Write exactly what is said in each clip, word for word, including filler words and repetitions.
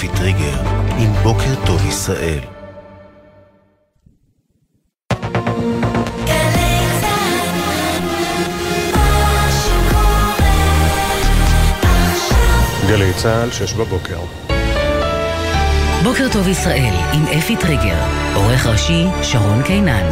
אפי טריגר עם בוקר טוב ישראל. גלי צהל, שש בבוקר. בוקר טוב ישראל עם אפי טריגר, עורך ראשי שרון קינן.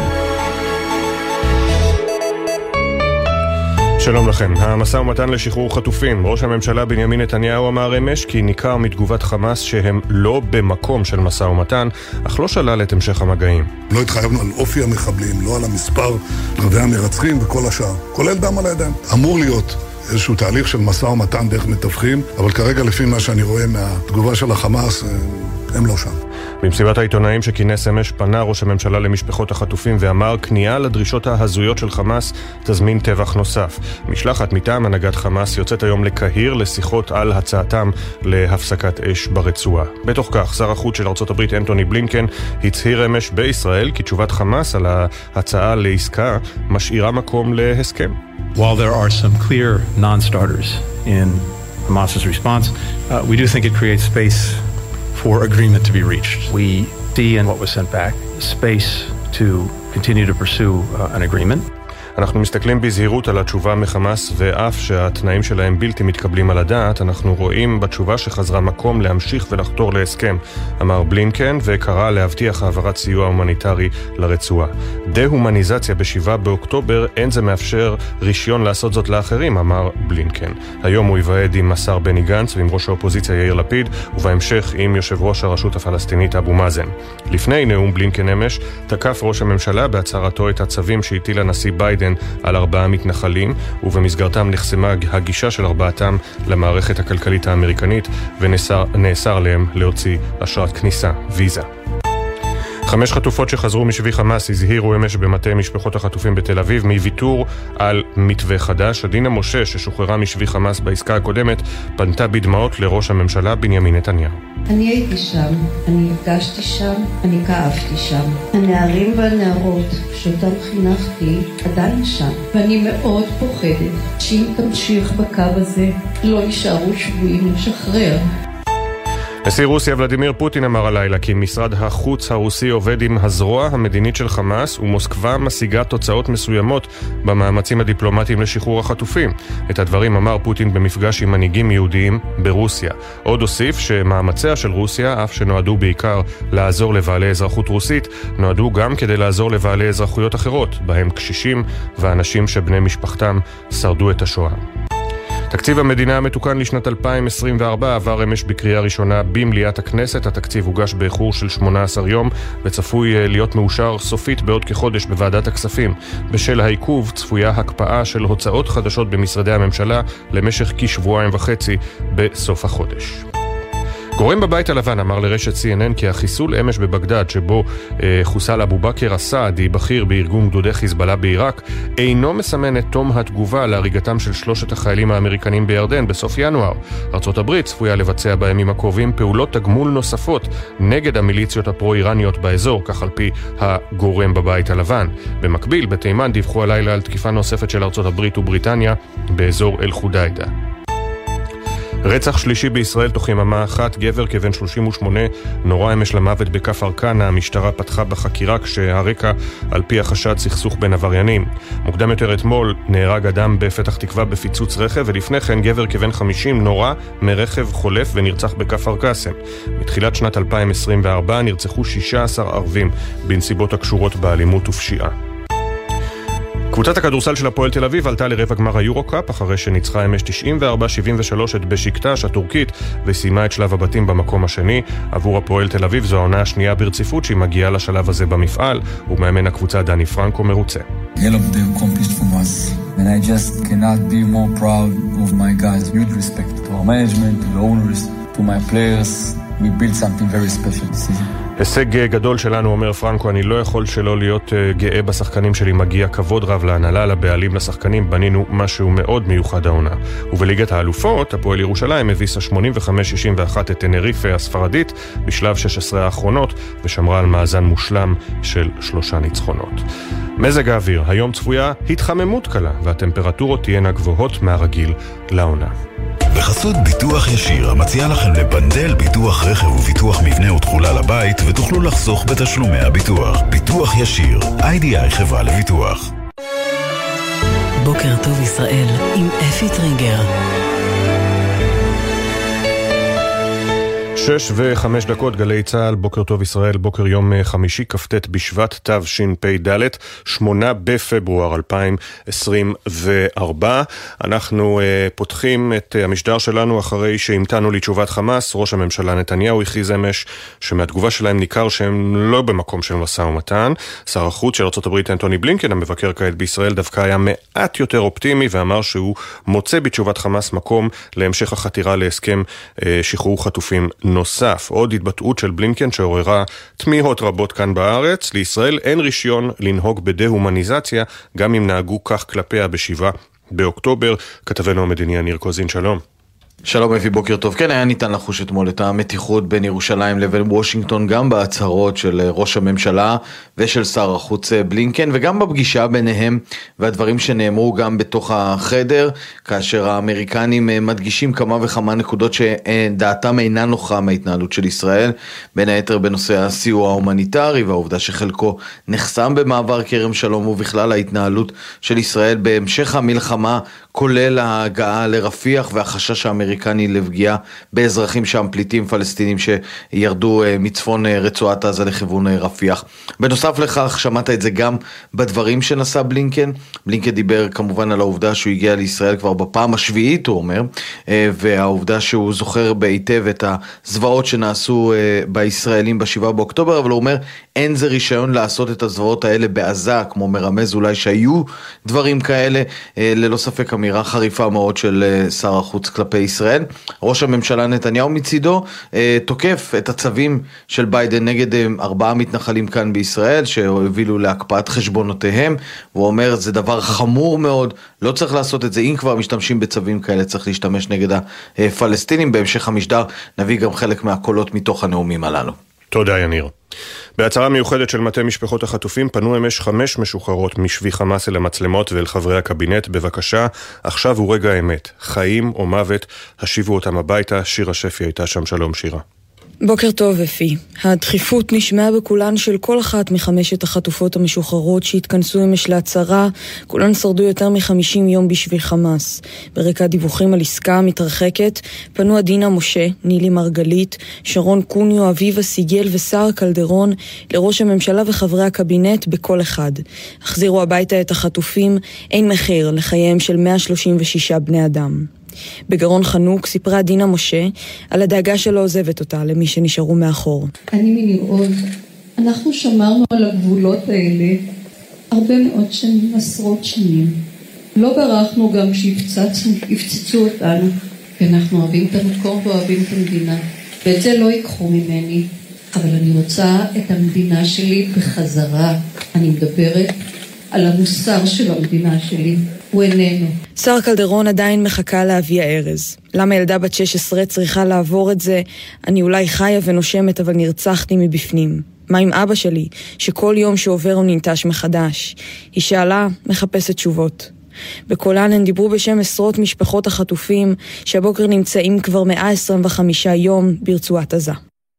שלום לכם. המשא ומתן לשחרור חטופים. ראש הממשלה בנימין נתניהו אמר אמש כי ניכר מתגובת חמאס שהם לא במקום של משא ומתן, אך לא שלל את המשך המגעים. לא התחייבנו על אופי המחבלים, לא על המספר והמרצחים וכל השאר, כולל דם על הידיים. אמור להיות איזשהו תהליך של משא ומתן דרך מתווכים, אבל כרגע לפי מה שאני רואה מהתגובה של החמאס, הם לא שם. במסיבת העיתונאים שכינס אמש פנה ראש הממשלה למשפחות החטופים ואמר כניעה לדרישות ההזויות של חמאס תזמין טבח נוסף. משלחת מטעם הנהגת חמאס יוצאת היום לקהיר לשיחות על הצעתם להפסקת אש ברצועה. בתוך כך, שר החוץ של ארצות הברית אנטוני בלינקן הצהיר אמש בישראל כי תשובת חמאס על ההצעה לעסקה משאירה מקום להסכם. While there are some clear non-starters in Hamas's response, uh, we do think it creates space for agreement to be reached. We see in what was sent back space to continue to pursue uh, an agreement. אנחנו מסתכלים בזהירות על התשובה מחמאס, ואף שהתנאים שלהם בלתי מתקבלים על הדעת, אנחנו רואים בתשובה שחזרה מקום להמשיך ולחתור להסכם, אמר בלינקן, וקרא להבטיח העברת סיוע הומניטרי לרצועה. דה-הומניזציה בשבעה באוקטובר, אין זה מאפשר רישיון לעשות זאת לאחרים, אמר בלינקן. היום הוא יוועד עם השר בני גנץ ועם ראש האופוזיציה יאיר לפיד, ובהמשך עם יושב ראש הרשות הפלסטינית אבו מאזן. לפני נאום בלינקן אמש, תקף ראש הממשלה בהצהרתו את הצווים שהטיל הנשיא ביידן על ארבעה מתנחלים, ובמסגרתם נחסמה הגישה של ארבעתם למערכת הכלכלית האמריקנית, ונאסר להם להוציא אשרת כניסה, ויזה. חמש חטופות שחזרו משבי חמאס הזהירו אמש במטה משפחות החטופים בתל אביב מוויתור על מתווה חדש. עדינה משה, ששוחררה משבי חמאס בעסקה הקודמת, פנתה בדמעות לראש הממשלה בנימין נתניהו. אני הייתי שם, אני הרגשתי שם, אני כאבתי שם. הנערים והנערות שאותם חינכתי עדיין שם, ואני מאוד פוחדת שאם תמשיך בקו הזה לא יישארו שבויים לשחרר. נשיא רוסיה ולדימיר פוטין אמר הלילה כי משרד החוץ הרוסי עובד עם הזרוע המדינית של חמאס, ומוסקבה משיגה תוצאות מסוימות במאמצים הדיפלומטיים לשחרור החטופים. את הדברים אמר פוטין במפגש עם מנהיגים יהודיים ברוסיה. עוד הוסיף שמאמציה של רוסיה, אף שנועדו בעיקר לעזור לבעלי אזרחות רוסית, נועדו גם כדי לעזור לבעלי אזרחויות אחרות, בהם קשישים ואנשים שבני משפחתם שרדו את השואה. תקציב המדינה המתוקן לשנת אלפיים עשרים וארבע עבר אמש בקריאה ראשונה במליאת הכנסת. התקציב הוגש באיחור של שמונה עשר יום וצפוי להיות מאושר סופית בעוד כחודש בוועדת הכספים. בשל העיכוב צפויה הקפאה של הוצאות חדשות במשרדי הממשלה למשך כשבועיים וחצי בסוף החודש. גורם בבית הלבן אמר לרשת סי אן אן כי החיסול אמש בבגדד, שבו אה, חוסל אבו בכר הסעדי, בכיר בארגון גדודי חיזבאללה בעיראק, אינו מסמן את תום התגובה להריגתם של שלושת החיילים האמריקנים בירדן בסוף ינואר. ארצות הברית צפויה לבצע בימים הקרובים פעולות תגמול נוספות נגד המיליציות הפרו-איראניות באזור, כך על פי הגורם בבית הלבן. במקביל, בתימן דיווחו הלילה על תקיפה נוספת של ארצות הברית ובריטניה באזור אל-חודיידה. רצח שלישי בישראל תוך יממה אחת. גבר כבן שלושים ושמונה נורה אמש למוות בכפר כנא. המשטרה פתחה בחקירה כשהרקע על פי החשד סכסוך בין עבריינים. מוקדם יותר אתמול נהרג אדם בפתח תקווה בפיצוץ רכב, ולפני כן גבר כבן חמישים נורה מרכב חולף ונרצח בכפר קאסם. מתחילת שנת אלפיים עשרים וארבע נרצחו שישה עשר ערבים בנסיבות הקשורות באלימות ופשיעה. קבוצת הכדורסל של הפועל תל אביב עלתה לרבע גמר היורו-קאפ אחרי שניצחה אמש תשעים וארבע שבעים ושלוש את בשיקטש הטורקית וסיימה את שלב הבתים במקום השני. עבור הפועל תל אביב זו העונה השנייה ברציפות שהיא מגיעה לשלב הזה במפעל, ומאמן הקבוצה דני פרנקו מרוצה. All of them accomplished from us and I just cannot be more proud of my guys. Huge respect to our management, to the owners, to my players. We built something very special this season. הישג גדול שלנו, אומר פרנקו, אני לא יכול שלא להיות גאה בשחקנים שלי, מגיע כבוד רב להנהלה, לבעלים, לשחקנים, בנינו משהו מאוד מיוחד העונה. ובליגת האלופות, הפועל ירושלים הביסה שמונים וחמש שישים ואחת את טנריפה הספרדית בשלב שש עשרה האחרונות, ושמרה על מאזן מושלם של שלושה ניצחונות. מזג האוויר, היום צפויה התחממות קלה, והטמפרטורות תהיינה גבוהות מהרגיל לעונה. בחסות ביטוח ישיר, המציע לכם לבנדל ביטוח רכב וביטוח מבנה ותכולה לבית, ותוכלו לחסוך בתשלומי הביטוח. ביטוח ישיר, איי די איי חברה לביטוח. בוקר טוב ישראל עם אפי טריגר. שש וחמש דקות, גלי צהל, בוקר טוב ישראל, בוקר יום חמישי, כ"ט בשבט תשפ"ד, שמונה בפברואר אלפיים עשרים וארבע. אנחנו uh, פותחים את uh, המשדר שלנו אחרי שהמתנו לתשובת חמאס. ראש הממשלה נתניהו הכריז אמש שמהתגובה שלהם ניכר שהם לא במקום של משא ומתן. שר החוץ של ארצות הברית אנטוני בלינקן, המבקר כעת בישראל, דווקא היה מעט יותר אופטימי ואמר שהוא מוצא בתשובת חמאס מקום להמשך החתירה להסכם uh, שחרור חטופים נוסף. עוד התבטאות של בלינקן שעוררה תמיהות רבות כאן בארץ. לישראל אין רישיון לנהוג בדה-הומניזציה, גם אם נהגו כך כלפיה בשבעה באוקטובר. כתבנו המדיני יניר קוזין, שלום. שלום אפי, בוקר טוב. כן, היה ניתן לחוש אתמול את המתיחות בין ירושלים לבין וושינגטון, גם בהצהרות של ראש הממשלה ושל שר החוץ בלינקן, וגם בפגישה ביניהם, והדברים שנאמרו גם בתוך החדר, כאשר האמריקנים מדגישים כמה וכמה נקודות שדעתם אינה נוחה מההתנהלות של ישראל, בין היתר בנושא הסיוע ההומניטרי, והעובדה שחלקו נחסם במעבר כרם שלום, ובכלל ההתנהלות של ישראל בהמשך המלחמה, כולל ההגעה לרפיח והחשש האמריקני לפגיעה באזרחים שם, פליטים פלסטינים שירדו מצפון רצועת עזה לכיוון רפיח. בנוסף לכך, שמעת את זה גם בדברים שנשא בלינקן. בלינקן דיבר כמובן על העובדה שהוא הגיע לישראל כבר בפעם השביעית, הוא אומר, והעובדה שהוא זוכר בהיטב את הזוועות שנעשו בישראלים בשבעה באוקטובר, אבל הוא אומר, אין זה רישיון לעשות את הזוועות האלה בעזה, כמו מרמז אולי שהיו דברים כאלה, ללא ספק אמירה חריפה מאוד של שר החוץ כלפי ישראל. ראש הממשלה נתניהו מצידו תוקף את הצווים של ביידן נגד ארבעה מתנחלים כאן בישראל שהובילו להקפאת חשבונותיהם, והוא אומר זה דבר חמור מאוד, לא צריך לעשות את זה, אם כבר משתמשים בצווים כאלה צריך להשתמש נגד הפלסטינים. בהמשך המשדר נביא גם חלק מהקולות מתוך הנאומים הללו. תודה יניר. בהצהרה מיוחדת של מטה משפחות החטופים פנו אמש חמש משוחררות משבי חמאס אל המצלמות ואל חברי הקבינט. בבקשה, עכשיו הוא רגע האמת, חיים או מוות, השיבו אותם הביתה. שירה שפי הייתה שם, שלום שירה. בוקר טוב אפי. הדחיפות נשמעה בכולן של כל אחת מחמשת החטופות המשוחררות שהתכנסו אמש להצהרה. כולן שרדו יותר מחמישים יום בשבי חמאס. ברקע דיווחים על עסקה מתרחקת פנו עדינה משה, נילי מרגלית, שרון קוניו, אביבה סיגל וסער קלדרון לראש הממשלה וחברי הקבינט בכל אחד. החזירו הביתה את החטופים, אין מחיר לחייהם של מאה שלושים ושישה בני אדם. בגרון חנוק סיפרה דינה משה על הדאגה שלא עוזבת אותה למי שנשארו מאחור. אני מניר עוז, אנחנו שמרנו על הגבולות האלה הרבה מאוד שנים, עשרות שנים. לא ברחנו גם שהפצצו אותנו, כי אנחנו אוהבים את המקום ואוהבים את המדינה. ואת זה לא ייקחו ממני, אבל אני רוצה את המדינה שלי בחזרה. אני מדברת על המוסר של המדינה שלי. הוא איננו. שר קלדרון עדיין מחכה לאבי הארז. למה ילדה בת שש עשרה צריכה לעבור את זה? אני אולי חיה ונושמת, אבל נרצחתי מבפנים. מה עם אבא שלי, שכל יום שעובר הוא ננטש מחדש? היא שאלה, מחפשת תשובות. בקולן הן דיברו בשם עשרות משפחות החטופים, שהבוקר נמצאים כבר מאה עשרים וחמישה יום ברצועת עזה.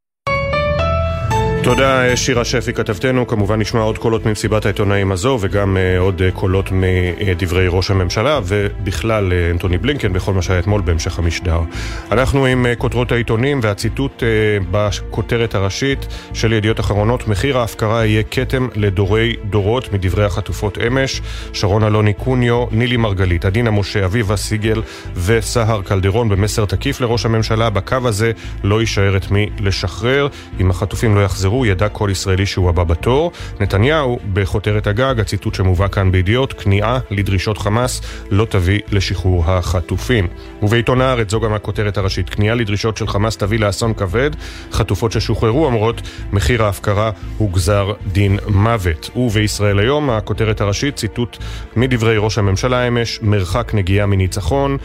תודה שירה שפי כתבתנו. כמובן נשמע עוד קולות ממסיבת העיתונאים הזו וגם עוד קולות מדברי ראש הממשלה ובכלל אנטוני בלינקן בכל מה שהיה אתמול בהמשך המשדר. אנחנו עם כותרות העיתונים והציטוט בכותרת הראשית של ידיעות אחרונות, מחיר ההפקרה יהיה כתם לדורי דורות, מדברי החטופות אמש. שרון אלוני קוניו, נילי מרגלית, עדינה משה, אביבה סיגל וסהר קלדרון במסר תקיף לראש הממשלה, בקו הזה לא יישאר את מי לשחרר. אם החטופים לא יחזרו ידע כל ישראלי שהוא הבא בתור. נתניהו בכותרת הגג, הציטוט שמובא כאן בידיעות, כניעה לדרישות חמאס לא תביא לשחרור החטופים. ובעיתון הארץ זו גם הכותרת הראשית, כניעה לדרישות של חמאס תביא לאסון כבד, חטופות ששוחררו אומרות מחיר ההפקרה הוא גזר דין מוות. ובישראל היום הכותרת הראשית, ציטוט מדברי ראש הממשלה אמש, מרחק נגיעה מניצחון,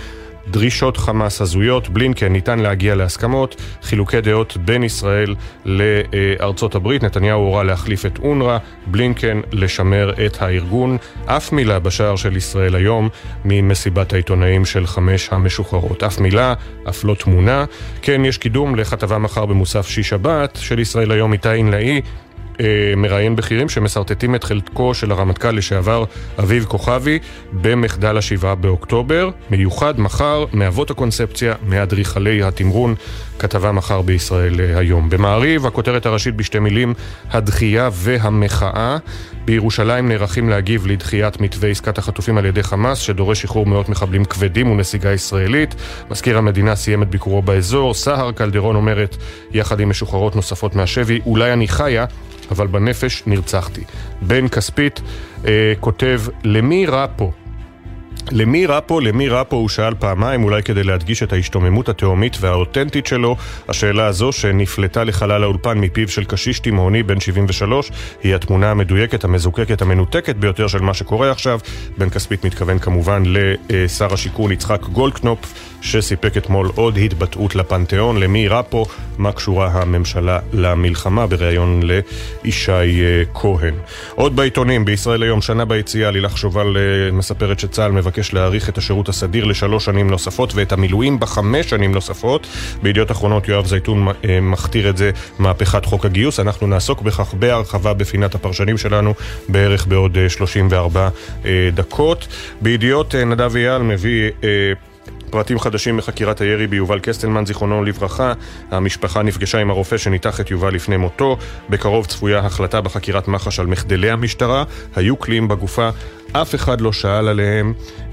דרישות חמאס הזויות, בלינקן ניתן להגיע להסכמות, חילוקי דעות בין ישראל לארצות הברית, נתניהו הורה להחליף את אונר"א, בלינקן לשמר את הארגון, אף מילה בשער של ישראל היום ממסיבת העיתונאים של חמש המשוחררות, אף מילה, אף לא תמונה. כן, יש קידום לכתבה מחר במוסף שיש שבת של ישראל היום, איתי אינלאי, מראיין בכירים שמסרטטים את חלקו של הרמטכ"ל לשעבר אביב כוכבי במחדל השבעה באוקטובר, מיוחד מחר מאבות הקונספציה, מאדריכלי התמרון, כתבה מחר בישראל היום. במעריב, הכותרת הראשית בשתי מילים, הדחייה והמחאה. בירושלים נערכים להגיב לדחיית מתווה עסקת החטופים על ידי חמאס, שדורש שחרור מאות מחבלים כבדים ונסיגה ישראלית. מזכיר המדינה סיים את ביקורו באזור. סהר קלדרון אומרת, יחד עם משוחררות נוספות מהשבי, אולי אני חיה, אבל בנפש נרצחתי. בן כספית אה, כותב, למי רע פה? למי רע פה? למי רע פה? הוא שאל פעמיים, אולי כדי להדגיש את ההשתוממות התאומית והאותנטית שלו. השאלה הזו שנפלטה לחלל האולפן מפיו של קשיש תימהוני בן שבעים ושלוש היא התמונה המדויקת, המזוקקת, המנותקת ביותר של מה שקורה עכשיו. בן כספית מתכוון כמובן לשר השיכון יצחק גולדקנופ, שסיפק אתמול עוד התבטאות לפנתיאון. למי רע פה? מה קשורה הממשלה למלחמה? בריאיון לישי כהן. עוד בעיתונים, בישראל היום, שנה ביציאה, לילך שובל מספרת שצה"ל מבקש להאריך את השירות הסדיר לשלוש שנים נוספות ואת המילואים בחמש שנים נוספות. בידיעות אחרונות יואב זייתון מכתיר את זה מהפכת חוק הגיוס. אנחנו נעסוק בכך בהרחבה בפינת הפרשנים שלנו בערך בעוד שלושים וארבע דקות. בידיעות נדב אייל מביא פרטים חדשים מחקירת הירי ביובל קסטלמן, זיכרונו לברכה. המשפחה נפגשה עם הרופא שניתח את יובל לפני מותו. בקרוב צפויה החלטה בחקירת מח"ש על מחדלי המשטרה. היו קליעים בגופה, אף אחד לא שאל עליהם,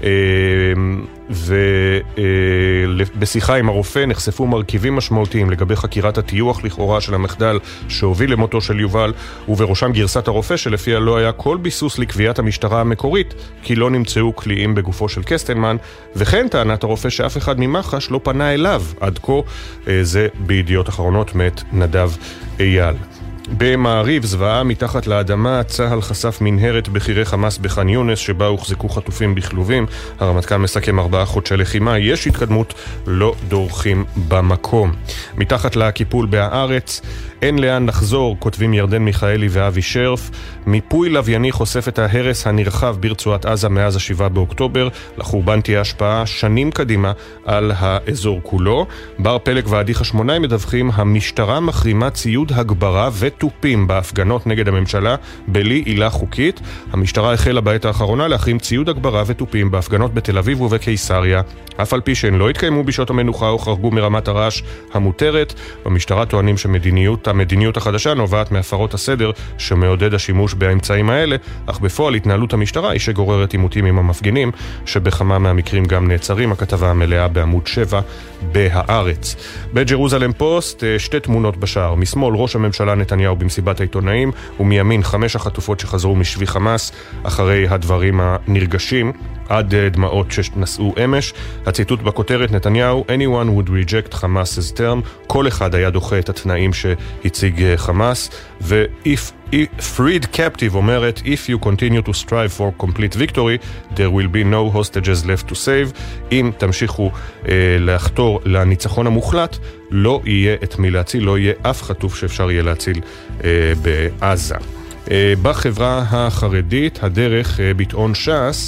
ובשיחה עם הרופא נחשפו מרכיבים משמעותיים לגבי חקירת הטיוח לכאורה של המחדל שהוביל למותו של יובל, ובראשם גרסת הרופא שלפיה לא היה כל ביסוס לקביעת המשטרה המקורית, כי לא נמצאו קליעים בגופו של קסטלמן, וכן טענת הרופא שאף אחד ממח"ש לא פנה אליו עד כה. זה בידיעות אחרונות מאת נדב אייל. במעריב, זוועה מתחת לאדמה, צהל חשף מנהרת בחירי חמאס בח'אן יונס שבה הוחזקו חטופים בכלובים. הרמטכ"ל מסכם ארבעה חודשי לחימה, יש התקדמות, לא דורכים במקום. מתחת לקיפול בהארץ, אין לאן לחזור, כותבים ירדן מיכאלי ואבי שרף. מיפוי לווייני חושף את ההרס הנרחב ברצועת עזה מאז השבעה באוקטובר. לחורבן תהיה השפעה שנים קדימה על האזור כולו. בר פלג ועדי חשמונאי מדווחים, המשטרה מחרימה ציוד הגברה וטופים בהפגנות נגד הממשלה בלי עילה חוקית. המשטרה החלה בעת האחרונה להחרים ציוד הגברה וטופים בהפגנות בתל אביב ובקיסריה, אף על פי שהן לא התקיימו בשעות המנוחה או חרגו מרמת הרעש המותרת. במשטרה טוענים שמדיניות המדיניות החדשה נובעת מהפרות הסדר שמעודד השימוש באמצעים האלה, אך בפועל התנהלות המשטרה היא שגוררת עימותים עם המפגינים, שבכמה מהמקרים גם נעצרים. הכתבה המלאה בעמוד שבע בהארץ. בג'רוזלם פוסט שתי תמונות בשער, משמאל ראש הממשלה נתניהו במסיבת העיתונאים, ומימין חמש החטופות שחזרו משבי חמאס אחרי הדברים הנרגשים עד דמעות שנשאו אמש. הציטוט בכותרת, נתניהו, anyone would reject Hamas's term, כל אחד היה דוחה את התנאים שהציג חמאס. ו-if freed captive אומרת, if you continue to strive for complete victory, there will be no hostages left to save. אם תמשיכו אה, לחתור לניצחון המוחלט, לא יהיה את מי להציל, לא יהיה אף חטוף שאפשר יהיה להציל אה, בעזה. אה, בחברה החרדית, הדרך אה, ביטאון ש"ס,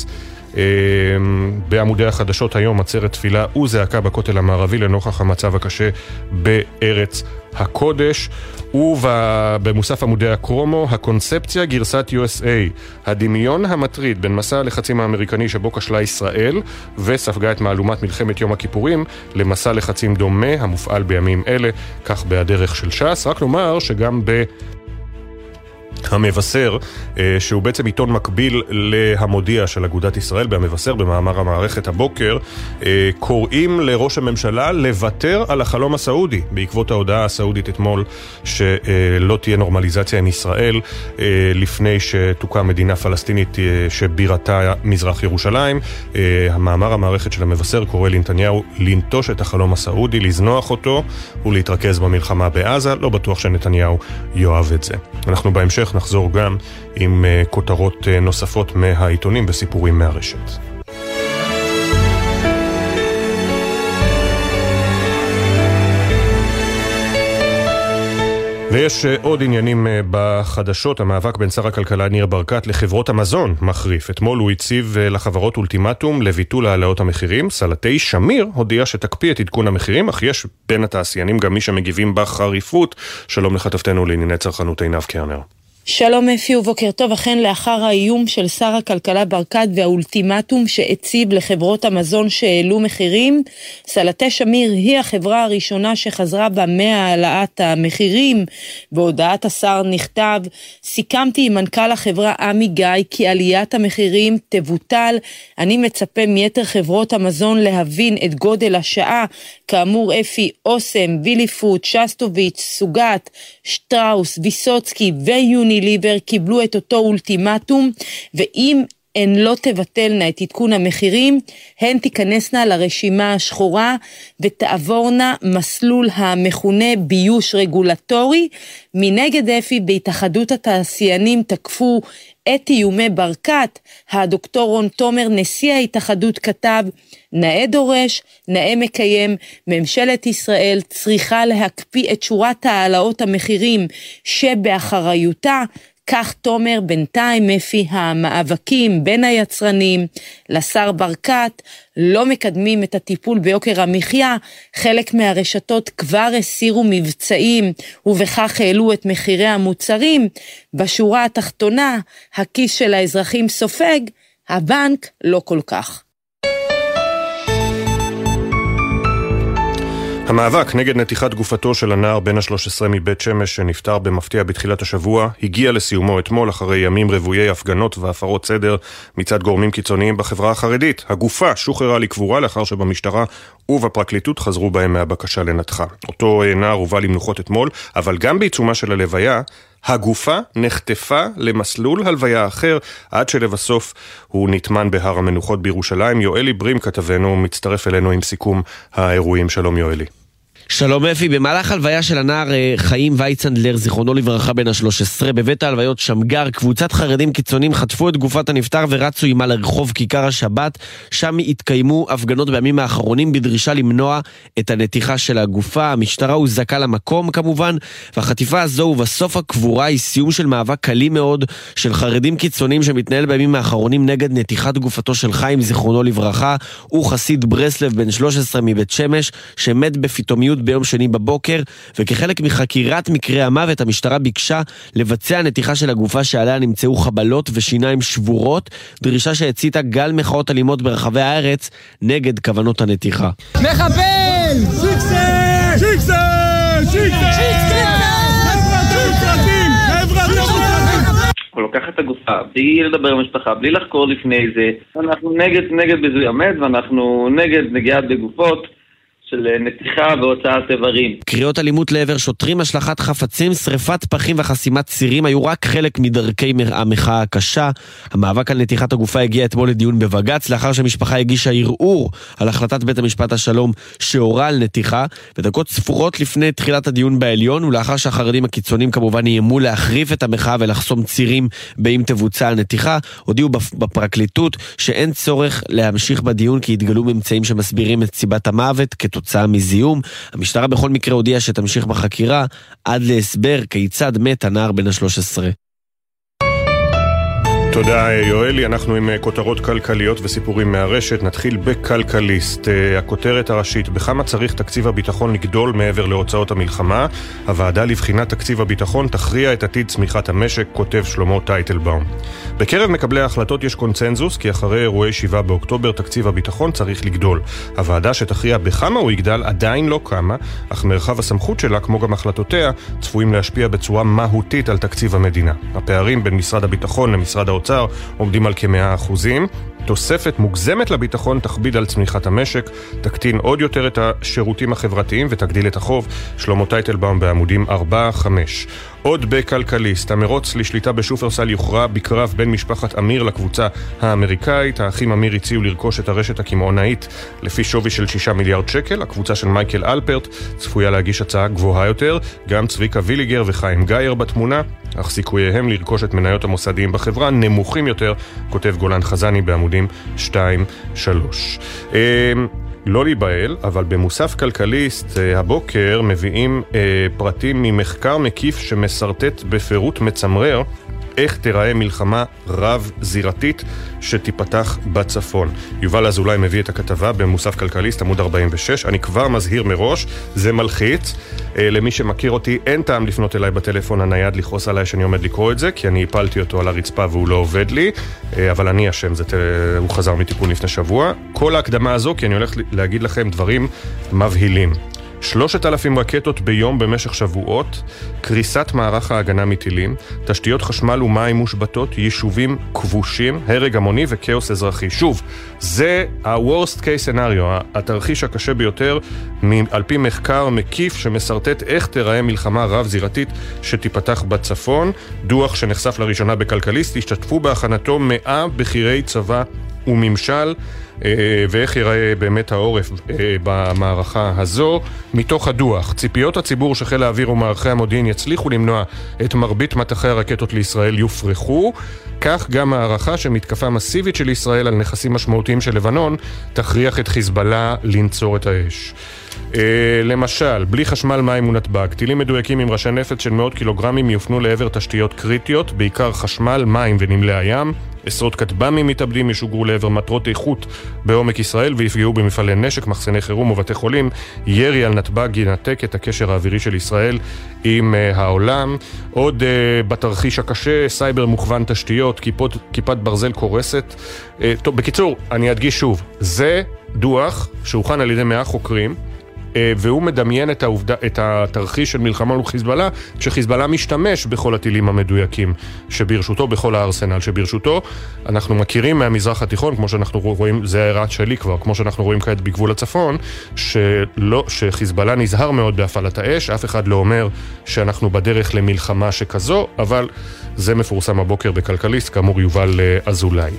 בעמודי החדשות היום עצרת תפילה וזעקה בכותל המערבי לנוכח המצב הקשה בארץ הקודש. ובמוסף עמודי הקרומו, הקונספציה גרסת יו אס איי, הדמיון המטריד בין מסע הלחצים האמריקני שבו כשלה ישראל וספגה את מהלומת מלחמת יום הכיפורים למסע לחצים דומה המופעל בימים אלה, כך בהדרך של ש"ס. רק לומר שגם ב... המבשר, שהוא בעצם עיתון מקביל להמודיע של אגודת ישראל, במבשר במאמר המערכת הבוקר, קוראים לראש הממשלה לוותר על החלום הסעודי בעקבות ההודעה הסעודית אתמול שלא תהיה נורמליזציה עם ישראל לפני שתוקם מדינה פלסטינית שבירתה מזרח ירושלים. המאמר המערכת של המבשר קורא לנתניהו לנטוש את החלום הסעודי, לזנוח אותו ולהתרכז במלחמה בעזה. לא בטוח שנתניהו יאהב את זה. אנחנו בהמשך נחזור גם עם כותרות נוספות מהעיתונים וסיפורים מהרשת. ויש עוד עניינים בחדשות. המאבק בין שר הכלכלה ניר ברקת לחברות המזון מחריף. אתמול הוא הציב לחברות אולטימטום לביטול העלאות המחירים. סלטי שמיר הודיע שתקפיא את עדכון המחירים, אך יש בין התעשיינים גם מי שמגיבים בחריפות. שלום לכתבתנו לענייני צרכנות עינב קרנר. שלום אפי ובוקר טוב. אכן לאחר האיום של שר הכלכלה ברקת והאולטימטום שהציב לחברות המזון שהעלו מחירים, סלטי שמיר היא החברה הראשונה שחזרה בה מהעלאת המחירים. בהודעת השר נכתב: סיכמתי עם מנכ"ל החברה עמי גיא כי עליית המחירים תבוטל. אני מצפה מיתר חברות המזון להבין את גודל השעה. כאמור אפי, אוסם, ויליפוד, שסטוביץ', סוגת, שטראוס, ויסוצקי ויוני ליבר קיבלו את אותו אולטימטום, ואם הן לא תבטלנה את עדכון המחירים, הן תיכנסנה לרשימה השחורה ותעבורנה מסלול המכונה ביוש רגולטורי. מנגד אפי, בהתאחדות התעשיינים תקפו את איומי ברקת. הדוקטור רון תומר, נשיא ההתאחדות, כתב: נאה דורש, נאה מקיים. ממשלת ישראל צריכה להקפיא את שורת העלאות המחירים שבאחריותה. כך תומר. בינתיים אפי, המאבקים בין היצרנים לשר ברקת לא מקדמים את הטיפול ביוקר המחיה. חלק מהרשתות כבר הסירו מבצעים ובכך העלו את מחירי המוצרים. בשורה התחתונה, הכיס של האזרחים סופג, הבנק לא כל כך. המאבק נגד נתיחת גופתו של הנער בן ה-שלוש עשרה מבית שמש שנפטר במפתיע בתחילת השבוע הגיע לסיומו אתמול אחרי ימים רבויי הפגנות והפרות סדר מצד גורמים קיצוניים בחברה החרדית. הגופה שוחררה לקבורה לאחר שבמשטרה ובפרקליטות חזרו בהם מהבקשה לנתחה. אותו נער הובא למנוחות אתמול, אבל גם בעיצומה של הלוויה הגופה נחטפה למסלול הלוויה אחר, עד שלבסוף הוא נטמן בהר המנוחות בירושלים. יואלי ברים כתבנו מצטרף אלינו עם סיכום האירועים. שלום יואלי. שלום אפי. במהלך הלוויה של הנער חיים וייצנדלר, זיכרונו לברכה, בן ה-שלוש עשרה, בבית ההלוויות שמגר, קבוצת חרדים קיצונים חטפו את גופת הנפטר ורצו עימה לרחוב כיכר השבת. שם התקיימו הפגנות בימים האחרונים בדרישה למנוע את הנתיחה של הגופה. המשטרה הוזעקה למקום כמובן, והחטיפה הזו ובסוף הקבורה היא סיום של מאבק קלי מאוד של חרדים קיצונים שמתנהל בימים האחרונים נגד נתיחת גופתו של חיים, זיכרונו לברכה. הוא חסיד ברסלב בן שלוש עשרה מבית שמש שמת בפתאומיות ביום שני בבוקר, וכחלק מחקירת מקרה המוות המשטרה ביקשה לבצע נתיחה של הגופה שעליה נמצאו חבלות ושיניים שבורות, דרישה שהציתה גל מחאות אלימות ברחבי הארץ נגד כוונות הנתיחה. מחבל! שיקסר! שיקסר! שיקסר! הוא לוקח את הגופה, בלי לדבר עם המשפחה, בלי לחקור לפני זה. אנחנו נגד, נגד בזוי המת, ואנחנו נגד נגיעה בגופות של נתיחה והוצאת איברים. קריאות אלימות לעבר שוטרים, השלכת חפצים, שריפת פחים וחסימת צירים היו רק חלק מדרכי המחאה הקשה. המאבק על נתיחת הגופה הגיע אתמול לדיון בבג"ץ, לאחר שהמשפחה הגישה ערעור על החלטת בית המשפט השלום שהורה על נתיחה, ודקות ספורות לפני תחילת הדיון בעליון, ולאחר שהחרדים הקיצונים כמובן איימו להחריף את המחאה ולחסום צירים באם תבוצע הנתיחה, הודיעו בפרקליטות שאין צורך להמשיך בדיון כי התגלו ממצאים שמסבירים את סיבת המוות כתוצאה מזיהום. המשטרה בכל מקרה הודיעה שתמשיך בחקירה עד להסבר כיצד מת הנער בן ה-שלוש עשרה. תודה יואלי. אנחנו עם כותרות כלכליות וסיפורים מהרשת. נתחיל בכלכליסט. הכותרת הראשית: בכמה צריך תקציב הביטחון לגדול מעבר להוצאות המלחמה? הוועדה לבחינת תקציב הביטחון תכריע את עתיד צמיחת המשק, כותב שלמה טייטלבאום. בקרב מקבלי ההחלטות יש קונצנזוס כי אחרי אירועי שבעה באוקטובר תקציב הביטחון צריך לגדול. הוועדה שתכריע בכמה הוא יגדל עדיין לא קמה, אך מרחב הסמכות שלה כמו גם החלטותיה צפויים להשפיע בצורה מהותית על תקציב המדינה. הפערים בין משרד הביטחון למשרד האוצר עומדים על כמאה אחוזים. תוספת מוגזמת לביטחון תכביד על צמיחת המשק, תקטין עוד יותר את השירותים החברתיים ותגדיל את החוב. שלמה טייטלבאום בעמודים ארבע חמש. עוד בכלכליסט: המרוץ לשליטה בשופרסל יוכרע בקרב בין משפחת אמיר לקבוצה האמריקאית. האחים אמיר הציעו לרכוש את הרשת הקמעונאית לפי שווי של שישה מיליארד שקל. הקבוצה של מייקל אלפרט צפויה להגיש הצעה גבוהה יותר. גם צביקה ויליגר וחיים גייר בתמונה, אך סיכוייהם לרכוש את מניות המוסדיים בחברה נמוכים יותר, כותב גולן חזני בעמודים שתיים שלוש. לא להיבהל, אבל במוסף כלכליסט הבוקר מביאים אה, פרטים ממחקר מקיף שמסרטט בפירוט מצמרר איך תיראה מלחמה רב-זירתית שתיפתח בצפון. יובל אזולאי מביא את הכתבה במוסף כלכליסט, עמוד ארבעים ושש. אני כבר מזהיר מראש, זה מלחיץ. אה, למי שמכיר אותי, אין טעם לפנות אליי בטלפון הנייד לכעוס עליי שאני עומד לקרוא את זה, כי אני הפלתי אותו על הרצפה והוא לא עובד לי, אה, אבל אני אשם, זה, הוא חזר מטיפול לפני שבוע. כל ההקדמה הזו, כי אני הולך להגיד לכם דברים מבהילים. שלושת אלפים רקטות ביום במשך שבועות, קריסת מערך ההגנה מטילים, תשתיות חשמל ומים מושבתות, יישובים כבושים, הרג המוני וכאוס אזרחי. שוב, זה ה-worst case scenario, התרחיש הקשה ביותר, על פי מחקר מקיף שמסרטט איך תיראה מלחמה רב-זירתית שתיפתח בצפון. דוח שנחשף לראשונה בכלכליסט, השתתפו בהכנתו מאה בחירי צבא וממשל, ואיך ייראה באמת העורף במערכה הזו. מתוך הדוח, ציפיות הציבור שחיל האוויר ומערכי המודיעין יצליחו למנוע את מרבית מטחי הרקטות לישראל יופרכו, כך גם הערכה שמתקפה מסיבית של ישראל על נכסים משמעותיים של לבנון תכריח את חיזבאללה לנצור את האש. Uh, למשל, בלי חשמל, מים ונתב"ג, טילים מדויקים עם ראשי נפץ של מאות קילוגרמים יופנו לעבר תשתיות קריטיות, בעיקר חשמל, מים ונמלי הים. עשרות כטב"מים מתאבדים ישוגרו לעבר מטרות איכות בעומק ישראל ויפגעו במפעלי נשק, מחסני חירום ובתי חולים. ירי על נתב"ג ינתק את הקשר האווירי של ישראל עם uh, העולם. עוד uh, בתרחיש הקשה, סייבר מוכוון תשתיות, כיפות, כיפת ברזל קורסת. Uh, טוב, בקיצור, אני אדגיש שוב, זה דוח שהוכן על ידי מאה חוקרים, והוא מדמיין את העובדה, את התרחיש של מלחמה מול חיזבאללה, שחיזבאללה משתמש בכל הטילים המדויקים שברשותו, בכל הארסנל שברשותו. אנחנו מכירים מהמזרח התיכון, כמו שאנחנו רואים, זה הערת שלי כבר, כמו שאנחנו רואים כעת בגבול הצפון, שלא, שחיזבאללה נזהר מאוד בהפעלת האש. אף אחד לא אומר שאנחנו בדרך למלחמה שכזו, אבל זה מפורסם הבוקר בכלכליסט, כאמור יובל אזולאי.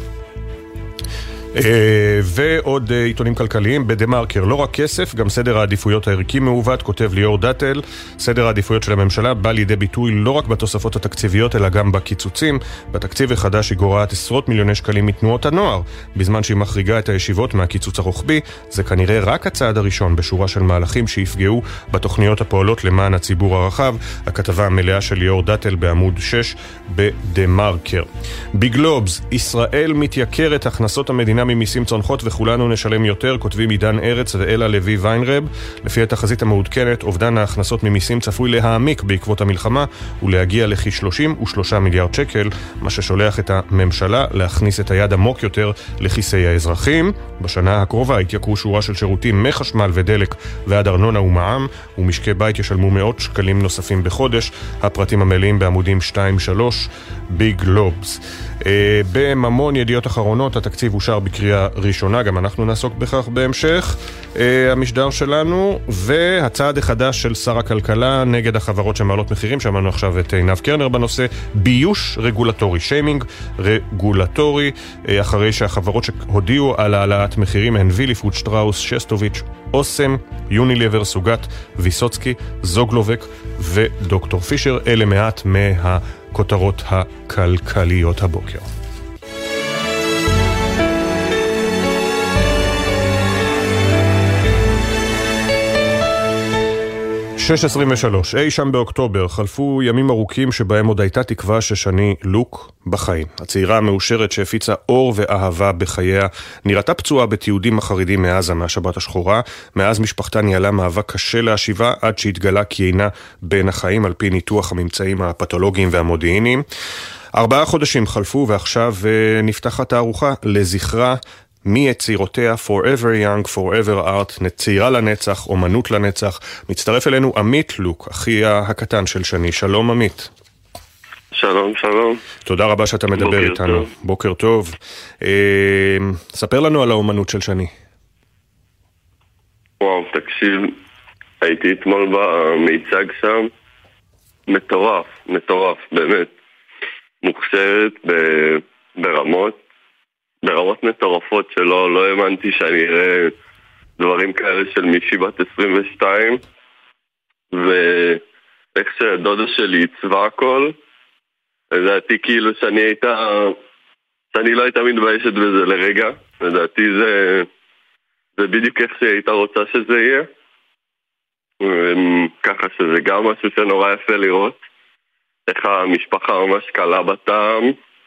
ועוד עיתונים כלכליים בדמרקר, לא רק כסף, גם סדר העדיפויות הערכי מעוות, כותב ליאור דאטל. סדר העדיפויות של הממשלה בא לידי ביטוי לא רק בתוספות התקציביות אלא גם בקיצוצים. בתקציב החדש היא גורעת עשרות מיליוני שקלים מתנועות הנוער, בזמן שהיא מחריגה את הישיבות מהקיצוץ הרוחבי. זה כנראה רק הצעד הראשון בשורה של מהלכים שיפגעו בתוכניות הפועלות למען הציבור הרחב. הכתבה המלאה של ליאור דאטל בעמוד שש בדמרקר. בגלובס, ישראל מתייקרת, הכנסות המדינה ממיסים צונחות וכולנו נשלם יותר, כותבים עידן ארץ ואלה לוי ויינרב. לפי התחזית המעודכנת, אובדן ההכנסות ממיסים צפוי להעמיק בעקבות המלחמה ולהגיע לכ-שלושים ושלושה מיליארד שקל, מה ששולח את הממשלה להכניס את היד עמוק יותר לכיסי האזרחים. בשנה הקרובה התייקרו שורה של שירותים מחשמל ודלק ועד ארנונה ומע"מ, ומשקי בית ישלמו מאות שקלים נוספים בחודש. הפרטים המלאים בעמודים שתיים שלוש בגלובס. בממון ידיעות אחרונות, התקציב אושר בקריאה ראשונה, גם אנחנו נעסוק בכך בהמשך המשדר שלנו. והצעד החדש של שר הכלכלה נגד החברות שמעלות מחירים, שמענו עכשיו את עינב קרנר בנושא, ביוש רגולטורי, שיימינג רגולטורי, אחרי שהחברות שהודיעו על העלאת מחירים הן וילי פוד, שטראוס, שסטוביץ', אוסם, יוניליבר, סוגת, ויסוצקי, זוגלובק ודוקטור פישר. אלה מעט מהכותרות הכלכליות הבוקר. שש עשרים ושלוש, אי שם באוקטובר, חלפו ימים ארוכים שבהם עוד הייתה תקווה ששני לוק בחיים. הצעירה המאושרת שהפיצה אור ואהבה בחייה, נראתה פצועה בתיעודים החרידים מעזה, מהשבת השחורה. מאז משפחתה ניהלה מאבק קשה להשיבה, עד שהתגלה כי אינה בין החיים, על פי ניתוח הממצאים הפתולוגיים והמודיעיניים. ארבעה חודשים חלפו ועכשיו נפתחת תערוכה לזכרה, מיצירותיה Forever Young, Forever Art, צעירה לנצח, אומנות לנצח. מצטרף אלינו עמית לוק, אחיה הקטן של שני. שלום עמית. שלום, שלום. תודה רבה שאתה מדבר איתנו. טוב. בוקר טוב. אה, ספר לנו על האומנות של שני. וואו, תקשיב, הייתי אתמול במיצג שם, מטורף, מטורף, באמת. מוכשרת ב- ברמות. ברמות מטורפות שלא, לא האמנתי שאני אראה דברים כאלה של מישהי בת עשרים ושתיים, ואיך שדודה שלי עיצבה הכל, לדעתי כאילו שאני הייתה, שאני לא הייתה מתביישת בזה לרגע. לדעתי זה, זה בדיוק איך שהיית רוצה שזה יהיה. ככה שזה גם משהו שנורא יפה לראות. איך המשפחה ממש קלה בטעם.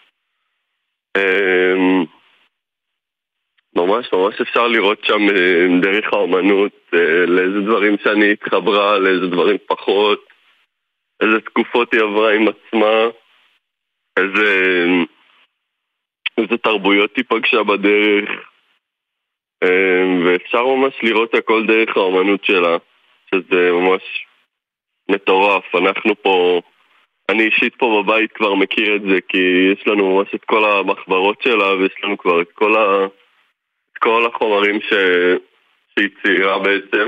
ממש ממש אפשר לראות שם דרך האומנות, לאיזה דברים שאני התחברה, לאיזה דברים פחות, איזה תקופות היא עברה עם עצמה, איזה, איזה תרבויות היא פגשה בדרך, ואפשר ממש לראות הכל דרך האומנות שלה, שזה ממש מטורף. אנחנו פה, אני אישית פה בבית כבר מכיר את זה, כי יש לנו ממש את כל המחברות שלה, ויש לנו כבר את כל ה... כל החומרים ש... שהיא צעירה בעצם,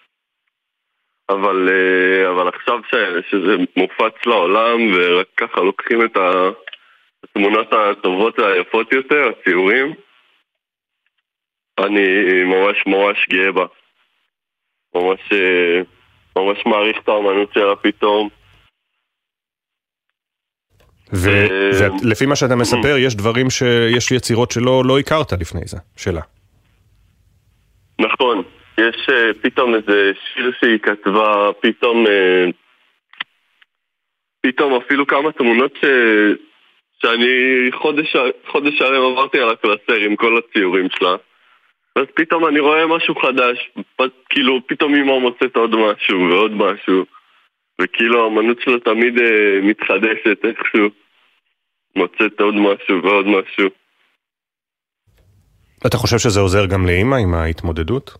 אבל, אבל עכשיו ש... שזה מופץ לעולם ורק ככה לוקחים את התמונות הטובות והיפות יותר, הציורים, אני ממש ממש גאה בה, ממש, ממש מעריך את האמנות שלה פתאום. ולפי מה שאתה מספר, יש דברים שיש יצירות שלא לא הכרת לפני זה, שלה. נכון, יש פתאום איזה שיר שהיא כתבה, פתאום פתאום אפילו כמה תמונות ש... שאני חודש, חודש שלם עברתי על הקלסר עם כל הציורים שלה, ואז פתאום אני רואה משהו חדש, כאילו פתאום אמא מוצאת עוד משהו ועוד משהו, וכאילו האמנות שלה תמיד מתחדשת איכשהו, מוצאת עוד משהו ועוד משהו. אתה חושב שזה עוזר גם לאמא עם ההתמודדות?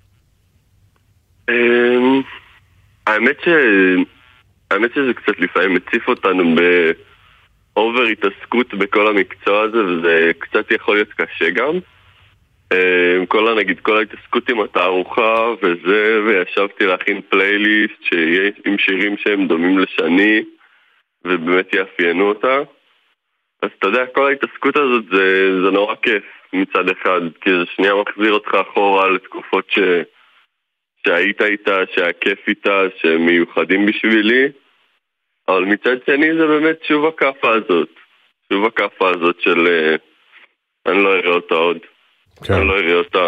האמת ש... האמת שזה קצת לפעמים מציף אותנו באובר התעסקות בכל המקצוע הזה, וזה קצת יכול להיות קשה גם. כל, נגיד, כל ההתעסקות עם התערוכה וזה, וישבתי להכין פלייליסט שיהיה עם שירים שהם דומים לשני, ובאמת יאפיינו אותה. אז אתה יודע, כל ההתעסקות הזאת זה, זה נורא כיף מצד אחד, כי זה שנייה מחזיר אותך אחורה לתקופות ש... שהיית איתה, שהיה כיף איתה, שהם מיוחדים בשבילי, אבל מצד שני זה באמת שוב הקפה הזאת, שוב הקפה הזאת של אני לא אראה אותה עוד, כן. אני לא אראה אותה,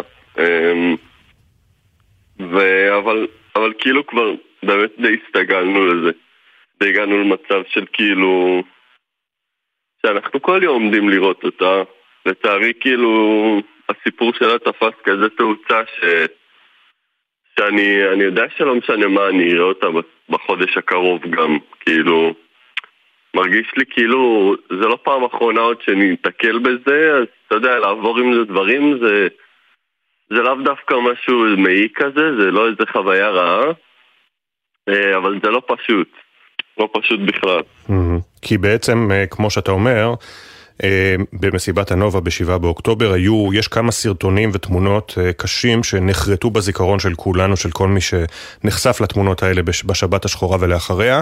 ו... אבל, אבל כאילו כבר באמת די הסתגלנו לזה, די הגענו למצב של כאילו שאנחנו כל יום עומדים לראות אותה, לצערי כאילו הסיפור שלה תפס כזה תאוצה ש... שאני אני יודע שלא משנה מה אני אראה אותה בחודש הקרוב גם, כאילו מרגיש לי כאילו זה לא פעם אחרונה עוד שנתקל בזה, אז אתה יודע, לעבור עם זה דברים זה, זה לאו דווקא משהו מעיק כזה, זה לא איזה חוויה רעה, אבל זה לא פשוט, לא פשוט בכלל. כי בעצם, כמו שאתה אומר, במסיבת הנובה בשבעה באוקטובר היו, יש כמה סרטונים ותמונות קשים שנחרטו בזיכרון של כולנו, של כל מי שנחשף לתמונות האלה בשבת השחורה ולאחריה,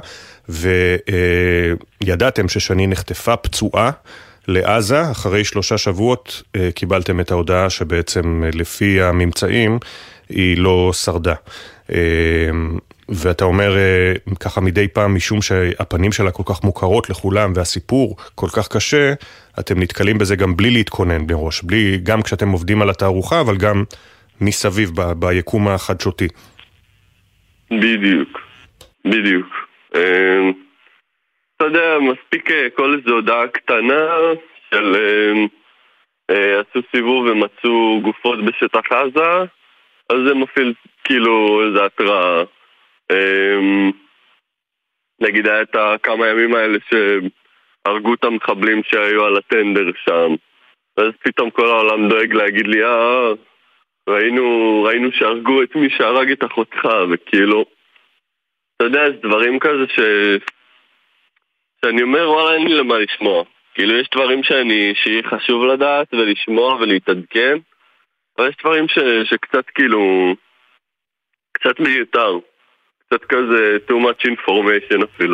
וידעתם ששני נחטפה פצועה לעזה, אחרי שלושה שבועות קיבלתם את ההודעה שבעצם לפי הממצאים היא לא שרדה. ואתה אומר ככה מדי פעם, משום שהפנים שלה כל כך מוכרות לכולם והסיפור כל כך קשה, אתם נתקלים בזה גם בלי להתכונן בראש, בלי, גם כשאתם עובדים על התערוכה, אבל גם מסביב ב, ביקום החדשותי. בדיוק, בדיוק. אתה יודע, מספיק כל איזו הודעה קטנה של עשו סיבוב ומצאו גופות בשטח עזה, אז זה מפעיל כאילו איזו התראה. נגיד היה את כמה ימים האלה שהרגו את המחבלים שהיו על הטנדר שם, אז פתאום כל העולם דואג להגיד לי אה, ראינו, ראינו שהרגו את מי שהרג את אחותך, וכאילו אתה יודע, יש דברים כזה ש... שאני אומר וואלה אין לי למה לשמוע, כאילו יש דברים שאני, שיהיה חשוב לדעת ולשמוע ולהתעדכן, אבל יש דברים ש... שקצת כאילו קצת מיותר, קצת כזה too much information אפילו.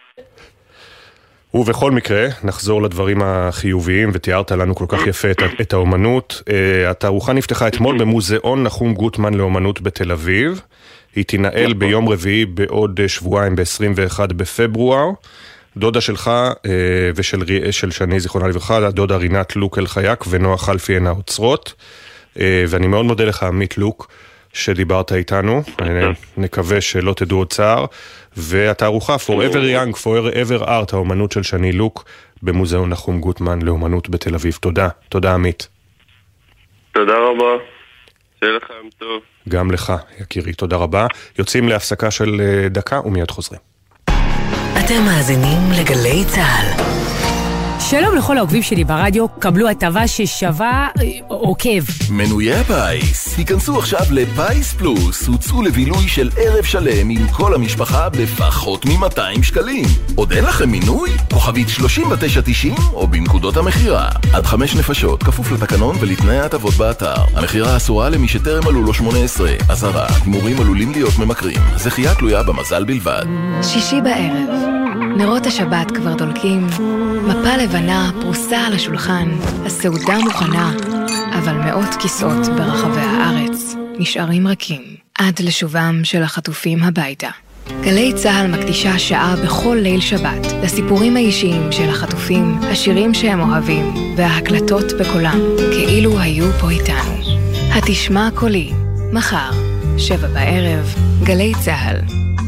ובכל מקרה, נחזור לדברים החיוביים, ותיארת לנו כל כך יפה את, את האומנות. התערוכה נפתחה אתמול במוזיאון נחום גוטמן לאומנות בתל אביב. היא תנהל ביום רביעי בעוד שבועיים ב-עשרים ואחד בפברואר. דודה שלך ושל של שני זיכרונה לברכה, דודה רינת לוק אל חייק ונועה חלפי הן האוצרות. ואני מאוד מודה לך, עמית לוק, שדיברת איתנו. נקווה שלא תדעו עוד צער. והתערוכה Forever Young, Forever Art, האומנות של שני לוק, במוזיאון נחום גוטמן לאומנות בתל אביב. תודה. תודה, עמית. תודה רבה. שיהיה לך יום טוב. גם לך, יקירי. תודה רבה. יוצאים להפסקה של דקה ומיד חוזרים. אתם מאזינים לגלי צהל. שלום לכל העוקבים שלי ברדיו, קבלו הטבה ששווה עוקב. מנויי הפיס, היכנסו עכשיו לפייס פלוס, הוצאו לבילוי של ערב שלם עם כל המשפחה בפחות מ-מאתיים שקלים. עוד אין לכם מינוי? כוכבית שלושים ותשע תשעים או בנקודות המחירה. עד חמש נפשות, כפוף לתקנון ולתנאי ההטבות באתר. המחירה אסורה למי שטרם מלאו לו שמונה עשרה. אזהרה, הימורים עלולים להיות ממכרים. זכייה תלויה במזל בלבד. שישי בערב. נרות השבת כבר דולקים, מפה לבנה פרוסה על השולחן, הסעודה מוכנה, אבל מאות כיסאות ברחבי הארץ נשארים רכים עד לשובם של החטופים הביתה. גלי צהל מקדישה שעה בכל ליל שבת לסיפורים האישיים של החטופים, השירים שהם אוהבים וההקלטות בקולם, כאילו היו פה איתנו. התשמע קולי, מחר, שבע בערב, גלי צהל.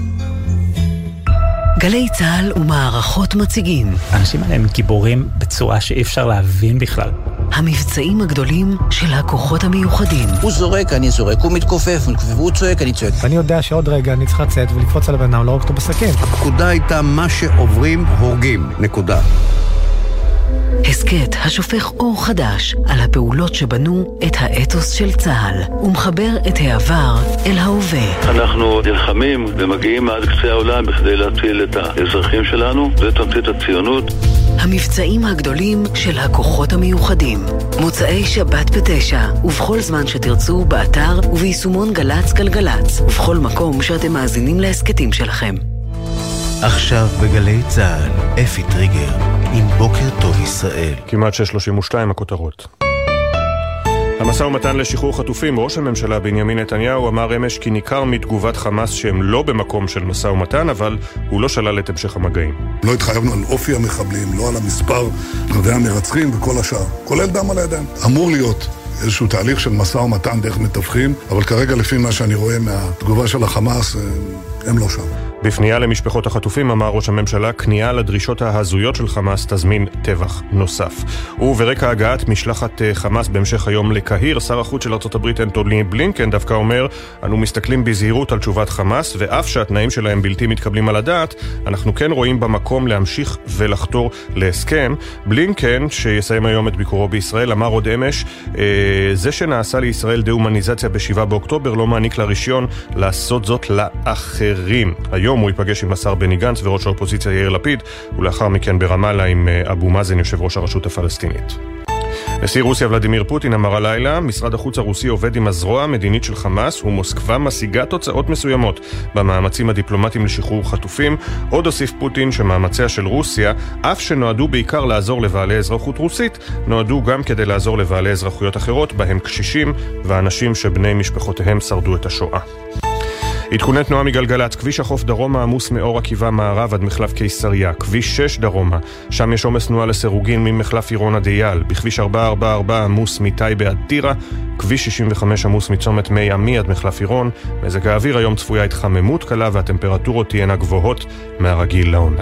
גלי צהל ומערכות מציגים. האנשים האלה הם גיבורים בצורה שאי אפשר להבין בכלל. המבצעים הגדולים של הכוחות המיוחדים. הוא זורק, אני זורק, הוא מתכופף, הוא צועק, אני צועק. ואני יודע שעוד רגע אני צריך לצאת ולקפוץ על הבנה, לא רק אותו בסכן. הפקודה הייתה מה שעוברים הורגים, נקודה. הסקט השופך אור חדש על הפעולות שבנו את האתוס של צהל ומחבר את העבר אל ההווה. אנחנו נלחמים ומגיעים עד קצה העולם בכדי להציל את האזרחים שלנו, זה תמצית הציונות. המבצעים הגדולים של הכוחות המיוחדים. מוצאי שבת בתשע ובכל זמן שתרצו באתר וביישומון גלץ גלגלץ ובכל מקום שאתם מאזינים להסקטים שלכם. עכשיו בגלי צהל, אפי טריגר עם בוקר טוב ישראל. כמעט שש שלושים ושתיים הכותרות. המשא ומתן לשחרור חטופים, ראש הממשלה בנימין נתניהו אמר אמש כי ניכר מתגובת חמאס שהם לא במקום של משא ומתן, אבל הוא לא שלל את המשך המגעים. לא התחייבנו על אופי המחבלים, לא על המספר והמרצחים וכל השאר, כולל דם על הידיים. אמור להיות איזשהו תהליך של משא ומתן דרך מתווכים, אבל כרגע לפי מה שאני רואה מהתגובה של החמאס, הם לא שם. בפנייה למשפחות החטופים אמר ראש הממשלה, כניעה לדרישות ההזויות של חמאס תזמין טבח נוסף. וברקע הגעת משלחת חמאס בהמשך היום לקהיר, שר החוץ של ארצות הברית אנטוני בלינקן דווקא אומר, אנו מסתכלים בזהירות על תשובת חמאס, ואף שהתנאים שלהם בלתי מתקבלים על הדעת, אנחנו כן רואים במקום להמשיך ולחתור להסכם. בלינקן, שיסיים היום את ביקורו בישראל, אמר עוד אמש, זה שנעשה לישראל דה-הומניזציה בשבעה באוקטובר לא מעניק לרישיון לעשות זאת לאחרים. היום הוא ייפגש עם השר בני גנץ וראש האופוזיציה יאיר לפיד, ולאחר מכן ברמאללה עם אבו מאזן, יושב ראש הרשות הפלסטינית. נשיא רוסיה ולדימיר פוטין אמר הלילה, משרד החוץ הרוסי עובד עם הזרוע המדינית של חמאס ומוסקבה משיגה תוצאות מסוימות במאמצים הדיפלומטיים לשחרור חטופים. עוד הוסיף פוטין שמאמציה של רוסיה, אף שנועדו בעיקר לעזור לבעלי אזרחות רוסית, נועדו גם כדי לעזור לבעלי אזרחויות אחרות, בהם קשישים ואנשים שבני משפחותיהם שרדו את השואה. עדכוני תנועה מגלגלת, כביש החוף דרומה עמוס מאור עקיבא מערב עד מחלף קיסריה, כביש שש דרומה, שם יש עומס תנועה לסירוגין ממחלף עירון אדייל, בכביש ארבע ארבע ארבע עמוס מטייבה עד טירה, כביש שישים וחמש עמוס מצומת מי עמי עד מחלף עירון. מזג האוויר היום צפויה התחממות קלה והטמפרטורות תהיינה גבוהות מהרגיל לעונה.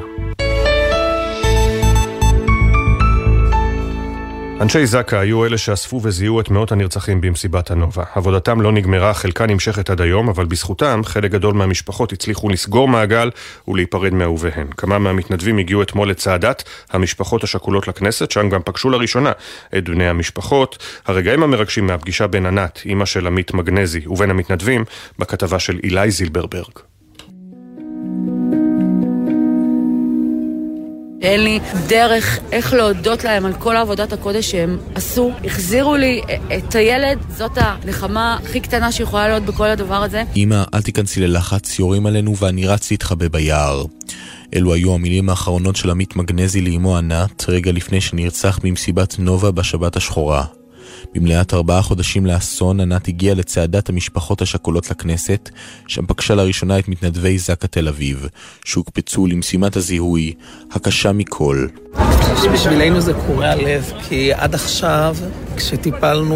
אנשי זקה היו אלה שאספו וזיהו את מאות הנרצחים במסיבת הנובה. עבודתם לא נגמרה, חלקה נמשכת עד היום, אבל בזכותם חלק גדול מהמשפחות הצליחו לסגור מעגל ולהיפרד מאהוביהן. כמה מהמתנדבים הגיעו אתמול לצעדת המשפחות השכולות לכנסת, שם גם פגשו לראשונה את בני המשפחות. הרגעים המרגשים מהפגישה בין ענת, אמא של עמית מגנזי, ובין המתנדבים, בכתבה של אילי זילברברג. אין לי דרך איך להודות להם על כל העבודת הקודש שהם עשו. החזירו לי את הילד, זאת הנחמה הכי קטנה שיכולה להיות בכל הדבר הזה. אמא, אל תיכנסי ללחץ, יורים עלינו ואני רץ להתחבא ביער. אלו היו המילים האחרונות של עמית מגנזי לאמו ענת, רגע לפני שנרצח במסיבת נובה בשבת השחורה. במלאת ארבעה חודשים לאסון, ענת הגיעה לצעדת המשפחות השכולות לכנסת, שם פגשה לראשונה את מתנדבי זקה תל אביב, שהוקפצו למשימת הזיהוי הקשה מכל. בשבילנו זה קורע לב, כי עד עכשיו, כשטיפלנו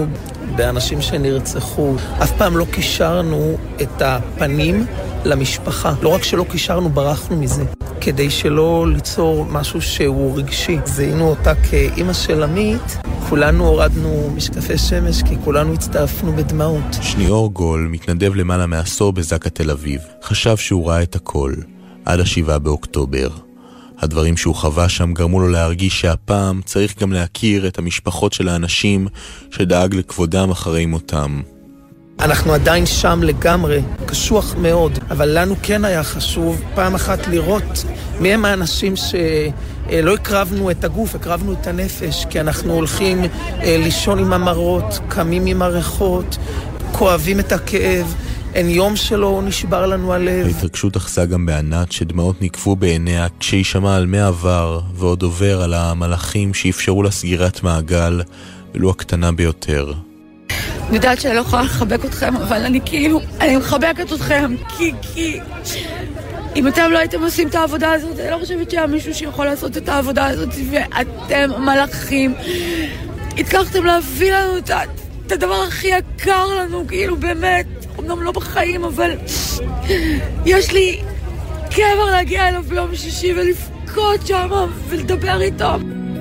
באנשים שנרצחו. אף פעם לא קישרנו את הפנים למשפחה. לא רק שלא קישרנו, ברחנו מזה. כדי שלא ליצור משהו שהוא רגשי. זיהינו אותה כאימא של עמית, כולנו הורדנו משקפי שמש, כי כולנו הצטרפנו בדמעות. שניאור גול מתנדב למעלה מעשור בזקה תל אביב. חשב שהוא ראה את הכל, עד השבעה באוקטובר. הדברים שהוא חווה שם גרמו לו להרגיש שהפעם צריך גם להכיר את המשפחות של האנשים שדאג לכבודם אחרי מותם. אנחנו עדיין שם לגמרי, קשוח מאוד, אבל לנו כן היה חשוב פעם אחת לראות מי הם האנשים שלא הקרבנו את הגוף, הקרבנו את הנפש, כי אנחנו הולכים לישון עם המראות, קמים עם הריחות, כואבים את הכאב, אין יום שלא נשבר לנו הלב. ההתרגשות אחזה גם בענת שדמעות נקפו בעיניה כשהיא שמעה על מה עבר ועוד עובר על המלאכים שאפשרו לה סגירת מעגל, ולו הקטנה ביותר. אני יודעת שאני לא יכולה לחבק אתכם, אבל אני כאילו, אני מחבקת אתכם, כי, כי... אם אתם לא הייתם עושים את העבודה הזאת, אני לא חושבת שהיה מישהו שיכול לעשות את העבודה הזאת, ואתם מלאכים. התקחתם להביא לנו את, את הדבר הכי יקר לנו, כאילו באמת, אומנם לא בחיים, אבל יש לי קבר להגיע אליו ביום שישי ולפקוד שם ולדבר איתו.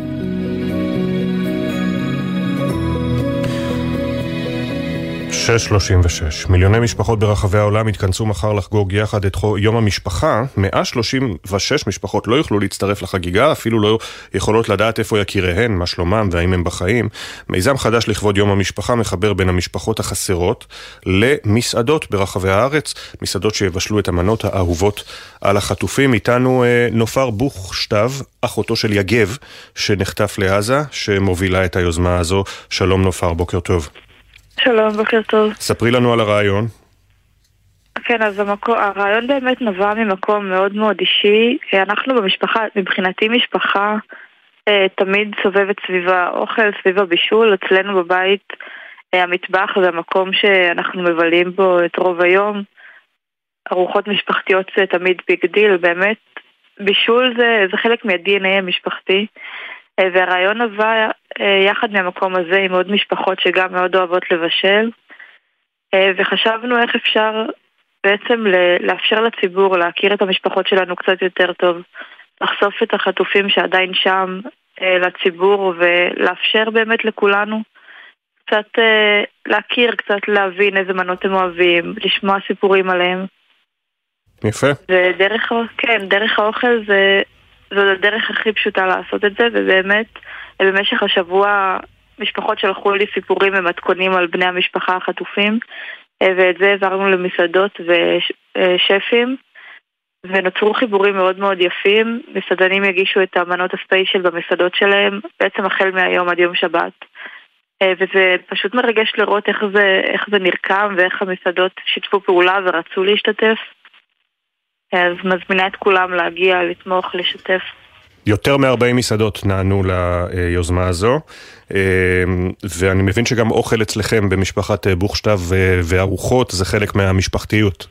שש שלושים ושש. מיליוני משפחות ברחבי העולם התכנסו מחר לחגוג יחד את יום המשפחה. מאה שלושים ושש משפחות לא יוכלו להצטרף לחגיגה, אפילו לא יכולות לדעת איפה יקיריהן, מה שלומם והאם הם בחיים. מיזם חדש לכבוד יום המשפחה מחבר בין המשפחות החסרות למסעדות ברחבי הארץ, מסעדות שיבשלו את המנות האהובות על החטופים. איתנו נופר בוכשטב, אחותו של יגב, שנחטף לעזה, שמובילה את היוזמה הזו. שלום נופר, בוקר טוב. שלום, בוקר טוב. ספרי לנו על הרעיון. כן, אז המקום, הרעיון באמת נבע ממקום מאוד מאוד אישי. אנחנו במשפחה, מבחינתי משפחה, תמיד סובבת סביב האוכל, סביב הבישול. אצלנו בבית המטבח זה המקום שאנחנו מבלים בו את רוב היום. ארוחות משפחתיות זה תמיד ביג דיל, באמת. בישול זה, זה חלק מה-די אן איי המשפחתי. והרעיון נבע יחד מהמקום הזה עם עוד משפחות שגם מאוד אוהבות לבשל, וחשבנו איך אפשר בעצם לאפשר לציבור להכיר את המשפחות שלנו קצת יותר טוב, לחשוף את החטופים שעדיין שם לציבור, ולאפשר באמת לכולנו קצת להכיר, קצת להבין איזה מנות הם אוהבים, לשמוע סיפורים עליהם. יפה. ודרך, כן, דרך האוכל זה... זו הדרך הכי פשוטה לעשות את זה, ובאמת במשך השבוע משפחות שלחו לי סיפורים ומתכונים על בני המשפחה החטופים, ואת זה העברנו למסעדות ושפים, ונוצרו חיבורים מאוד מאוד יפים. מסעדנים יגישו את המנות הספיישל במסעדות שלהם, בעצם החל מהיום עד יום שבת, וזה פשוט מרגש לראות איך זה, איך זה נרקם, ואיך המסעדות שיתפו פעולה ורצו להשתתף. אז מזמינה את כולם להגיע, לתמוך, לשתף. יותר מ-ארבעים מסעדות נענו ליוזמה הזו, ואני מבין שגם אוכל אצלכם במשפחת בוכשטב וארוחות זה חלק מהמשפחתיות.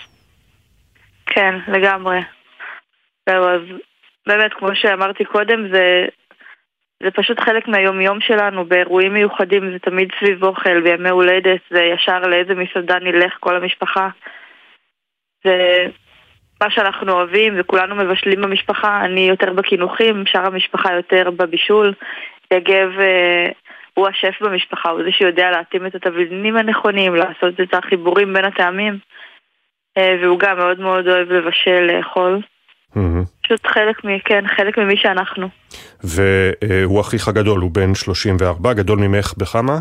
כן, לגמרי. זהו, אז באמת, כמו שאמרתי קודם, זה, זה פשוט חלק מהיום-יום שלנו. באירועים מיוחדים זה תמיד סביב אוכל, בימי הולדת זה ישר לאיזה מסעדה נלך כל המשפחה. זה... מה שאנחנו אוהבים, וכולנו מבשלים במשפחה. אני יותר בכינוחים, שאר המשפחה יותר בבישול. יגב אה, הוא השף במשפחה, הוא זה שיודע להתאים את התבלינים הנכונים, לעשות את החיבורים בין הטעמים, אה, והוא גם מאוד מאוד אוהב לבשל, לאכול. Mm-hmm. פשוט חלק, מ, כן, חלק ממי שאנחנו. והוא אחיך הגדול, הוא בן שלושים וארבע, גדול ממך בכמה?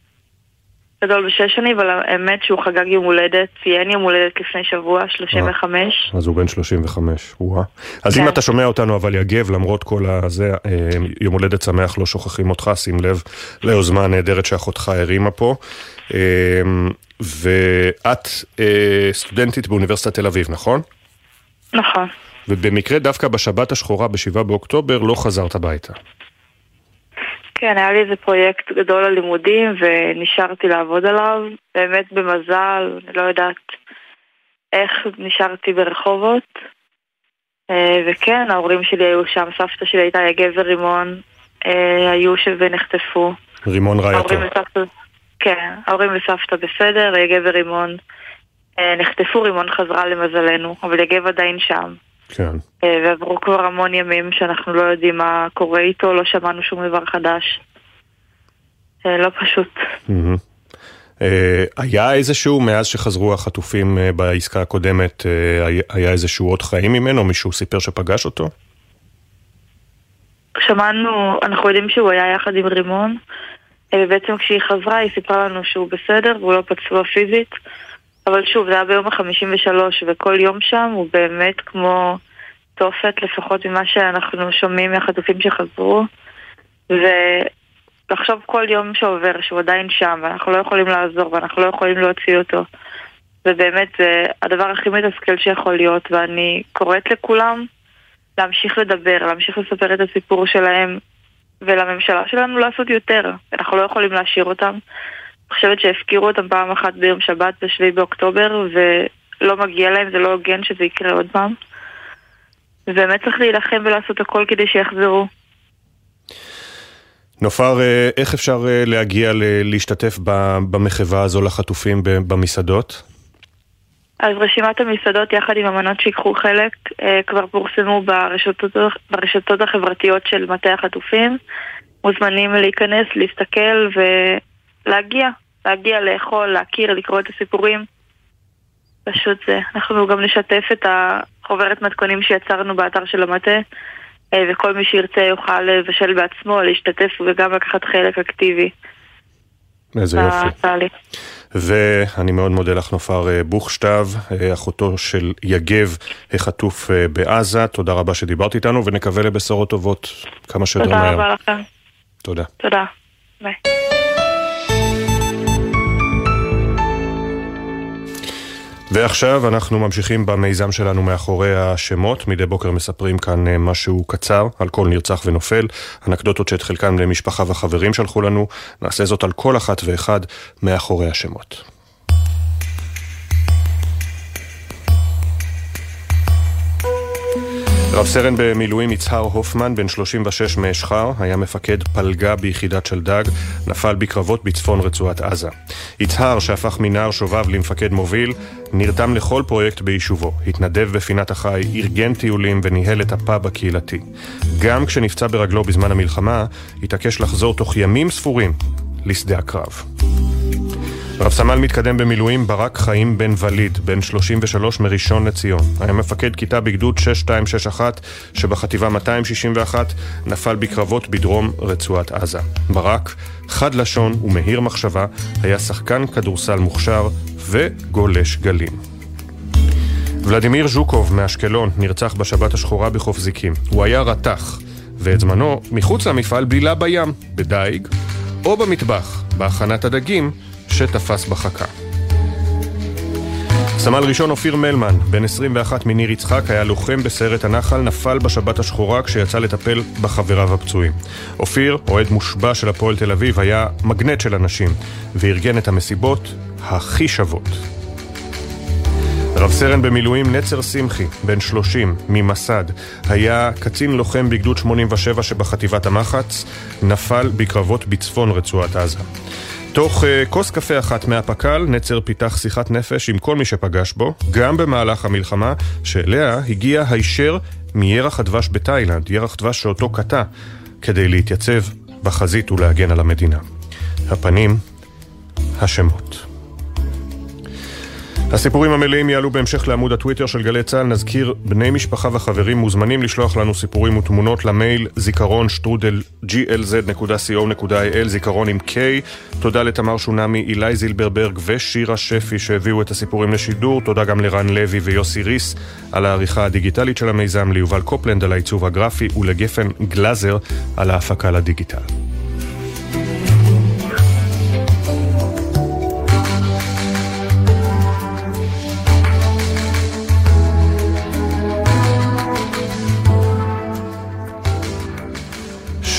גדול בשש שנים, אבל האמת שהוא חגג יום הולדת, ציין יום הולדת לפני שבוע, שלושים וחמש. אז הוא בן שלושים וחמש, וואה. אז אם אתה שומע אותנו, אבל יגב, למרות כל הזה, יום הולדת שמח, לא שוכחים אותך, שים לב ליוזמה הנהדרת שאחותך הרימה פה. ואת סטודנטית באוניברסיטת תל אביב, נכון? נכון. ובמקרה דווקא בשבת השחורה, בשבעה באוקטובר, לא חזרת הביתה. כן, היה לי איזה פרויקט גדול על לימודים ונשארתי לעבוד עליו, באמת במזל, אני לא יודעת איך נשארתי ברחובות, וכן, ההורים שלי היו שם, סבתא שלי הייתה יגב ורימון, היו שנחטפו. רימון רעייתו. כן, ההורים וסבתא בסדר, יגב ורימון נחטפו, רימון חזרה למזלנו, אבל יגב עדיין שם. כן. ועברו כבר המון ימים שאנחנו לא יודעים מה קורה איתו, לא שמענו שום דבר חדש. לא פשוט. היה איזשהו, מאז שחזרו החטופים בעסקה הקודמת, היה איזשהו עוד חיים ממנו? מישהו סיפר שפגש אותו? שמענו, אנחנו יודעים שהוא היה יחד עם רימון, ובעצם כשהיא חזרה היא סיפרה לנו שהוא בסדר והוא לא פצוע פיזית, אבל שוב, זה היה ביום ה-חמישים ושלוש, וכל יום שם הוא באמת כמו תופת, לפחות ממה שאנחנו שומעים מהחטופים שחזרו, ולחשוב כל יום שעובר שהוא עדיין שם, ואנחנו לא יכולים לעזור, ואנחנו לא יכולים להוציא אותו. ובאמת זה הדבר הכי מתסכל שיכול להיות, ואני קוראת לכולם להמשיך לדבר, להמשיך לספר את הסיפור שלהם, ולממשלה שלנו לעשות יותר. אנחנו לא יכולים להשאיר אותם. אני חושבת שהפקירו אותם פעם אחת ביום שבת בשביעי באוקטובר, ולא מגיע להם, זה לא הוגן שזה יקרה עוד פעם. ובאמת צריך להילחם ולעשות הכל כדי שיחזרו. נופר, איך אפשר להגיע להשתתף במחווה הזו לחטופים במסעדות? אז רשימת המסעדות יחד עם המנות שיקחו חלק כבר פורסמו ברשתות, ברשתות החברתיות של מטה החטופים. מוזמנים להיכנס, להסתכל ולהגיע, להגיע לאכול, להכיר, לקרוא את הסיפורים. פשוט זה. אנחנו גם נשתף את החוברת מתכונים שיצרנו באתר של המטה, וכל מי שירצה יוכל לבשל בעצמו, להשתתף וגם לקחת חלק אקטיבי. איזה יופי. ואני מאוד מודה לך נופר בוכשטב, אחותו של יגב החטוף בעזה. תודה רבה שדיברת איתנו, ונקווה לבשורות טובות כמה שיותר מהר. תודה רבה לכם. תודה. תודה. ביי. ועכשיו אנחנו ממשיכים במיזם שלנו מאחורי השמות. מדי בוקר מספרים כאן משהו קצר על כל נרצח ונופל, אנקדוטות שאת חלקן למשפחה וחברים שלחו לנו. נעשה זאת על כל אחת ואחד מאחורי השמות. רב סרן במילואים יצהר הופמן, בן שלושים ושש מאשחר, היה מפקד פלגה ביחידת שלדג, נפל בקרבות בצפון רצועת עזה. יצהר, שהפך מנער שובב למפקד מוביל, נרתם לכל פרויקט ביישובו, התנדב בפינת החי, ארגן טיולים וניהל את הפאב הקהילתי. גם כשנפצע ברגלו בזמן המלחמה, התעקש לחזור תוך ימים ספורים לשדה הקרב. רב סמל מתקדם במילואים ברק חיים בן וליד, בן שלושים ושלוש מראשון לציון. היה מפקד כיתה בגדוד שש שתיים שש אחת שבחטיבה מאתיים שישים ואחת, נפל בקרבות בדרום רצועת עזה. ברק, חד לשון ומהיר מחשבה, היה שחקן כדורסל מוכשר וגולש גלים. ולדימיר ז'וקוב מאשקלון נרצח בשבת השחורה בחוף זיקים. הוא היה רתח, ואת זמנו מחוץ למפעל בילה בים, בדייג או במטבח, בהכנת הדגים שתפס בחכה. סמל ראשון אופיר מלמן, בן עשרים ואחת מניר יצחק, היה לוחם בסיירת הנחל, נפל בשבת השחורה כשיצא לטפל בחבריו הפצועים. אופיר, אוהד מושבע של הפועל תל אביב, היה מגנט של אנשים, וארגן את המסיבות הכי שוות. רב סרן במילואים נצר שמחי, בן שלושים, ממסד, היה קצין לוחם בגדוד שמונים ושבע שבחטיבת המחץ, נפל בקרבות בצפון רצועת עזה. תוך uh, כוס קפה אחת מהפקל, נצר פיתח שיחת נפש עם כל מי שפגש בו, גם במהלך המלחמה, שאליה הגיע הישר מירח הדבש בתאילנד, ירח דבש שאותו קטע, כדי להתייצב בחזית ולהגן על המדינה. הפנים, השמות. הסיפורים המלאים יעלו בהמשך לעמוד הטוויטר של גלי צהל. נזכיר, בני משפחה וחברים מוזמנים לשלוח לנו סיפורים ותמונות למייל זיכרון שטרודל ג'י אל זד נקודה סי או נקודה איי אל, זיכרון עם K. תודה לתמר שונמי, אילי זילברברג ושירה שפי שהביאו את הסיפורים לשידור. תודה גם לרן לוי ויוסי ריס על העריכה הדיגיטלית של המיזם, ליובל קופלנד על העיצוב הגרפי ולגפן גלזר על ההפקה לדיגיטל.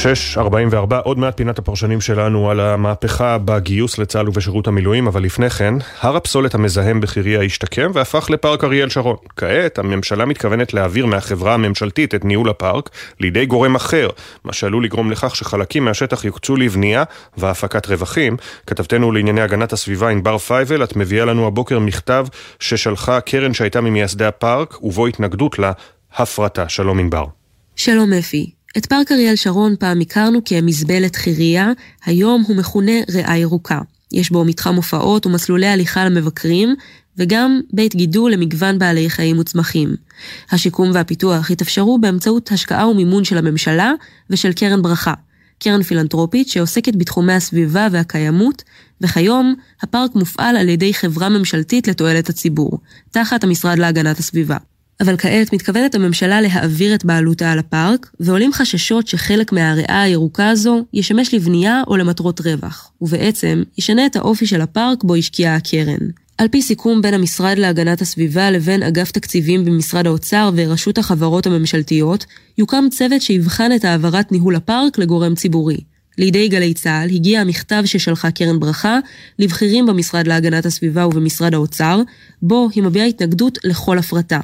שש ארבעים וארבע, עוד מעט פינת הפרשנים שלנו על המהפכה בגיוס לצה"ל ובשירות המילואים, אבל לפני כן, הר הפסולת המזהם בחירייה השתקם והפך לפארק אריאל שרון. כעת הממשלה מתכוונת להעביר מהחברה הממשלתית את ניהול הפארק לידי גורם אחר, מה שעלול לגרום לכך שחלקים מהשטח יוקצו לבנייה והפקת רווחים. כתבתנו לענייני הגנת הסביבה ענבר פייבל, את מביאה לנו הבוקר מכתב ששלחה קרן שהייתה ממייסדי הפארק ובו התנגדות להפרטה. שלום ענבר. שלום אפי. את פארק אריאל שרון פעם הכרנו כמזבלת חירייה, היום הוא מכונה ריאה ירוקה. יש בו מתחם הופעות ומסלולי הליכה למבקרים, וגם בית גידול למגוון בעלי חיים וצמחים. השיקום והפיתוח התאפשרו באמצעות השקעה ומימון של הממשלה ושל קרן ברכה, קרן פילנטרופית שעוסקת בתחומי הסביבה והקיימות, וכיום הפארק מופעל על ידי חברה ממשלתית לתועלת הציבור, תחת המשרד להגנת הסביבה. אבל כעת מתכוונת הממשלה להעביר את בעלותה על הפארק, ועולים חששות שחלק מהריאה הירוקה הזו ישמש לבנייה או למטרות רווח, ובעצם ישנה את האופי של הפארק בו השקיעה הקרן. על פי סיכום בין המשרד להגנת הסביבה לבין אגף תקציבים במשרד האוצר ורשות החברות הממשלתיות, יוקם צוות שיבחן את העברת ניהול הפארק לגורם ציבורי. לידי גלי צה"ל הגיע המכתב ששלחה קרן ברכה לבחירים במשרד להגנת הסביבה ובמשרד האוצר, בו היא מביעה התנגדות לכל הפרטה.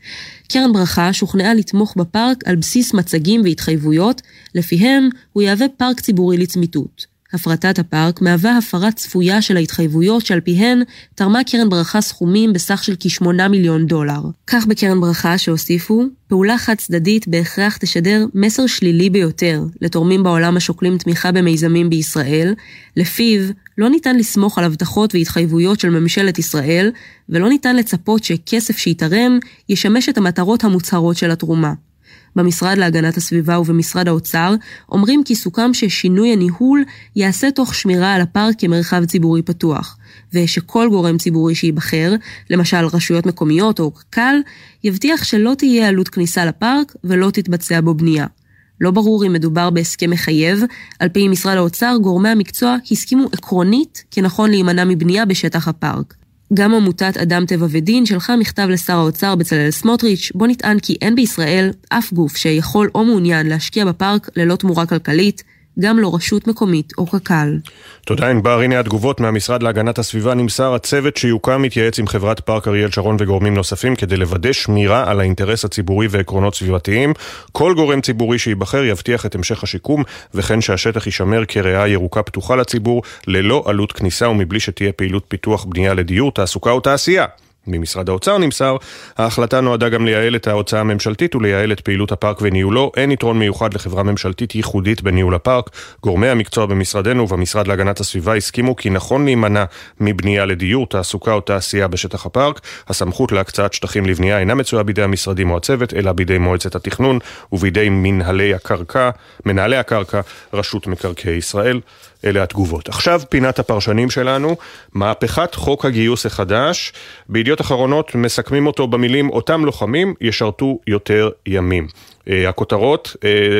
קרן ברכה שוכנעה לתמוך בפארק על בסיס מצגים והתחייבויות, לפיהם הוא יהווה פארק ציבורי לצמיתות. הפרטת הפארק מהווה הפרה צפויה של ההתחייבויות שעל פיהן תרמה קרן ברכה סכומים בסך של כשמונה מיליון דולר. כך בקרן ברכה שהוסיפו, פעולה חד צדדית בהכרח תשדר מסר שלילי ביותר לתורמים בעולם השוקלים תמיכה במיזמים בישראל, לפיו לא ניתן לסמוך על הבטחות והתחייבויות של ממשלת ישראל, ולא ניתן לצפות שכסף שיתרם ישמש את המטרות המוצהרות של התרומה. במשרד להגנת הסביבה ובמשרד האוצר אומרים כי סוכם ששינוי הניהול יעשה תוך שמירה על הפארק כמרחב ציבורי פתוח, ושכל גורם ציבורי שיבחר, למשל רשויות מקומיות או קק"ל, יבטיח שלא תהיה עלות כניסה לפארק ולא תתבצע בו בנייה. לא ברור אם מדובר בהסכם מחייב, על פי משרד האוצר גורמי המקצוע הסכימו עקרונית כנכון להימנע מבנייה בשטח הפארק. גם עמותת אדם טבע ודין שלחה מכתב לשר האוצר בצלאל סמוטריץ', בו נטען כי אין בישראל אף גוף שיכול או מעוניין להשקיע בפארק ללא תמורה כלכלית, גם לא רשות מקומית או קק"ל. תודה ענבר, הנה התגובות מהמשרד להגנת הסביבה. נמסר הצוות שיוקם מתייעץ עם חברת פארק אריאל שרון וגורמים נוספים כדי לוודא שמירה על האינטרס הציבורי ועקרונות סביבתיים. כל גורם ציבורי שיבחר יבטיח את המשך השיקום וכן שהשטח יישמר כריאה ירוקה פתוחה לציבור ללא עלות כניסה ומבלי שתהיה פעילות פיתוח בנייה לדיור, תעסוקה או תעשייה. ממשרד האוצר נמסר, ההחלטה נועדה גם לייעל את ההוצאה הממשלתית ולייעל את פעילות הפארק וניהולו. אין יתרון מיוחד לחברה ממשלתית ייחודית בניהול הפארק. גורמי המקצוע במשרדנו ובמשרד להגנת הסביבה הסכימו כי נכון להימנע מבנייה לדיור, תעסוקה או תעשייה בשטח הפארק. הסמכות להקצאת שטחים לבנייה אינה מצויה בידי המשרדים או הצוות, אלא בידי מועצת התכנון ובידי מנהלי הקרקע, מנהלי הקרקע, רשות מקרקעי ישראל. אלה התגובות. עכשיו פינת הפרשנים שלנו, מהפכת חוק הגיוס החדש. בידיעות אחרונות מסכמים אותו במילים, אותם לוחמים ישרתו יותר ימים. הכותרות,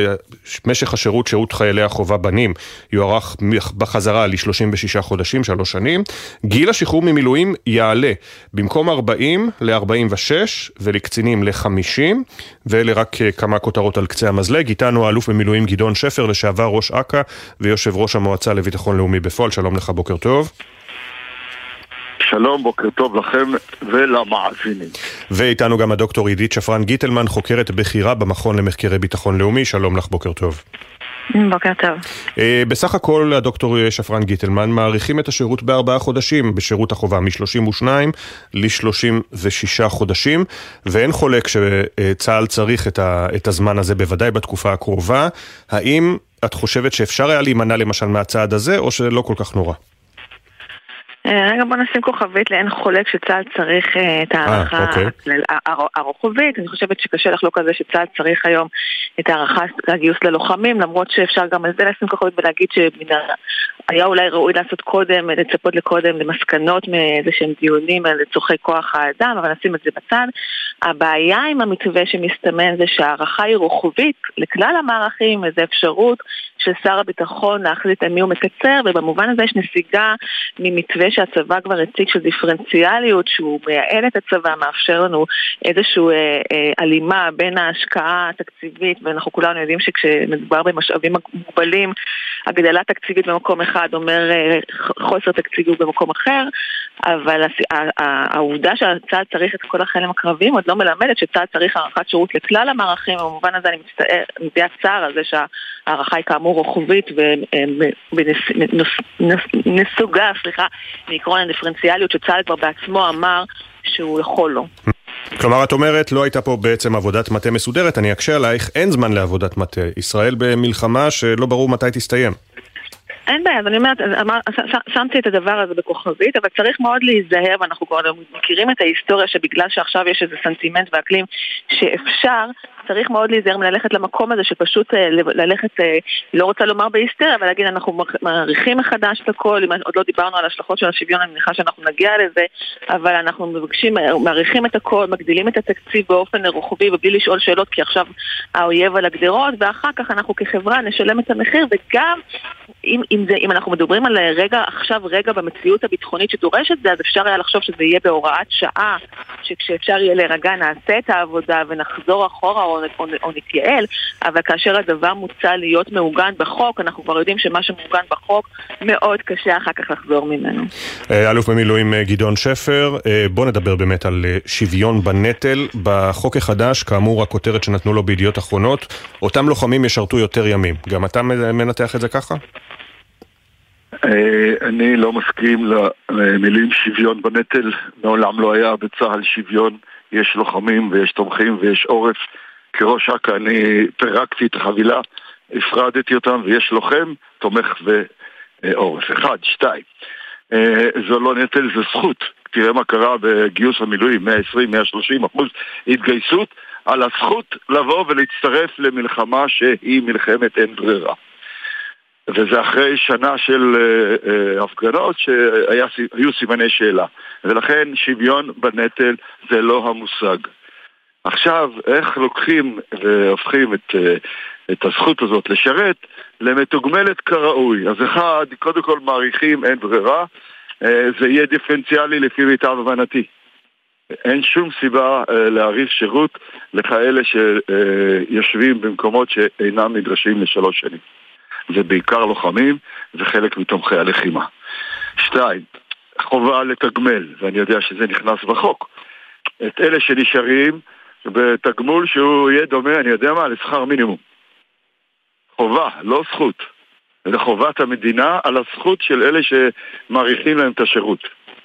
משך השירות שירות חיילי החובה בנים יוארך בחזרה ל-שלושים ושישה חודשים, שלוש שנים. גיל השחרור ממילואים יעלה במקום ארבעים ל-ארבעים ושש ולקצינים ל-חמישים, ואלה רק כמה כותרות על קצה המזלג. איתנו האלוף במילואים גדעון שפר, לשעבר ראש אכ"א ויושב ראש המועצה לביטחון לאומי בפועל. שלום לך, בוקר טוב. שלום, בוקר טוב לכם ולמאזינים. ואיתנו גם הדוקטור עידית שפרן גיטלמן, חוקרת בכירה במכון למחקרי ביטחון לאומי. שלום לך, בוקר טוב. בוקר טוב. בסך הכל, הדוקטור שפרן גיטלמן, מעריכים את השירות בארבעה חודשים בשירות החובה, מ-שלושים ושניים ל-שלושים ושישה חודשים, ואין חולק שצה"ל צריך את הזמן הזה, בוודאי בתקופה הקרובה. האם את חושבת שאפשר היה להימנע למשל מהצעד הזה, או שלא כל כך נורא? רגע, בוא נשים כוכבית, לאין חולק שצה"ל צריך את הערכה הרוחבית. אני חושבת שקשה לחלוק על זה שצה"ל צריך היום את הערכה הגיוס ללוחמים, למרות שאפשר גם על זה לשים כוכבית ולהגיד שהיה אולי ראוי לעשות קודם, לצפות לקודם למסקנות מאיזה שהם דיונים לצורכי כוח האדם, אבל נשים את זה בצד. הבעיה עם המתווה שמסתמן זה שהערכה היא רוחבית לכלל המערכים, איזו אפשרות של שר הביטחון להחליט על מי הוא מקצר, ובמובן הזה יש נסיגה ממתווה שהצבא כבר הציג של דיפרנציאליות, שהוא מייעל את הצבא, מאפשר לנו איזשהו אה, אה, הלימה בין ההשקעה התקציבית, ואנחנו כולנו יודעים שכשמדובר במשאבים מוגבלים, הגדלה תקציבית במקום אחד אומר אה, חוסר תקציבי במקום אחר, אבל העובדה שהצה"ל צריך את כל החיילים הקרביים עוד לא מלמדת שצה"ל צריך הערכת שירות לכלל המערכים, במובן הזה אני מצטער, מביאה צער על זה שהערכה היא כאמור רוחבית ונסוגה, סליחה, מעקרון הדיפרנציאליות שצה"ל כבר בעצמו אמר שהוא יכול לו. כלומר, את אומרת, לא הייתה פה בעצם עבודת מטה מסודרת, אני אקשה עלייך, אין זמן לעבודת מטה. ישראל במלחמה שלא ברור מתי תסתיים. אין בעיה, אז אני אומרת, שמתי את הדבר הזה בכוכבית, אבל צריך מאוד להיזהר, ואנחנו כבר מכירים את ההיסטוריה שבגלל שעכשיו יש איזה סנטימנט ואקלים שאפשר, צריך מאוד להיזהר מללכת למקום הזה שפשוט ללכת, לא רוצה לומר בהיסטריה, אבל להגיד אנחנו מעריכים מחדש את הכל, אם עוד לא דיברנו על השלכות של השוויון, אני מניחה שאנחנו נגיע לזה, אבל אנחנו מבקשים, מעריכים את הכל, מגדילים את התקציב באופן רוחבי ובלי לשאול שאלות, כי עכשיו האויב על הגדרות, ואחר כך אנחנו כחברה נשלם את המחיר, וגם אם, אם, זה, אם אנחנו מדברים על רגע, עכשיו רגע במציאות הביטחונית שדורשת זה, אז אפשר היה לחשוב שזה יהיה בהוראת שעה, שכשאפשר יהיה להירגע נעשה את העבודה ונחזור אחורה או, או, או נתייעל, אבל כאשר הדבר מוצע להיות מעוגן בחוק, אנחנו כבר יודעים שמה שמעוגן בחוק מאוד קשה אחר כך לחזור ממנו. אלוף במילואים גדעון שפר, בוא נדבר באמת על שוויון בנטל. בחוק החדש, כאמור הכותרת שנתנו לו בידיעות אחרונות, אותם לוחמים ישרתו יותר ימים. גם אתה מנתח את זה ככה? אני לא מסכים למילים שוויון בנטל, מעולם לא היה בצהל שוויון, יש לוחמים ויש תומכים ויש עורף. כראש אכ"א אני פירקתי את החבילה, הפרדתי אותם ויש לוחם, תומך ועורף. אחד, שתיים, זו לא נטל, זו זכות. תראה מה קרה בגיוס המילואים, מאה ועשרים עד מאה ושלושים אחוז התגייסות על הזכות לבוא ולהצטרף למלחמה שהיא מלחמת אין ברירה. וזה אחרי שנה של uh, הפגנות שהיו סימני שאלה. ולכן שוויון בנטל זה לא המושג. עכשיו, איך לוקחים והופכים את, uh, את הזכות הזאת לשרת למתוגמלת כראוי? אז אחד, קודם כל מעריכים אין ברירה, uh, זה יהיה דיפרנציאלי לפי מיטב הבנתי. אין שום סיבה uh, להאריך שירות לכאלה שיושבים uh, במקומות שאינם נדרשים לשלוש שנים. זה בעיקר לוחמים וחלק מתומכי הלחימה. שתיים, חובה לתגמל, ואני יודע שזה נכנס בחוק, את אלה שנשארים בתגמול שהוא יהיה דומה, אני יודע מה, לשכר מינימום. חובה, לא זכות. זה חובת המדינה על הזכות של אלה שמעריכים להם את השירות.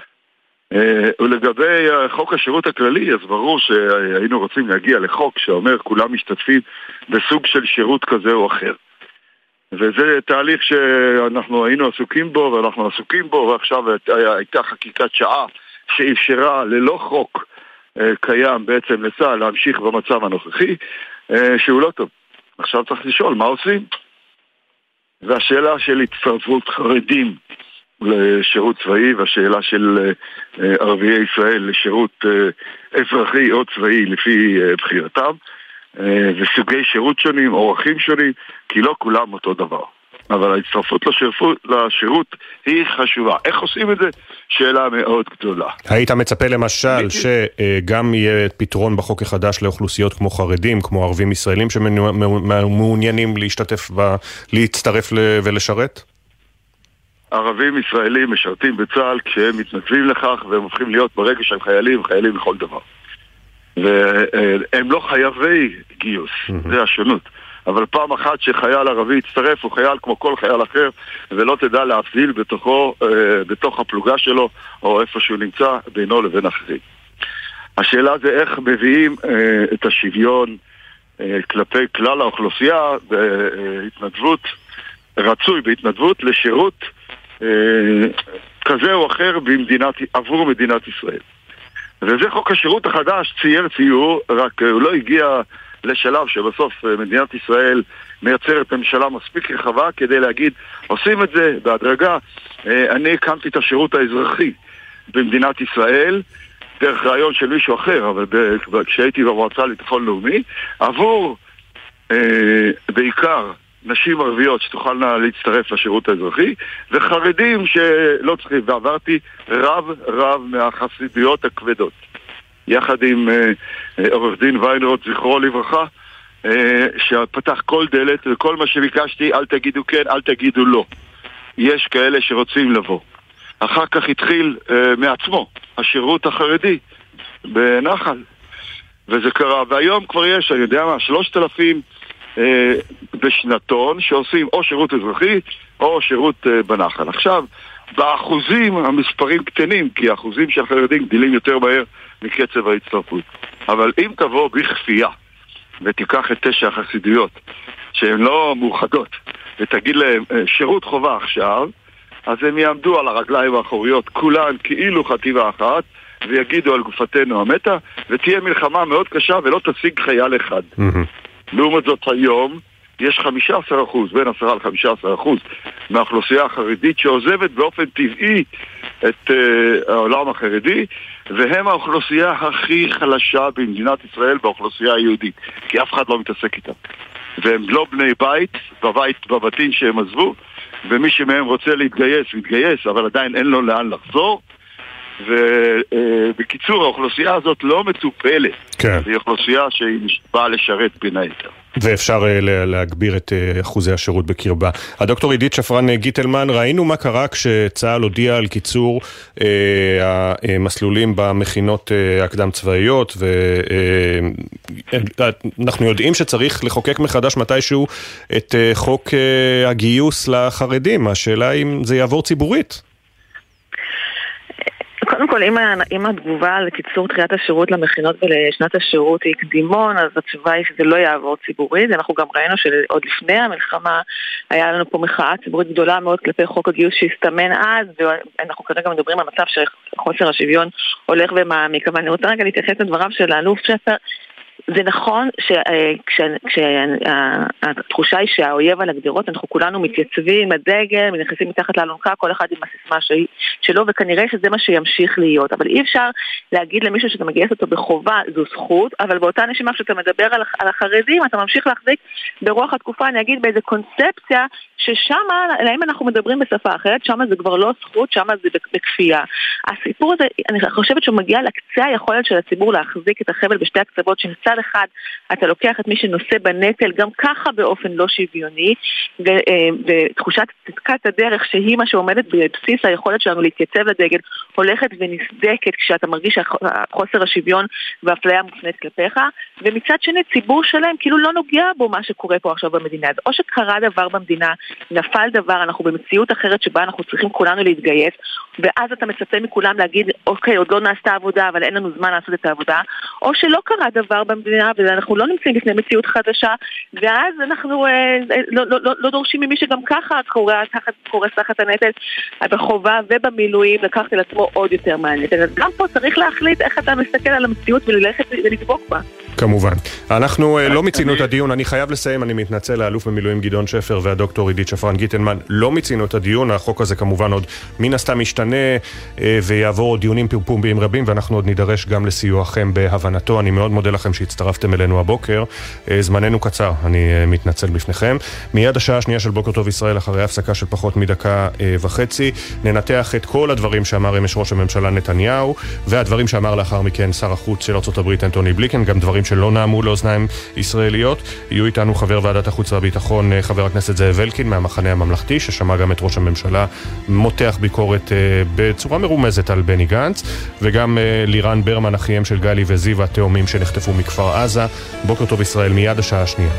ולגבי חוק השירות הכללי, אז ברור שהיינו רוצים להגיע לחוק שאומר כולם משתתפים בסוג של שירות כזה או אחר. וזה תהליך שאנחנו היינו עסוקים בו ואנחנו עסוקים בו, ועכשיו הייתה חקיקת שעה שאפשרה ללא חוק קיים בעצם לצה"ל להמשיך במצב הנוכחי שהוא לא טוב. עכשיו צריך לשאול מה עושים. והשאלה של הצטרפות חרדים לשירות צבאי והשאלה של ערביי ישראל לשירות אזרחי או צבאי לפי בחירתם, וסוגי שירות שונים, אורחים שונים, כי לא כולם אותו דבר. אבל ההצטרפות לשירות, לשירות היא חשובה. איך עושים את זה? שאלה מאוד גדולה. היית מצפה למשל שגם יהיה פתרון בחוק החדש לאוכלוסיות כמו חרדים, כמו ערבים ישראלים שמעוניינים להשתתף, ב... להצטרף ולשרת? ערבים ישראלים משרתים בצה"ל כשהם מתנדבים לכך והם הופכים להיות ברגע שהם חיילים, חיילים לכל דבר. והם לא חייבי גיוס, זה השונות. אבל פעם אחת שחייל ערבי יצטרף הוא חייל כמו כל חייל אחר, ולא תדע להבדיל בתוכו, בתוך הפלוגה שלו או איפה שהוא נמצא בינו לבין אחרים. השאלה זה איך מביאים את השוויון כלפי כלל האוכלוסייה בהתנדבות, רצוי בהתנדבות לשירות כזה או אחר במדינת, עבור מדינת ישראל. וזה חוק השירות החדש, צייר ציור, רק הוא לא הגיע לשלב שבסוף מדינת ישראל מייצרת ממשלה מספיק רחבה כדי להגיד, עושים את זה בהדרגה. אני הקמתי את השירות האזרחי במדינת ישראל, דרך רעיון של מישהו אחר, אבל כשהייתי במועצה לביטחון לאומי, עבור אה, בעיקר נשים ערביות שתוכלנה להצטרף לשירות האזרחי, וחרדים שלא צריכים, ועברתי רב רב מהחסידויות הכבדות. יחד עם uh, עורך דין ויינרוט, זכרו לברכה, uh, שפתח כל דלת, וכל מה שביקשתי, אל תגידו כן, אל תגידו לא. יש כאלה שרוצים לבוא. אחר כך התחיל uh, מעצמו השירות החרדי בנחל, וזה קרה, והיום כבר יש, אני יודע מה, שלושת אלפים uh, בשנתון שעושים או שירות אזרחי או שירות uh, בנחל. עכשיו, באחוזים המספרים קטנים, כי האחוזים של חרדים גדילים יותר מהר מקצב ההצטרפות. אבל אם תבוא בכפייה ותיקח את תשע החסידויות שהן לא מאוחדות ותגיד להם שירות חובה עכשיו, אז הם יעמדו על הרגליים האחוריות כולן כאילו חטיבה אחת ויגידו על גופתנו המתה, ותהיה מלחמה מאוד קשה ולא תשיג חייל אחד. לעומת זאת היום יש חמישה עשר אחוז, בין עשרה ל-חמישה עשר אחוז מהאוכלוסייה החרדית שעוזבת באופן טבעי את uh, העולם החרדי, והם האוכלוסייה הכי חלשה במדינת ישראל באוכלוסייה היהודית, כי אף אחד לא מתעסק איתם. והם לא בני בית, בבית, בבתים שהם עזבו, ומי שמהם רוצה להתגייס, מתגייס, אבל עדיין אין לו לאן לחזור. ובקיצור, האוכלוסייה הזאת לא מטופלת. כן. היא אוכלוסייה שהיא באה לשרת בין היתר. ואפשר להגביר את אחוזי השירות בקרבה. הדוקטור עידית שפרן גיטלמן, ראינו מה קרה כשצה"ל הודיע על קיצור המסלולים במכינות הקדם צבאיות, ואנחנו יודעים שצריך לחוקק מחדש מתישהו את חוק הגיוס לחרדים. השאלה אם זה יעבור ציבורית. קודם כל, אם, אם התגובה לקיצור תחילת השירות למכינות ולשנת השירות היא קדימון, אז התשובה היא שזה לא יעבור ציבורית. אנחנו גם ראינו שעוד לפני המלחמה היה לנו פה מחאה ציבורית גדולה מאוד כלפי חוק הגיוס שהסתמן אז, ואנחנו כרגע מדברים על מצב שחוסר השוויון הולך ומעמיק. אבל אני רוצה רגע להתייחס לדבריו של האלוף שפר. זה נכון כשהתחושה היא שהאויב על הגדרות, אנחנו כולנו מתייצבים, הדגל, נכנסים מתחת לאלונקה, כל אחד עם הסיסמה שלו, וכנראה שזה מה שימשיך להיות. אבל אי אפשר להגיד למישהו שאתה מגייס אותו בחובה, זו זכות, אבל באותה נשימה שאתה מדבר על החרדים, אתה ממשיך להחזיק ברוח התקופה, אני אגיד באיזה קונספציה, ששמה, אם אנחנו מדברים בשפה אחרת, שמה זה כבר לא זכות, שמה זה בכפייה. הסיפור הזה, אני חושבת שהוא מגיע לקצה היכולת של הציבור להחזיק את החבל בשתי הקצוות, שמצד אחד אתה לוקח את מי שנושא בנטל, גם ככה באופן לא שוויוני, ותחושת צדקת הדרך שהיא מה שעומדת בבסיס היכולת שלנו להתייצב לדגל, הולכת ונסדקת כשאתה מרגיש חוסר השוויון והאפליה מופנית כלפיך, ומצד שני ציבור שלם כאילו לא נוגע בו מה שקורה פה עכשיו במדינה. אז או שקרה דבר במדינה, נפל דבר, אנחנו במציאות אחרת שבה אנחנו צריכים כולנו להתגייס, ואז אתה מצפה מכולם להגיד, אוקיי, עוד לא נעשתה עבודה, אבל אין לנו זמן לעשות את העבודה, או שלא קרה דבר במדינה, ואנחנו לא נמצאים בפני מציאות חדשה, ואז אנחנו אה, לא, לא, לא, לא דורשים ממי שגם ככה קורא תחת הנטל, בחובה ובמילואים, לקחת לעצמו עוד יותר מהנטל. אז גם פה צריך להחליט איך אתה מסתכל על המציאות וללכת ולדבוק בה. כמובן. אנחנו לא מיצינו את הדיון, אני חייב לסיים, אני מתנצל, האלוף במילואים גדעון שפר והדוקטור עידית שפרן גיטלמן, לא מיצינו את הדיון, החוק הזה כמובן עוד מן הסתם משתנה ויעבור דיונים פומביים רבים, ואנחנו עוד נידרש גם לסיועכם בהבנתו. אני מאוד מודה לכם שהצטרפתם אלינו הבוקר, זמננו קצר, אני מתנצל בפניכם. מיד השעה השנייה של בוקר טוב ישראל, אחרי הפסקה של פחות מדקה וחצי, ננתח את כל הדברים שאמר אמש ראש הממשלה נתניהו, והדברים שאמר לאחר מכן שר החוץ של ארצות הברית אנטוני בלינקן, גם דברים שלא נעמו לאוזניים ישראליות. יהיו איתנו חבר ועדת החוץ והביטחון, חבר הכנסת זאב אלקין מהמחנה הממלכתי, ששמע גם את ראש הממשלה מותח ביקורת בצורה מרומזת על בני גנץ, וגם לירן ברמן, אחיהם של גלי וזיו, התאומים שנחטפו מכפר עזה. בוקר טוב ישראל, מיד השעה השנייה.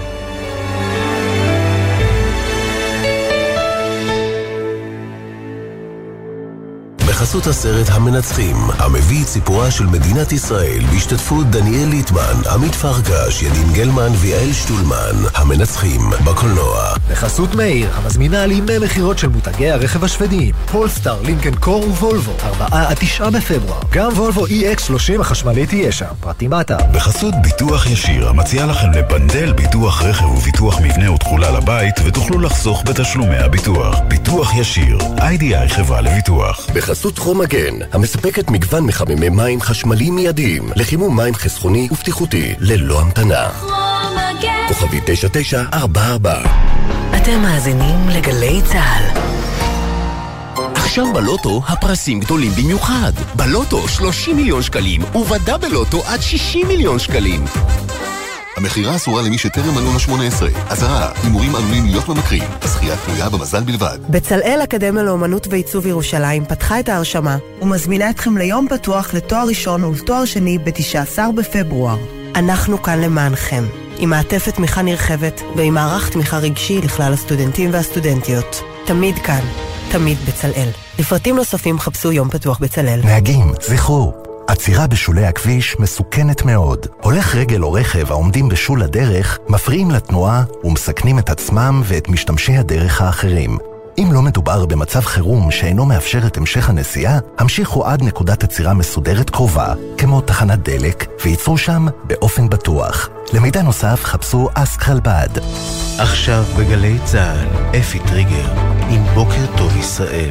בחסות הסרט המנצחים, המביא את סיפורה של מדינת ישראל בהשתתפות דניאל ליטמן, עמית פרקש, ידין גלמן ויעל שטולמן. המנצחים בקולנוע. בחסות מאיר, המזמינה על ימי מחירות של מותגי הרכב השוודיים, פולסטאר, לינקן קור ווולבו, ארבעה עד תשעה בפברואר. גם וולבו אי אקס שלושים החשמלית תהיה שם, פרטים באתר. בחסות ביטוח ישיר, המציע לכם לפנדל ביטוח רכב וביטוח מבנה ותכולה לבית, ותוכלו לחסוך בתשלומי הביטוח. ביטוח ישיר, איי די איי חברה לביטוח. בחסות חום מגן, המספקת מגוון מחממי מים חשמליים מיידיים לחימום מים חסכוני ובטיחותי ללא המתנה. חום מגן. כוכבי תשע תשע ארבע ארבע. אתם מאזינים לגלי צהל. עכשיו בלוטו הפרסים גדולים במיוחד. בלוטו שלושים מיליון שקלים, ובדאבל לוטו עד שישים מיליון שקלים. המחירה אסורה למי שטרם מלאו לו שמונה עשרה. אזהרה, הימורים עלולים להיות ממכרים. הזכייה תלויה במזל בלבד. בצלאל אקדמיה לאומנות ועיצוב ירושלים פתחה את ההרשמה ומזמינה אתכם ליום פתוח לתואר ראשון ולתואר שני ב-תשעה עשר בפברואר. אנחנו כאן למענכם, עם מעטפת תמיכה נרחבת ועם מערך תמיכה רגשי לכלל הסטודנטים והסטודנטיות. תמיד כאן, תמיד בצלאל. לפרטים נוספים חפשו יום פתוח בצלאל. נהגים, זכרו, עצירה בשולי הכביש מסוכנת מאוד. הולך רגל או רכב העומדים בשול הדרך מפריעים לתנועה ומסכנים את עצמם ואת משתמשי הדרך האחרים. אם לא מדובר במצב חירום שאינו מאפשר את המשך הנסיעה, המשיכו עד נקודת עצירה מסודרת קרובה, כמו תחנת דלק, וייצרו שם באופן בטוח. למידע נוסף חפשו אסק חלבד. עכשיו בגלי צהל, אפי טריגר, עם בוקר טוב ישראל.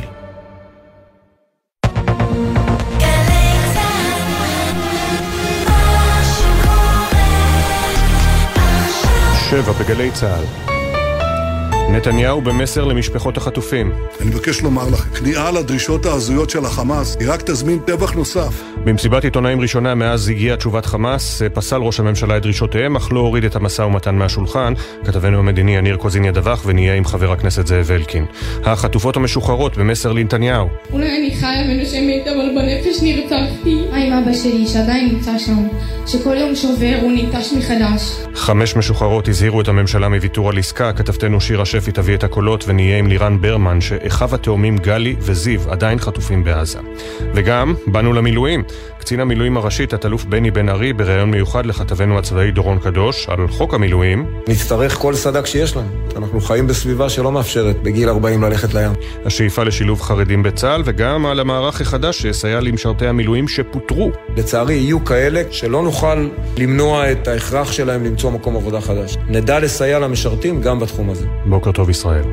שבע בגלי צהל. נתניהו במסר למשפחות החטופים. אני מבקש לומר לך, כניעה לדרישות ההזויות של החמאס היא רק תזמין טבח נוסף. במסיבת עיתונאים ראשונה מאז הגיעה תשובת חמאס, פסל ראש הממשלה את דרישותיהם, אך לא הוריד את המשא ומתן מהשולחן. כתבנו המדיני יניר קוזין ידווח ונהיה עם חבר הכנסת זאב אלקין. החטופות המשוחררות במסר לנתניהו. אולי אני חיה ונושמת, אבל בנפש נרצחתי. עם אבא שלי שעדיין נמצא שם, שכל יום שובר הוא ניטש מחדש. חמש משוחררות הזהירו את הממשלה מוויתור על עסקה. כתבתנו שירה שפי תביא את הקולות ונהיה עם לירן ברמן שאחיו התאומים גלי וזיו עדיין חטופים בעזה. וגם באנו למילואים. קצין המילואים הראשי תת-אלוף בני בן ארי בראיון מיוחד לכתבנו הצבאי דורון קדוש על חוק המילואים. נצטרך כל סדק שיש לנו. אנחנו חיים בסביבה שלא מאפשרת בגיל ארבעים ללכת לים. השאיפה לשילוב חרדים בצה"ל וגם על המערך החדש שיסייע למשרתי המילואים שפוטרו. לצערי יהיו כאלה שלא נוכל למנוע את ההכרח שלהם למצוא מקום עבודה חדש. נדע לסייע למשרתים גם בתחום הזה. בוקר טוב ישראל.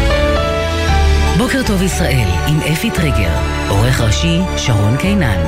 בוקר טוב ישראל עם אפי טריגר, עורך ראשי שרון קינן.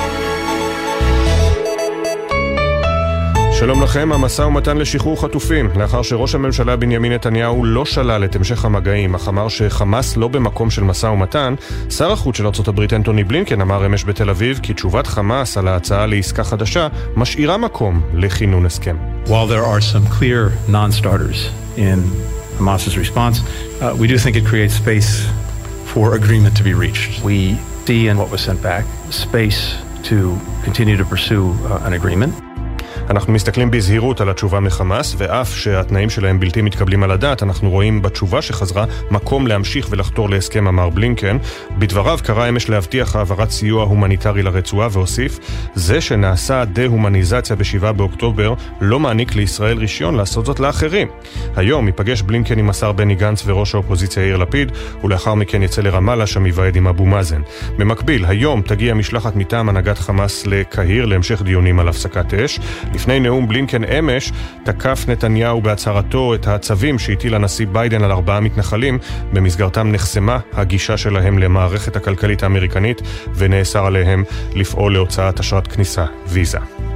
שלום לכם, המשא ומתן לשחרור חטופים. לאחר שראש הממשלה בנימין נתניהו לא שלל את המשך המגעים, אך אמר שחמאס לא במקום של משא ומתן, שר החוץ של ארצות הברית אנטוני בלינקן אמר אמש בתל אביב כי תשובת חמאס על ההצעה לעסקה חדשה משאירה מקום לכינון הסכם. While there are some clear non-starters in Hamas's response, uh, we do think it creates space for agreement to be reached. We see in what was sent back space to continue to pursue uh, an agreement. אנחנו מסתכלים בזהירות על התשובה מחמאס, ואף שהתנאים שלהם בלתי מתקבלים על הדעת, אנחנו רואים בתשובה שחזרה מקום להמשיך ולחתור להסכם, אמר בלינקן. בדבריו קרא אמש להבטיח העברת סיוע הומניטרי לרצועה, והוסיף, זה שנעשה דה-הומניזציה בשבעה באוקטובר לא מעניק לישראל רישיון לעשות זאת לאחרים. היום ייפגש בלינקן עם השר בני גנץ וראש האופוזיציה יאיר לפיד, ולאחר מכן יצא לרמאללה שם יוועד עם אבו מאזן. במקביל, היום תגיע משלחת מטעם הנהגת חמאס לקהיר להמשך דיונים על הפסקת אש. לפני נאום בלינקן אמש, תקף נתניהו בהצהרתו את הצווים שהטיל הנשיא ביידן על ארבעה מתנחלים, במסגרתם נחסמה הגישה שלהם למערכת הכלכלית האמריקנית, ונאסר עליהם לפעול להוצאת אשרת כניסה, ויזה.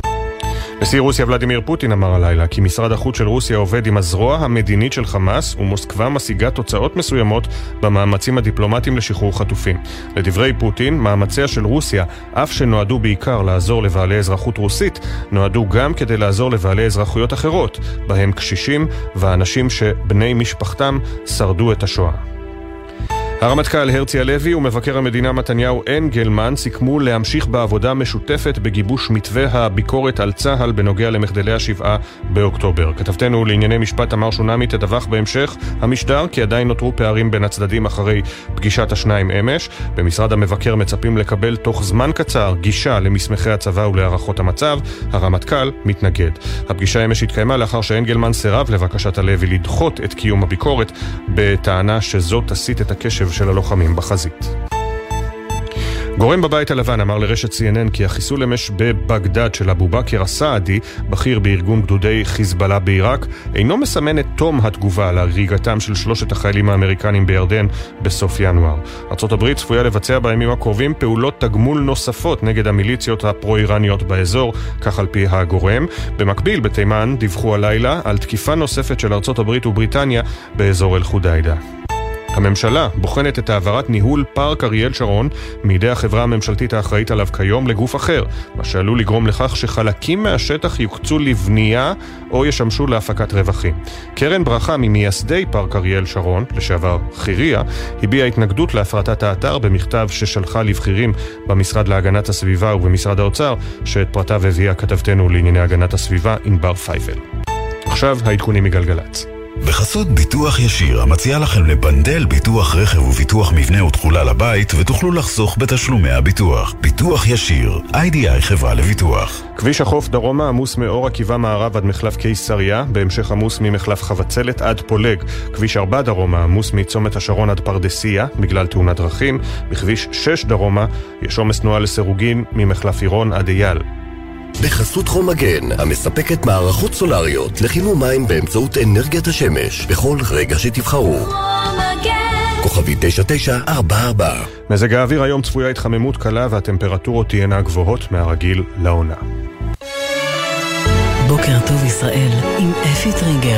נשיא רוסיה ולדימיר פוטין אמר הלילה כי משרד החוץ של רוסיה עובד עם הזרוע המדינית של חמאס ומוסקבה משיגה תוצאות מסוימות במאמצים הדיפלומטיים לשחרור חטופים. לדברי פוטין, מאמציה של רוסיה, אף שנועדו בעיקר לעזור לבעלי אזרחות רוסית, נועדו גם כדי לעזור לבעלי אזרחויות אחרות, בהם קשישים ואנשים שבני משפחתם שרדו את השואה. הרמטכ"ל הרצי הלוי ומבקר המדינה מתניהו אנגלמן סיכמו להמשיך בעבודה משותפת בגיבוש מתווה הביקורת על צה"ל בנוגע למחדלי השבעה באוקטובר. כתבתנו לענייני משפט תמר שונמי תדווח בהמשך המשדר כי עדיין נותרו פערים בין הצדדים אחרי פגישת השניים אמש. במשרד המבקר מצפים לקבל תוך זמן קצר גישה למסמכי הצבא ולהערכות המצב. הרמטכ"ל מתנגד. הפגישה אמש התקיימה לאחר שאנגלמן סירב לבקשת הלוי לדחות את קיום הביקורת בטענה שזאת תסיט את הקשב של הלוחמים בחזית. גורם בבית הלבן אמר לרשת סי אן אן כי החיסול אמש בבגדד של אבו בכר הסעדי, בכיר בארגון גדודי חיזבאללה בעיראק, אינו מסמן את תום התגובה להריגתם של שלושת החיילים האמריקנים בירדן בסוף ינואר. ארצות הברית צפויה לבצע בימים הקרובים פעולות תגמול נוספות נגד המיליציות הפרו-איראניות באזור, כך על פי הגורם. במקביל, בתימן דיווחו הלילה על תקיפה נוספת של ארצות הברית ובריטניה באזור אל-חודיידה. הממשלה בוחנת את העברת ניהול פארק אריאל שרון מידי החברה הממשלתית האחראית עליו כיום לגוף אחר, מה שעלול לגרום לכך שחלקים מהשטח יוקצו לבנייה או ישמשו להפקת רווחים. קרן ברכה ממייסדי פארק אריאל שרון, לשעבר חירייה, הביעה התנגדות להפרטת האתר במכתב ששלחה לבחירים במשרד להגנת הסביבה ובמשרד האוצר, שאת פרטיו הביאה כתבתנו לענייני הגנת הסביבה ענבר פייפל. עכשיו העדכונים מגלגלצ. בחסות ביטוח ישיר, המציע לכם לבנדל ביטוח רכב וביטוח מבנה ותכולה לבית, ותוכלו לחסוך בתשלומי הביטוח. ביטוח ישיר, איי די איי חברה לביטוח. כביש החוף דרומה עמוס מאור עקיבא מערב עד מחלף קיסריה, בהמשך עמוס ממחלף חבצלת עד פולג. כביש ארבע דרומה עמוס מצומת השרון עד פרדסיה, בגלל תאונת דרכים. בכביש שש דרומה יש עומס תנועה לסירוגין ממחלף עירון עד אייל. בחסות חום מגן, המספקת מערכות סולריות לחימום מים באמצעות אנרגיית השמש, בכל רגע שתבחרו. כוכבי תשע תשע ארבע ארבע. מזג האוויר היום צפויה התחממות קלה והטמפרטורות תהיינה גבוהות מהרגיל לעונה. בוקר טוב ישראל עם אפי טריגר.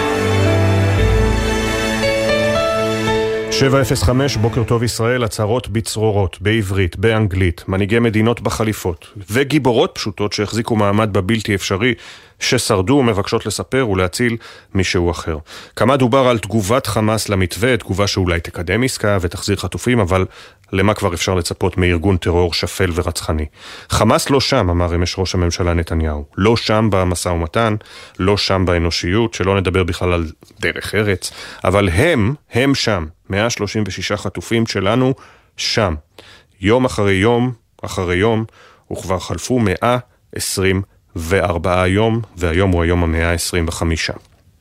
שבע אפס חמש, בוקר טוב ישראל, הצהרות בצרורות, בעברית, באנגלית, מנהיגי מדינות בחליפות, וגיבורות פשוטות שהחזיקו מעמד בבלתי אפשרי, ששרדו ומבקשות לספר ולהציל מישהו אחר. כמה דובר על תגובת חמאס למתווה, תגובה שאולי תקדם עסקה ותחזיר חטופים, אבל למה כבר אפשר לצפות מארגון טרור שפל ורצחני? חמאס לא שם, אמר אמש ראש הממשלה נתניהו. לא שם במשא ומתן, לא שם באנושיות, שלא נדבר בכלל על דרך ארץ, אבל הם, הם שם. מאה שלושים ושישה חטופים שלנו שם. יום אחרי יום, אחרי יום, וכבר חלפו מאה עשרים וארבעה יום, והיום הוא היום המאה עשרים וחמישה.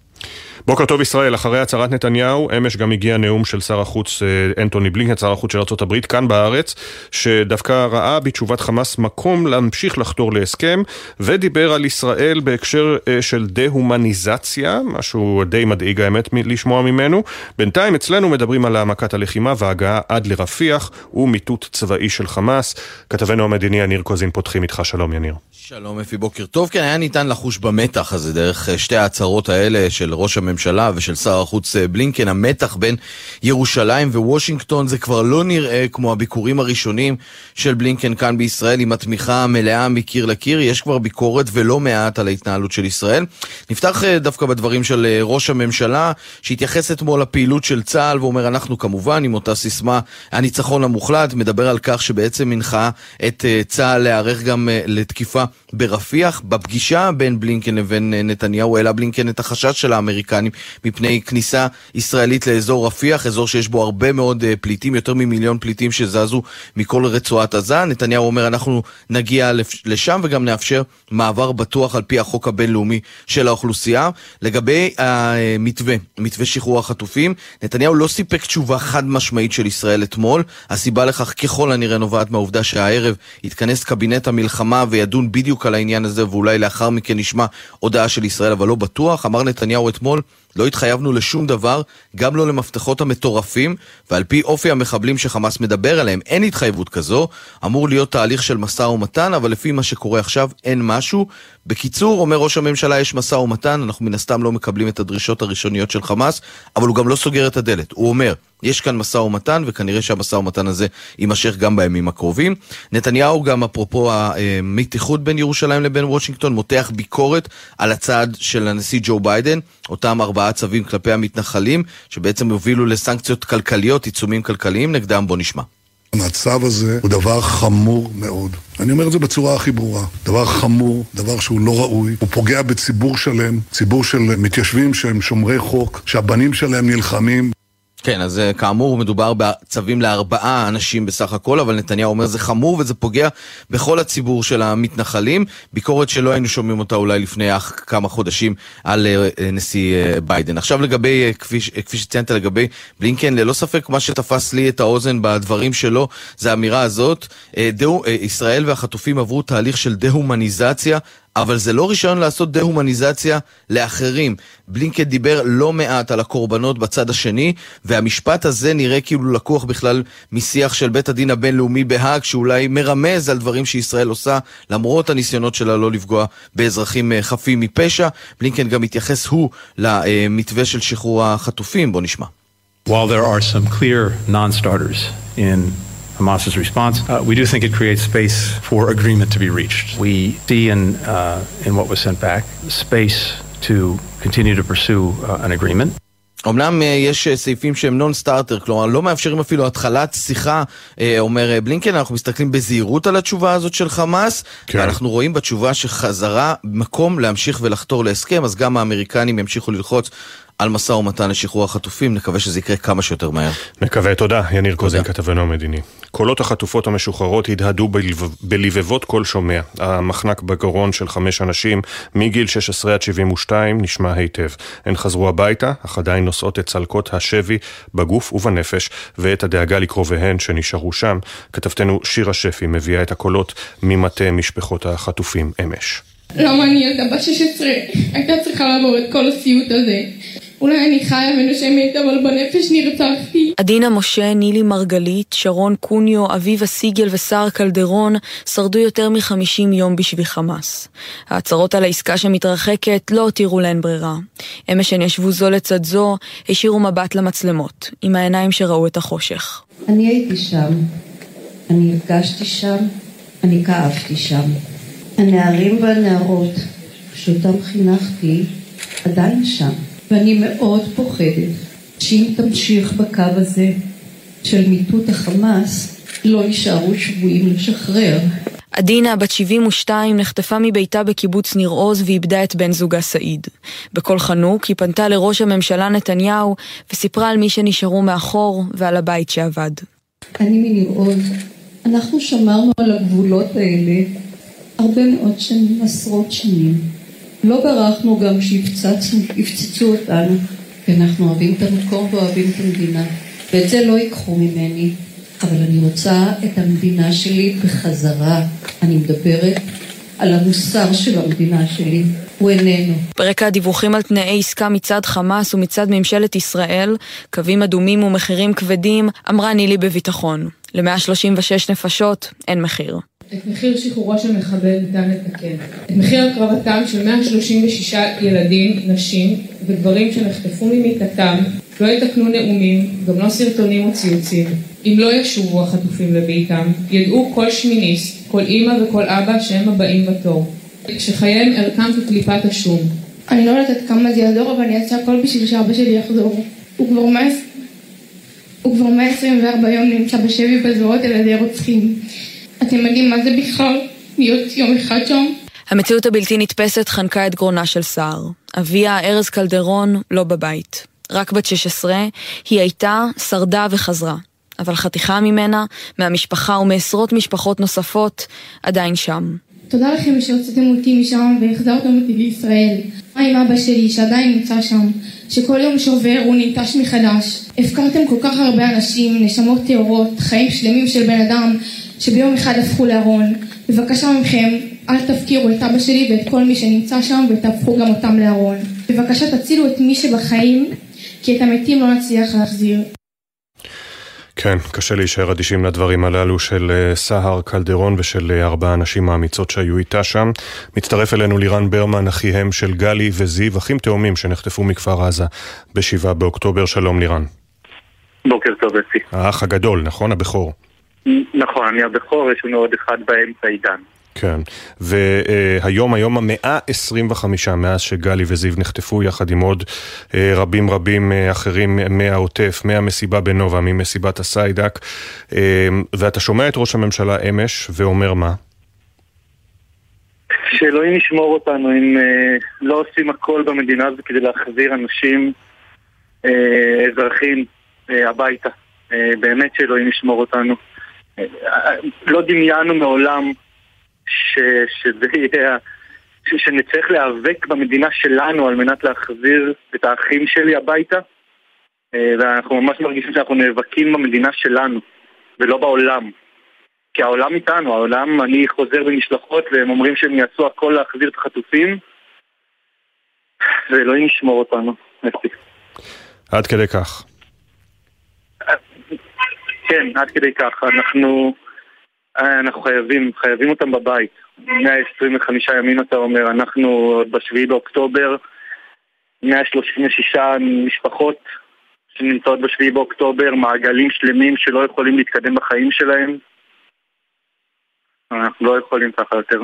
בוקר טוב ישראל, אחרי הצהרת נתניהו, אמש גם הגיע נאום של שר החוץ אנטוני בלינקן, שר החוץ של ארצות הברית, כאן בארץ, שדווקא ראה בתשובת חמאס מקום להמשיך לחתור להסכם, ודיבר על ישראל בהקשר של דה-הומניזציה, משהו די מדאיג האמת לשמוע ממנו. בינתיים אצלנו מדברים על העמקת הלחימה וההגעה עד לרפיח ומיטוט צבאי של חמאס. כתבנו המדיני יניר קוזין, פותחים איתך. שלום יניר. שלום אפי, בוקר טוב. כן, היה ניתן לחוש במתח הזה דרך שתי ההצהרות האלה של ראש הממשלה ושל שר החוץ בלינקן. המתח בין ירושלים ווושינגטון זה כבר לא נראה כמו הביקורים הראשונים של בלינקן כאן בישראל עם התמיכה המלאה מקיר לקיר. יש כבר ביקורת ולא מעט על ההתנהלות של ישראל. נפתח דווקא בדברים של ראש הממשלה שהתייחס אתמול לפעילות של צה"ל ואומר אנחנו כמובן עם אותה סיסמה הניצחון המוחלט, מדבר על כך שבעצם מנחה את צה"ל להיערך גם לתקיפה ברפיח. בפגישה בין בלינקן לבין נתניהו העלה בלינקן את החשש של האמריקנים מפני כניסה ישראלית לאזור רפיח, אזור שיש בו הרבה מאוד פליטים, יותר ממיליון פליטים שזזו מכל רצועת עזה. נתניהו אומר אנחנו נגיע לשם וגם נאפשר מעבר בטוח על פי החוק הבינלאומי של האוכלוסייה. לגבי המתווה, מתווה שחרור החטופים, נתניהו לא סיפק תשובה חד משמעית של ישראל אתמול. הסיבה לכך ככל הנראה נובעת מהעובדה שהערב יתכנס קבינט המלחמה וידון בדיוק על העניין הזה, ואולי לאחר מכן נשמע הודעה של ישראל, אבל לא בטוח. אמר נתניהו אתמול, לא התחייבנו לשום דבר, גם לא למפתחות המטורפים, ועל פי אופי המחבלים שחמאס מדבר עליהם, אין התחייבות כזו. אמור להיות תהליך של מסע ומתן, אבל לפי מה שקורה עכשיו, אין משהו. בקיצור, אומר ראש הממשלה, יש מסע ומתן, אנחנו מן הסתם לא מקבלים את הדרישות הראשוניות של חמאס, אבל הוא גם לא סוגר את הדלת. הוא אומר, יש כאן מסע ומתן, וכנראה שהמסע ומתן הזה יימשך גם בימים הקרובים. נתניהו גם אפרופו המתיחות בין ירושלים לבין וושינגטון, מותח ביקורת על הצעד של הנשיא ג'ו ביידן, אותם ארבעה צווים כלפי המתנחלים, שבעצם הובילו לסנקציות כלכליות, עיצומים כלכליים נגדם. בוא נשמע. המצב הזה הוא דבר חמור מאוד. אני אומר את זה בצורה הכי ברורה. דבר חמור, דבר שהוא לא ראוי. הוא פוגע בציבור שלם, ציבור של מתיישבים שהם שומרי חוק, שהבנים שלהם נלחמים. כן, אז כאמור מדובר בצווים לארבעה אנשים בסך הכל, אבל נתניהו אומר זה חמור וזה פוגע בכל הציבור של המתנחלים, ביקורת שלא היינו שומעים אותה אולי לפני כמה חודשים על נשיא ביידן. עכשיו לגבי, כפי, כפי שציינת לגבי בלינקן, ללא ספק מה שתפס לי את האוזן בדברים שלו, זה האמירה הזאת, דהו, ישראל והחטופים עברו תהליך של דה-הומניזציה, אבל זה לא רישיון לעשות דה-הומניזציה לאחרים. בלינקן דיבר לא מעט על הקורבנות בצד השני, והמשפט הזה נראה כאילו לקוח בכלל משיח של בית הדין הבינלאומי בהאג, שאולי מרמז על דברים שישראל עושה, למרות הניסיונות שלה לא לפגוע באזרחים חפים מפשע. בלינקן גם מתייחס הוא למתווה של שחרור החטופים. בוא נשמע. While there are some clear non-starters in Hamas's response, uh, we do think it creates space for agreement to be reached. We see in, uh, in what was sent back space to continue to pursue uh, an agreement. אמנם יש סעיפים שהם נון-סטארטר, כלומר לא מאפשרים אפילו התחלת שיחה, אומר בלינקן, אנחנו מסתכלים בזהירות על התשובה הזאת של חמאס, כן. ואנחנו רואים בתשובה שחזרה מקום להמשיך ולחתור להסכם, אז גם האמריקנים ימשיכו ללחוץ על מסע ומתן לשחרור החטופים, נקווה שזה יקרה כמה שיותר מהר. נקווה, תודה. יניר קוזין, כתבנו המדיני. קולות החטופות המשוחררות הדהדו בלבבות כל שומע. המחנק בגרון של חמש אנשים מגיל שש עשרה עד שבעים ושתיים נשמע היטב. הן חזרו הביתה, אך עדיין נושאות את צלקות השבי בגוף ובנפש, ואת הדאגה לקרוביהן שנשארו שם. כתבתנו שירה שפי מביאה את הקולות ממטה משפחות החטופים אמש. למה אני ילדה בת שש עשרה? הייתה צריכה לעבור את כל הסיוט הזה. אולי אני חיה ונושמת, אבל בנפש נרצחתי. עדינה משה, נילי מרגלית, שרון קוניו, אביבה סיגל וסער קלדרון שרדו יותר מחמישים יום בשבי חמאס. ההצהרות על העסקה שמתרחקת לא הותירו להן ברירה. אמש הן ישבו זו לצד זו, השאירו מבט למצלמות, עם העיניים שראו את החושך. אני הייתי שם, אני הרגשתי שם, אני כאבתי שם. הנערים והנערות שאותם חינכתי עדיין שם. ואני מאוד פוחדת שאם תמשיך בקו הזה של מיטוט החמאס, לא יישארו שבויים לשחרר. עדינה, בת שבעים ושתיים, נחטפה מביתה בקיבוץ ניר עוז ואיבדה את בן זוגה סעיד. בכל חנוק היא פנתה לראש הממשלה נתניהו וסיפרה על מי שנשארו מאחור ועל הבית שעבד. אני מניר עוז. אנחנו שמרנו על הגבולות האלה הרבה מאוד שנים, עשרות שנים. לא ברחנו גם שהפצצו אותנו, כי אנחנו אוהבים את המקום ואוהבים את המדינה. ואת זה לא ייקחו ממני, אבל אני רוצה את המדינה שלי בחזרה. אני מדברת על המוסר של המדינה שלי, הוא איננו. ברקע הדיווחים על תנאי עסקה מצד חמאס ומצד ממשלת ישראל, קווים אדומים ומחירים כבדים, אמרה נילי בביטחון. ל-מאה שלושים ושש נפשות אין מחיר. את מחיר שחרורו של מחבל ניתן לתקן. את מחיר הקרבתם של מאה שלושים ושישה ילדים, נשים וגברים שנחטפו ממיטתם לא יתקנו נאומים, גם לא סרטונים או ציוצים. אם לא ישובו החטופים לביתם, ידעו כל שמיניסט, כל אמא וכל אבא שהם הבאים בתור. שחייהם ערכם כקליפת השום. אני לא יודעת כמה זה יעזור, אבל אני אעשה הכל בשביל שאבא שלי יחזור. הוא כבר מאה... הוא כבר מאה עשרים וארבע יום נמצא בשבי בזרועות על ידי רוצחים. אתם יודעים מה זה בכלל? להיות יום אחד שם? המציאות הבלתי נתפסת חנקה את גרונה של סער. אביה, ארז קלדרון, לא בבית. רק בת שש עשרה, היא הייתה, שרדה וחזרה. אבל חתיכה ממנה, מהמשפחה ומעשרות משפחות נוספות, עדיין שם. תודה לכם שהוצאתם אותי משם והחזרתם אותי לישראל. מה עם אבא שלי שעדיין נמצא שם, שכל יום שעובר הוא ננטש מחדש. הפקרתם כל כך הרבה אנשים, נשמות טהורות, חיים שלמים של בן אדם, שביום אחד הפכו לארון. בבקשה מכם, אל תפקירו את אבא שלי ואת כל מי שנמצא שם ותהפכו גם אותם לארון. בבקשה תצילו את מי שבחיים, כי את המתים לא נצליח להחזיר. כן, קשה להישאר אדישים לדברים הללו של סהר קלדרון ושל ארבעה אנשים האמיצות שהיו איתה שם. מצטרף אלינו לירן ברמן, אחיהם של גלי וזיו, אחים תאומים שנחטפו מכפר עזה בשבעה באוקטובר. שלום לירן. בוקר טוב אפי. האח הגדול, נכון? הבכור. נכון, אני הבכור, יש לנו עוד אחד באמצע עידן. כן, והיום, היום המאה עשרים וחמישה מאז שגלי וזיו נחטפו יחד עם עוד רבים רבים אחרים מהעוטף, מהמסיבה בנובה, ממסיבת הסיידק, ואתה שומע את ראש הממשלה אמש ואומר מה? שאלוהים ישמור אותנו אם לא עושים הכל במדינה הזו כדי להחזיר אנשים, אזרחים הביתה. באמת שאלוהים ישמור אותנו. לא דמיינו מעולם שזה יהיה, שנצטרך להיאבק במדינה שלנו על מנת להחזיר את האחים שלי הביתה, ואנחנו ממש מרגישים שאנחנו נאבקים במדינה שלנו ולא בעולם, כי העולם איתנו. העולם, אני חוזר במשלחות והם אומרים שהם יעשו הכל להחזיר את החטופים, ואלוהים ישמור אותנו. עד כדי כך. כן, עד כדי כך. אנחנו אנחנו חייבים, חייבים אותם בבית. מאה עשרים וחמישה ימים אתה אומר, אנחנו בשביעי באוקטובר, מאה שלושים ושישה משפחות שנמצאות בשביעי באוקטובר, מעגלים שלמים שלא יכולים להתקדם בחיים שלהם. אנחנו לא יכולים ככה יותר.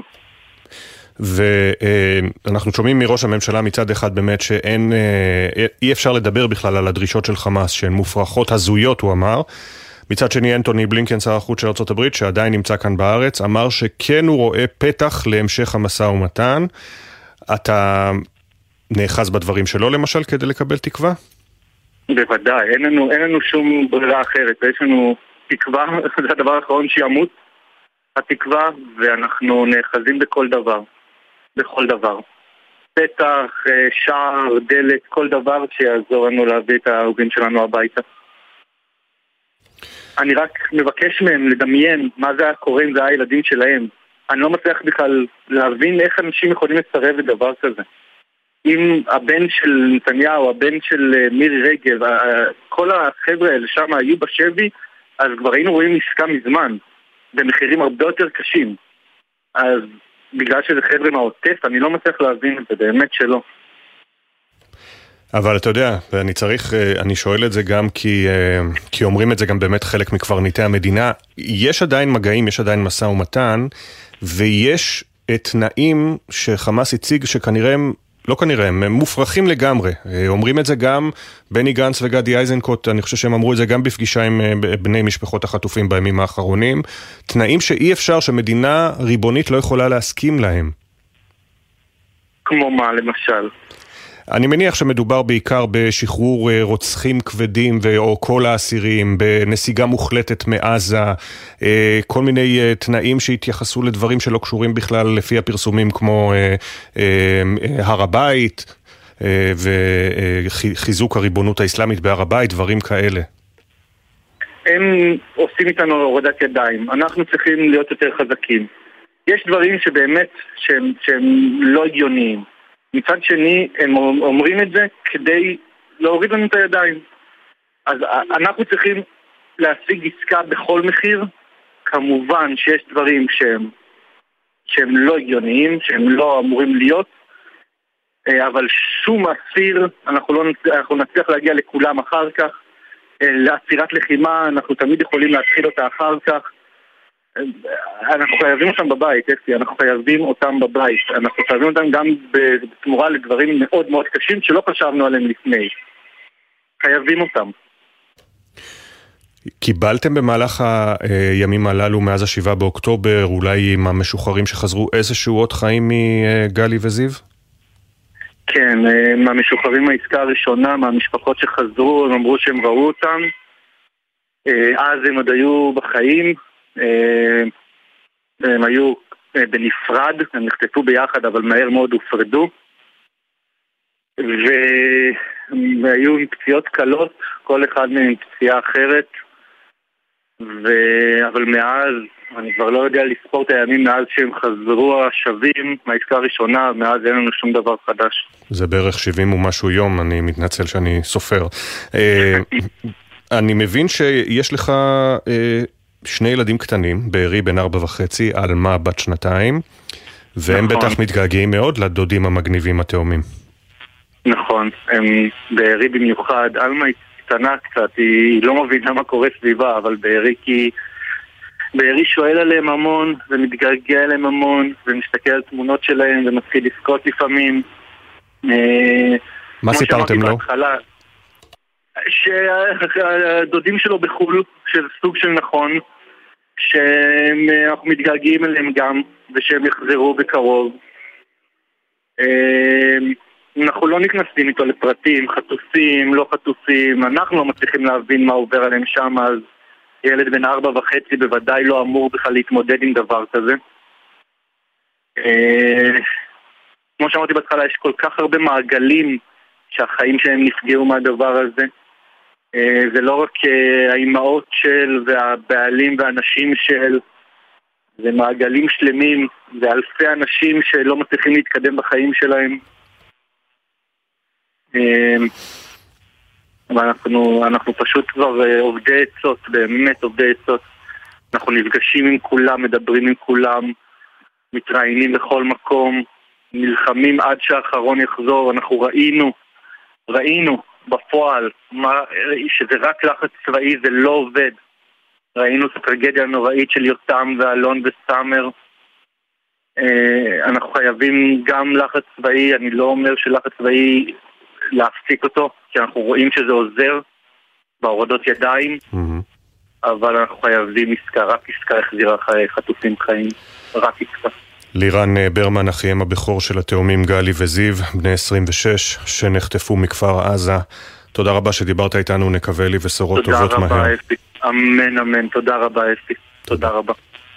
ואנחנו שומעים מראש הממשלה מצד אחד באמת שאין, אי אפשר לדבר בכלל על הדרישות של חמאס שהן מופרכות, הזויות הוא אמר. מצד שני אנטוני בלינקן, שר החוץ של ארצות הברית, שעדיין נמצא כאן בארץ, אמר שכן הוא רואה פתח להמשך המשא ומתן. אתה נאחז בדברים שלו למשל כדי לקבל תקווה? בוודאי, אין לנו, אין לנו שום ברירה אחרת, יש לנו תקווה, זה הדבר האחרון שימות, התקווה, ואנחנו נאחזים בכל דבר, בכל דבר. פתח, שער, דלת, כל דבר שיעזור לנו להביא את האהובים שלנו הביתה. אני רק מבקש מהם לדמיין מה זה היה קורה אם זה היה הילדים שלהם. אני לא מצליח בכלל להבין איך אנשים יכולים לסרב לדבר כזה. אם הבן של נתניהו, הבן של מירי רגב, כל החבר'ה האלה שם היו בשבי, אז כבר היינו רואים עסקה מזמן, במחירים הרבה יותר קשים. אז בגלל שזה חבר'ה מהעוטף, אני לא מצליח להבין את זה, באמת שלא. אבל אתה יודע, ואני צריך, אני שואל את זה גם כי, כי אומרים את זה גם באמת חלק מקברניטי המדינה, יש עדיין מגעים, יש עדיין משא ומתן, ויש תנאים שחמאס הציג שכנראה הם, לא כנראה, הם מופרכים לגמרי. אומרים את זה גם בני גנץ וגדי איזנקוט, אני חושב שהם אמרו את זה גם בפגישה עם בני משפחות החטופים בימים האחרונים, תנאים שאי אפשר, שמדינה ריבונית לא יכולה להסכים להם. כמו מה למשל? אני מניח שמדובר בעיקר בשחרור רוצחים כבדים או כל האסירים, בנסיגה מוחלטת מעזה, כל מיני תנאים שהתייחסו לדברים שלא קשורים בכלל לפי הפרסומים כמו הר הבית וחיזוק הריבונות האסלאמית בהר הבית, דברים כאלה. הם עושים איתנו הורדת ידיים, אנחנו צריכים להיות יותר חזקים. יש דברים שבאמת שהם, שהם לא הגיוניים. מצד שני, הם אומרים את זה כדי להוריד לנו את הידיים. אז אנחנו צריכים להשיג עסקה בכל מחיר. כמובן שיש דברים שהם, שהם לא הגיוניים, שהם לא אמורים להיות, אבל שום אסיר, אנחנו, לא, אנחנו נצליח להגיע לכולם אחר כך. לעצירת לחימה, אנחנו תמיד יכולים להתחיל אותה אחר כך. אנחנו חייבים אותם בבית, אפי, אנחנו חייבים אותם בבית. אנחנו חייבים אותם גם בתמורה לדברים מאוד מאוד קשים שלא חשבנו עליהם לפני. חייבים אותם. קיבלתם במהלך הימים הללו מאז השבעה באוקטובר, אולי עם המשוחררים שחזרו איזשהו עוד חיים מגלי וזיו? כן, מהמשוחררים העסקה הראשונה, מהמשפחות שחזרו, הם אמרו שהם ראו אותם. אז הם עוד היו בחיים. הם היו בנפרד, הם נחטפו ביחד אבל מהר מאוד הופרדו, והיו עם פציעות קלות, כל אחד מהם עם פציעה אחרת, ו... אבל מאז אני כבר לא יודע לספור את הימים מאז שהם חזרו השבים מהעסקה הראשונה, מאז אין לנו שום דבר חדש. זה בערך שבעים ומשהו יום, אני מתנצל שאני סופר. אני מבין שיש לך שני ילדים קטנים, בארי בן ארבע וחצי, אלמה בת שנתיים, והם נכון. בטח מתגעגעים מאוד לדודים המגניבים התאומים. נכון, הם בארי במיוחד, אלמה היא קטנה קצת, היא לא מבינה מה קורה סביבה, אבל בארי כי... בארי שואל עליהם המון, ומתגעגע עליהם המון, ומסתכל על תמונות שלהם, ומתחיל לזכות לפעמים. מה סיפרתם לו? שהדודים שלו בחול, שזה סוג של נכון, שאנחנו מתגעגעים אליהם גם, ושהם יחזרו בקרוב. אנחנו לא נכנסים איתו לפרטים, חטופים, לא חטופים, אנחנו לא מצליחים להבין מה עובר עליהם שם, אז ילד בן ארבע וחצי בוודאי לא אמור בכלל להתמודד עם דבר כזה. כמו שאמרתי בהתחלה, יש כל כך הרבה מעגלים שהחיים שלהם נפגעו מהדבר הזה. זה לא רק האימהות של והבעלים והאנשים של, זה מעגלים שלמים, זה אלפי אנשים שלא מצליחים להתקדם בחיים שלהם. ואנחנו אנחנו פשוט כבר עובדי עצות, באמת עובדי עצות. אנחנו נפגשים עם כולם, מדברים עם כולם, מתראיינים בכל מקום, נלחמים עד שהאחרון יחזור. אנחנו ראינו, ראינו בפועל מה, שזה רק לחץ צבאי, זה לא עובד. ראינו את הטרגדיה הנוראית של יותם ואלון וסמר. אנחנו חייבים גם לחץ צבאי, אני לא אומר שלחץ צבאי להפסיק אותו, כי אנחנו רואים שזה עוזר בהורדות ידיים, אבל אנחנו חייבים עסקה, רק עסקה החזירה חטופים חיים, רק עסקה. לירן ברמן, אחיהם הבכור של התאומים גלי וזיו, בני עשרים ושש, שנחטפו מכפר עזה. תודה רבה שדיברת איתנו, נקווה לי ושורות טובות מהר. תודה רבה אפי, אמן אמן, תודה רבה אפי, תודה רבה.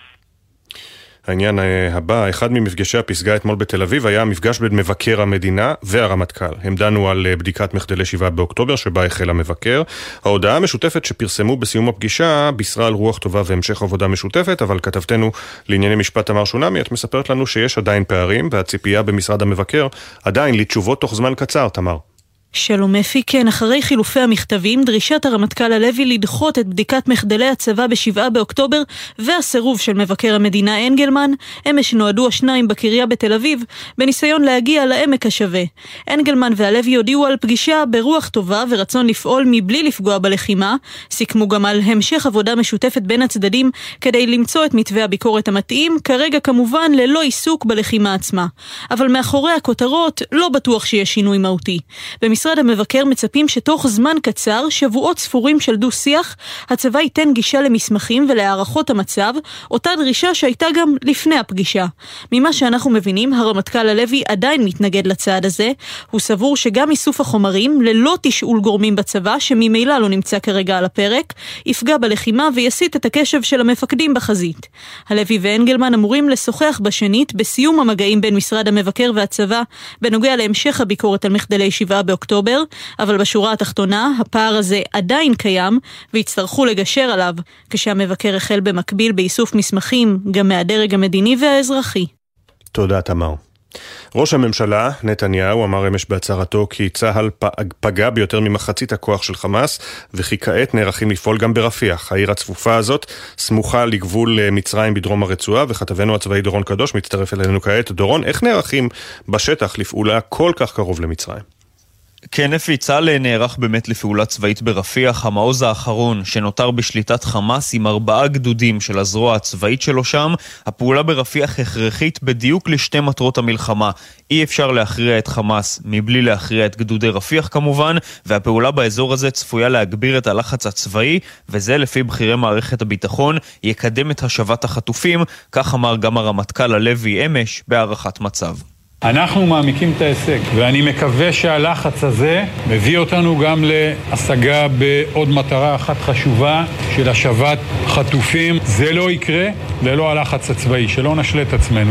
העניין הבא, אחד ממפגשי הפסגה אתמול בתל אביב היה המפגש בין מבקר המדינה והרמטכ"ל. הם דנו על בדיקת מחדלי שבעה באוקטובר שבה החל המבקר. ההודעה המשותפת שפרסמו בסיום הפגישה בישרה על רוח טובה והמשך עבודה משותפת, אבל כתבתנו לענייני משפט תמר שונמי, את מספרת לנו שיש עדיין פערים, והציפייה במשרד המבקר עדיין לתשובות תוך זמן קצר, תמר. שלום אפי, כן, אחרי חילופי המכתבים, דרישת הרמטכ"ל הלוי לדחות את בדיקת מחדלי הצבא בשבעה באוקטובר והסירוב של מבקר המדינה אנגלמן, אמש נועדו השניים בקריה בתל אביב בניסיון להגיע לעמק השווה. אנגלמן והלוי הודיעו על פגישה ברוח טובה ורצון לפעול מבלי לפגוע בלחימה, סיכמו גם על המשך עבודה משותפת בין הצדדים כדי למצוא את מתווה הביקורת המתאים, כרגע כמובן ללא עיסוק בלחימה עצמה. אבל מאחורי הכותרות לא בטוח שיש שינוי מהותי. במשרד המבקר מצפים שתוך זמן קצר, שבועות ספורים של דו שיח, הצבא ייתן גישה למסמכים ולהערכות המצב, אותה דרישה שהייתה גם לפני הפגישה. ממה שאנחנו מבינים, הרמטכ"ל הלוי עדיין מתנגד לצעד הזה. הוא סבור שגם איסוף החומרים, ללא תשאול גורמים בצבא, שממילא לא נמצא כרגע על הפרק, יפגע בלחימה ויסיט את הקשב של המפקדים בחזית. הלוי ואנגלמן אמורים לשוחח בשנית בסיום המגעים בין משרד המבקר והצבא, בנוגע להמשך הביקורת על מחדלי שבעה באוקטובר, אבל בשורה התחתונה, הפער הזה עדיין קיים, והצטרכו לגשר עליו, כשהמבקר החל במקביל באיסוף מסמכים, גם מהדרג המדיני והאזרחי. תודה תמר. ראש הממשלה נתניהו אמר אמש בהצהרתו כי צה"ל פגע ביותר ממחצית הכוח של חמאס, וכי כעת נערכים לפעול גם ברפיח. העיר הצפופה הזאת סמוכה לגבול מצרים בדרום הרצועה, וכתבנו הצבאי דורון קדוש מצטרף אלינו כעת. דורון, איך נערכים בשטח לפעולה כל כך קרוב למצרים? כן, אפי, צה"ל נערך באמת לפעולה צבאית ברפיח, המעוז האחרון שנותר בשליטת חמאס עם ארבעה גדודים של הזרוע הצבאית שלו שם. הפעולה ברפיח הכרחית בדיוק לשתי מטרות המלחמה. אי אפשר להכריע את חמאס מבלי להכריע את גדודי רפיח כמובן, והפעולה באזור הזה צפויה להגביר את הלחץ הצבאי, וזה לפי בכירי מערכת הביטחון יקדם את השבת החטופים, כך אמר גם הרמטכ"ל הלוי אמש בהערכת מצב. אנחנו מעמיקים את ההישג, ואני מקווה שהלחץ הזה מביא אותנו גם להשגה בעוד מטרה אחת חשובה של השבת חטופים. זה לא יקרה ללא הלחץ הצבאי, שלא נשלה את עצמנו.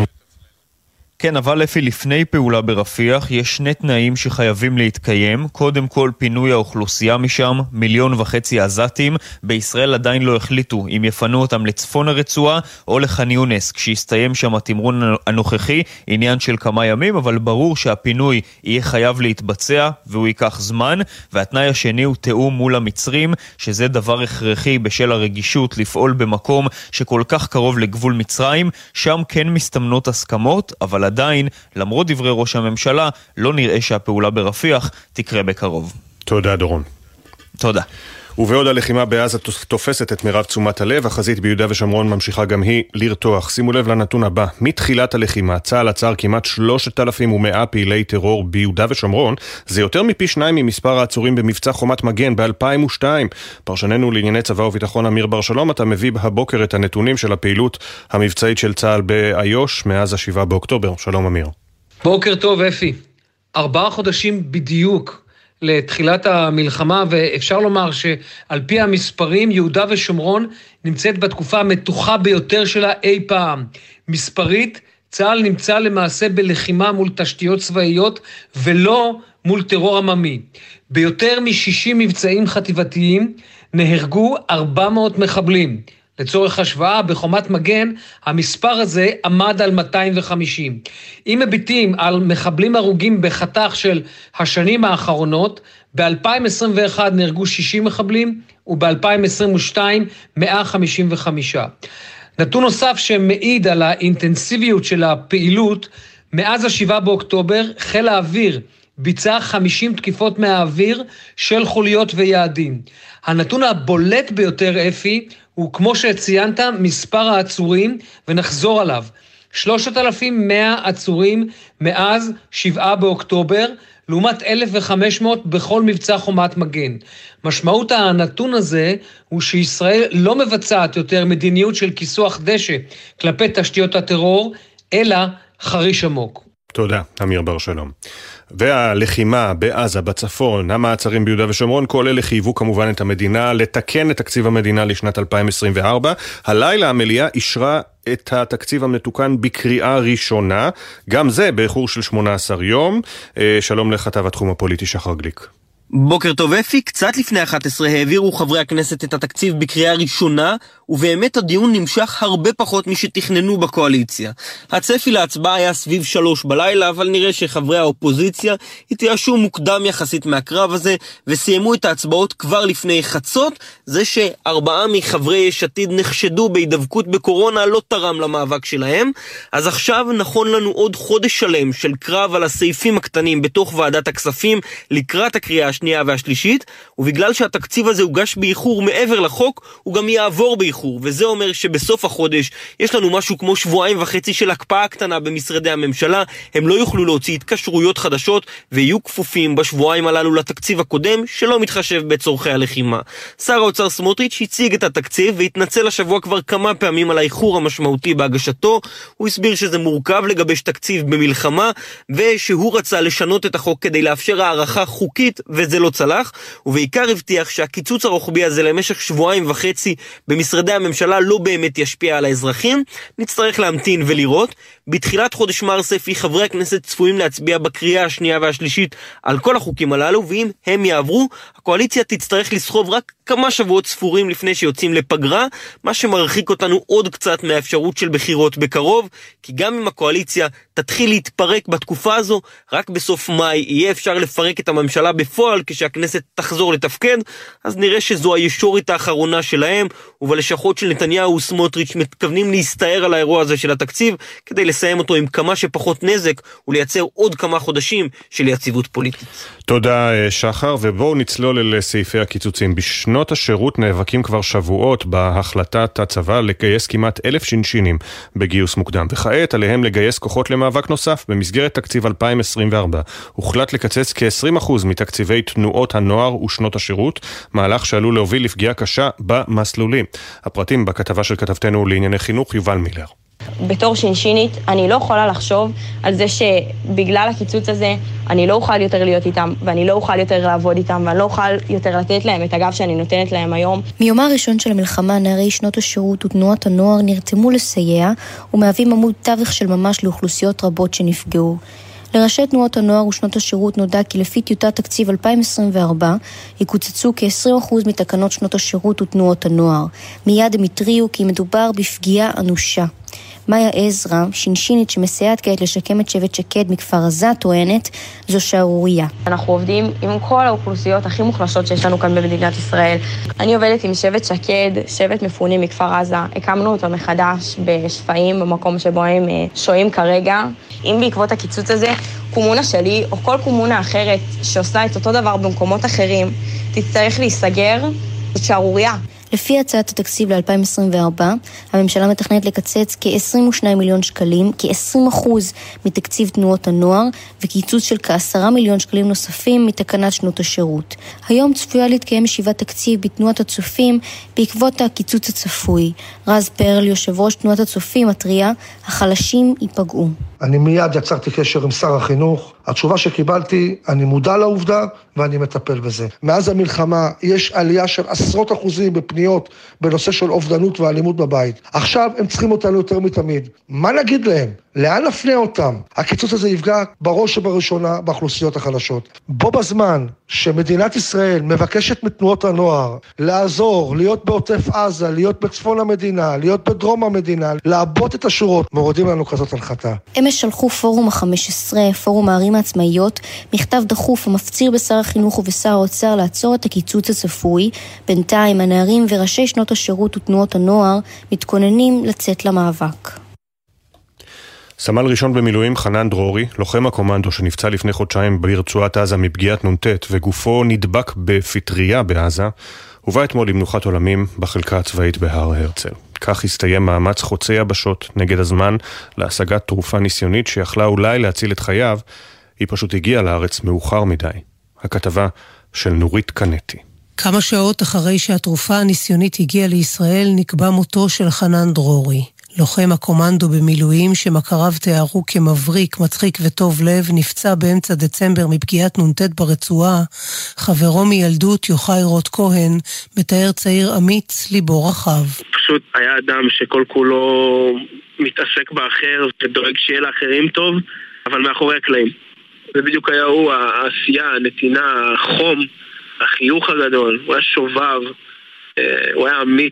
כן, אבל לפי לפני פעולה ברפיח יש שני תנאים שחייבים להתקיים. קודם כל פינוי האוכלוסייה משם, מיליון וחצי עזתים. בישראל עדיין לא החליטו אם יפנו אותם לצפון הרצועה או לח'אן יונס, כשיסתיים שם התמרון הנוכחי, עניין של כמה ימים, אבל ברור שהפינוי יהיה חייב להתבצע והוא ייקח זמן. והתנאי השני הוא תיאום מול המצרים, שזה דבר הכרחי בשל הרגישות לפעול במקום שכל כך קרוב לגבול מצרים. שם כן מסתמנות הסכמות, אבל עדיין, למרות דברי ראש הממשלה, לא נראה שהפעולה ברפיח תקרה בקרוב. תודה דורון. תודה. ובעוד הלחימה בעזה תופסת את מירב תשומת הלב, החזית ביהודה ושומרון ממשיכה גם היא לרתוח. שימו לב לנתון הבא, מתחילת הלחימה צה"ל עצר כמעט שלושת אלפים ומאה פעילי טרור ביהודה ושומרון, זה יותר מפי שניים ממספר העצורים במבצע חומת מגן ב-אלפיים ושתיים. פרשננו לענייני צבא וביטחון אמיר בר שלום, אתה מביא הבוקר את הנתונים של הפעילות המבצעית של צה"ל באיו"ש מאז השבעה באוקטובר. שלום אמיר. בוקר טוב אפי. ארבעה חודשים בדיוק לתחילת המלחמה, ואפשר לומר שעל פי המספרים, יהודה ושומרון נמצאת בתקופה המתוחה ביותר שלה אי פעם. מספרית, צה"ל נמצא למעשה בלחימה מול תשתיות צבאיות, ולא מול טרור עממי. ביותר מ-שישים מבצעים חטיבתיים נהרגו ארבע מאות מחבלים. לצורך השוואה, בחומת מגן, המספר הזה עמד על מאתיים וחמישים. אם מביטים על מחבלים הרוגים בחתך של השנים האחרונות, ב-אלפיים עשרים ואחת נהרגו שישים מחבלים, וב-אלפיים עשרים ושתיים מאה חמישים וחמש. נתון נוסף שמעיד על האינטנסיביות של הפעילות, מאז השבעה באוקטובר, חיל האוויר ביצע חמישים תקיפות מהאוויר של חוליות ויעדים. הנתון הבולט ביותר, אפי, הוא כמו שציינת, מספר העצורים, ונחזור עליו. שלושת אלפים ומאה עצורים מאז שבעה באוקטובר, לעומת אלף וחמש מאות בכל מבצע חומת מגן. משמעות הנתון הזה הוא שישראל לא מבצעת יותר מדיניות של כיסוח דשא כלפי תשתיות הטרור, אלא חריש עמוק. תודה, אמיר בר שלום. והלחימה בעזה, בצפון, המעצרים ביהודה ושומרון, כל אלה חייבו כמובן את המדינה לתקן את תקציב המדינה לשנת אלפיים עשרים וארבע. הלילה המליאה אישרה את התקציב המתוקן בקריאה ראשונה, גם זה באיחור של שמונה עשר יום. שלום לכתב התחום הפוליטי שחר גליק. בוקר טוב אפי, קצת לפני אחת עשרה העבירו חברי הכנסת את התקציב בקריאה ראשונה, ובאמת הדיון נמשך הרבה פחות משתכננו בקואליציה. הצפי להצבעה היה סביב שלוש בלילה, אבל נראה שחברי האופוזיציה התייאשו מוקדם יחסית מהקרב הזה, וסיימו את ההצבעות כבר לפני חצות. זה שארבעה מחברי יש עתיד נחשדו בהידבקות בקורונה לא תרם למאבק שלהם. אז עכשיו נכון לנו עוד חודש שלם של קרב על הסעיפים הקטנים בתוך ועדת הכספים לקראת הקריאה השנייה והשלישית, ובגלל שהתקציב הזה הוגש באיחור מעבר לחוק, הוא גם יעבור באיחור, וזה אומר שבסוף החודש יש לנו משהו כמו שבועיים וחצי של הקפאה קטנה במשרדי הממשלה. הם לא יוכלו להוציא התקשרויות חדשות, ויהיו כפופים בשבועיים הללו לתקציב הקודם, שלא מתחשב בצורכי הלחימה. שר האוצר סמוטריץ' הציג את התקציב, והתנצל השבוע כבר כמה פעמים על האיחור המשמעותי בהגשתו. הוא הסביר שזה מורכב לגבש תקציב במלחמה, ושהוא רצה לשנות את החוק כדי לאפשר הערכה חוקית, וזה לא צלח, ובעיקר הבטיח שהקיצוץ הרוחבי הזה למשך שבועיים וחצי במשרדי הממשלה לא באמת ישפיע על האזרחים. נצטרך להמתין ולראות. בתחילת חודש מרס אפי חברי הכנסת צפויים להצביע בקריאה השנייה והשלישית על כל החוקים הללו, ואם הם יעברו, הקואליציה תצטרך לסחוב רק כמה שבועות ספורים לפני שיוצאים לפגרה, מה שמרחיק אותנו עוד קצת מהאפשרות של בחירות בקרוב, כי גם אם הקואליציה תתחיל להתפרק בתקופה הזו, רק בסוף מאי יהיה אפשר לפרק את הממשלה בפועל כשהכנסת תחזור לתפקד. אז נראה שזו הישורית האחרונה שלהם, ובלשכות של נתניהו וסמוטריץ' מתכוונים להסתער על האירוע הזה של התקציב, כדי לסיים אותו עם כמה שפחות נזק, ולייצר עוד כמה חודשים של יציבות פוליטית. תודה שחר, ובואו נצלול אל סעיפי הקיצוצים. בשנות השירות נאבקים כבר שבועות בהחלטת הצבא לגייס כמעט אלף שינשינים בגיוס מוקדם, וכעת עליהם לגייס כוחות למאבק נוסף. במסגרת תקציב אלפיים עשרים וארבע הוחלט לקצץ כ-עשרים אחוז מתקציבי תנועות הנוער ושנות השירות, מהלך שעלול להוביל לפגיעה קשה במסלולים. הפרטים בכתבה של כתבתנו לענייני חינוך יובל מילר. בתור שינשינית אני לא יכולה לחשוב על זה שבגלל הקיצוץ הזה אני לא אוכל יותר להיות איתם, ואני לא אוכל יותר לעבוד איתם, ואני לא אוכל יותר לתת להם את הגב שאני נותנת להם היום. מיומה הראשון של המלחמה, נערי שנות השירות ותנועות הנוער נרתמו לסייע, ומהווים עמוד תווך של ממש לאוכלוסיות רבות שנפגעו. לראשי תנועות הנוער ושנות השירות נודע כי לפי טיוטת תקציב אלפיים עשרים וארבע יקוצצו כ-עשרים אחוז מתקנות שנות השירות ותנועות הנוער. מיד הם התריעו כי מדובר בפגיעה אנושה. מאיה עזרא, שינשינית שמסייעת כעת לשקם את שבט שקד מכפר עזה, טוענת, זו שערוריה. אנחנו עובדים עם כל האוכלוסיות הכי מוחלשות שיש לנו כאן במדינת ישראל. אני עובדת עם שבט שקד, שבט מפונים מכפר עזה. הקמנו אותו מחדש בשפעים, במקום שבו הם שוהים כרגע. אם בעקבות הקיצוץ הזה, קומונה שלי או כל קומונה אחרת שעושה את אותו דבר במקומות אחרים, תצטרך להיסגר, זאת שערוריה. לפי הצעת התקציב ל-אלפיים עשרים וארבע, הממשלה מתכננת לקצץ כ-עשרים ושניים מיליון שקלים, כ-עשרים אחוז מתקציב תנועות הנוער, וקיצוץ של כ-עשרה מיליון שקלים נוספים מתקנת שנות השירות. היום צפויה להתקיים ישיבת תקציב בתנועת הצופים בעקבות הקיצוץ הצפוי. רז פרל, יושב ראש תנועת הצופים, מתריע, החלשים ייפגעו. אני מיד יצרתי קשר עם שר החינוך. התשובה שקיבלתי, אני מודע לעובדה ואני מטפל בזה. מאז המלחמה יש עלייה של עשרות אחוזים בפניות בנושא של אובדנות ואלימות בבית. עכשיו הם צריכים אותנו יותר מתמיד. מה נגיד להם? לאן נפנה אותם? הקיצוץ הזה יפגע בראש ובראשונה באוכלוסיות החלשות. בו בזמן שמדינת ישראל מבקשת מתנועות הנוער לעזור, להיות בעוטף עזה, להיות בצפון המדינה, להיות בדרום המדינה, לעבות את השורות, מורידים לנו כזאת הנחתה. אמש שלחו פורום ה-חמש עשרה, פורום הערים העצמאיות, מכתב דחוף המפציר בשר החינוך ובשר האוצר לעצור את הקיצוץ הצפוי. בינתיים הנערים וראשי שנות השירות ותנועות הנוער מתכוננים לצאת למאבק. סמל ראשון במילואים חנן דרורי, לוחם הקומנדו שנפצע לפני חודשיים ברצועת עזה מפגיעת נונטט וגופו נדבק בפטריה בעזה, הובא אתמול למנוחת עולמים בחלקה הצבאית בהר הרצל. כך הסתיים מאמץ חוצה יבשות נגד הזמן להשגת תרופה ניסיונית שיכלה אולי להציל את חייו, היא פשוט הגיעה לארץ מאוחר מדי. הכתבה של נורית קנטי. כמה שעות אחרי שהתרופה הניסיונית הגיעה לישראל נקבע מותו של חנן דרורי. לוחם הקומנדו במילואים שמכריו תיארו כמבריק, מצחיק וטוב לב, נפצע באמצע דצמבר מפגיעת נונטט ברצועה. חברו מילדות יוחאי רוט כהן מתאר צעיר אמיץ, ליבו רחב. פשוט היה אדם שכל כולו מתעסק באחר ודואג שיהיה לאחרים טוב, אבל מאחורי הקלעים. זה בדיוק היה הוא, העשייה, הנתינה, החום, החיוך הגדול, הוא היה שובב, הוא היה אמיץ.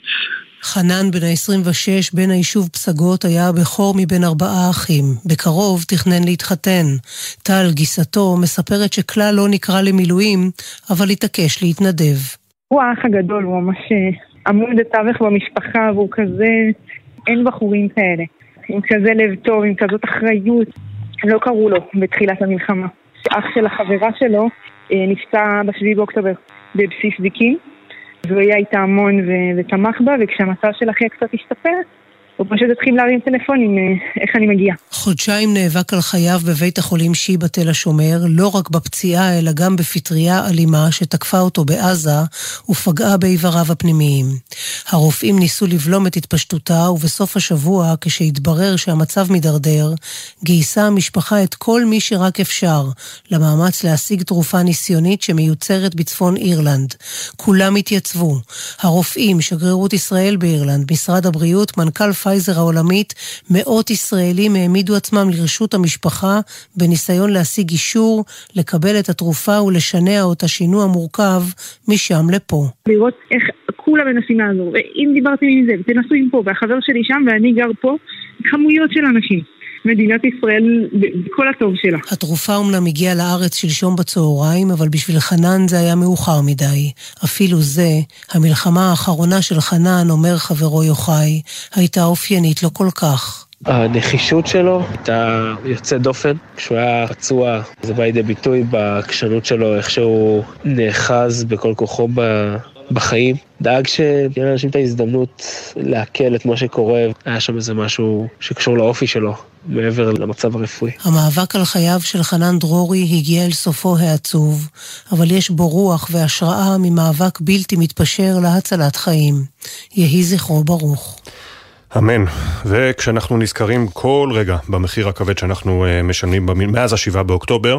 חנן בן ה-עשרים ושש, בן היישוב פסגות, היה הבכור מבין ארבעה אחים. בקרוב תכנן להתחתן. טל, גיסתו, מספרת שכלל לא נקרא למילואים, אבל התעקש להתנדב. הוא האח הגדול, הוא ממש עמוד התווך במשפחה, והוא כזה, אין בחורים כאלה. עם כזה לב טוב, עם כזאת אחריות. לא קראו לו בתחילת המלחמה. אח של החברה שלו נפצע בשביעי באוקטובר בבסיס דיקים. והוא היה איתה המון ותמך בה, וכשהמצב של אחי קצת השתפר, הוא פשוט התחיל להרים טלפונים איך אני מגיע. חודשיים נאבק על חייו בבית החולים שיבא תל השומר, לא רק בפציעה אלא גם בפטריה אלימה שתקפה אותו בעזה ופגעה באיבריו הפנימיים. הרופאים ניסו לבלום את התפשטותה, ובסוף השבוע, כשהתברר שהמצב מדרדר, גייסה המשפחה את כל מי שרק אפשר למאמץ להשיג תרופה ניסיונית שמיוצרת בצפון אירלנד. כולם התייצבו. הרופאים, שגרירות ישראל באירלנד, משרד הבריאות, מנכ"ל פייזר העולמית, מאות ישראלים העמידו עצמם לרשות המשפחה בניסיון להשיג אישור, לקבל את התרופה ולשנע אותה שינוע מורכב משם לפה. לראות איך כולם מנסים לעזור, ואם דיברתי עם זה, תנסו עם פה, והחבר שלי שם ואני גר פה, כמויות של אנשים. מדינת ישראל בכל הטוב שלה. התרופה אומנם הגיעה לארץ שלשום בצהריים, אבל בשביל חנן זה היה מאוחר מדי. אפילו זה, המלחמה האחרונה של חנן, אומר חברו יוחאי, הייתה אופיינית לו כל כך. הנחישות שלו הייתה יוצא דופן. כשהוא היה פצוע, זה בא לידי ביטוי בקשנות שלו, איך שהוא נאחז בכל כוחו ב... בחיים. דאג שתהיה לאנשים את ההזדמנות להקל את מה שקורה. היה שם איזה משהו שקשור לאופי שלו, מעבר למצב הרפואי. המאבק על חייו של חנן דרורי הגיע אל סופו העצוב, אבל יש בו רוח והשראה ממאבק בלתי מתפשר להצלת חיים. יהי זכרו ברוך. אמן. וכשאנחנו נזכרים כל רגע במחיר הכבד שאנחנו משלמים מאז השבעה באוקטובר,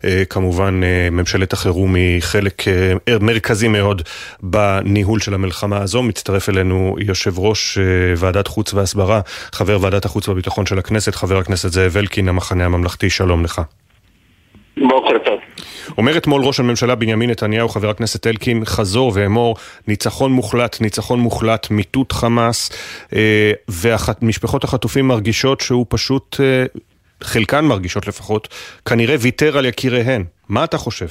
כמובן ממשלת החירום היא חלק מרכזי מאוד בניהול של המלחמה הזו. מצטרף אלינו יושב ראש ועדת חוץ והסברה, חבר ועדת החוץ והביטחון של הכנסת, חבר הכנסת זאב אלקין, המחנה הממלכתי. שלום לך. בוקר טוב. אומר אתמול ראש הממשלה בנימין נתניהו, חבר הכנסת אלקין, חזור ואמור, ניצחון מוחלט, ניצחון מוחלט, מיטוט חמאס, אה, ומשפחות החטופים מרגישות שהוא פשוט, אה, חלקן מרגישות לפחות, כנראה ויתר על יקיריהן. מה אתה חושב?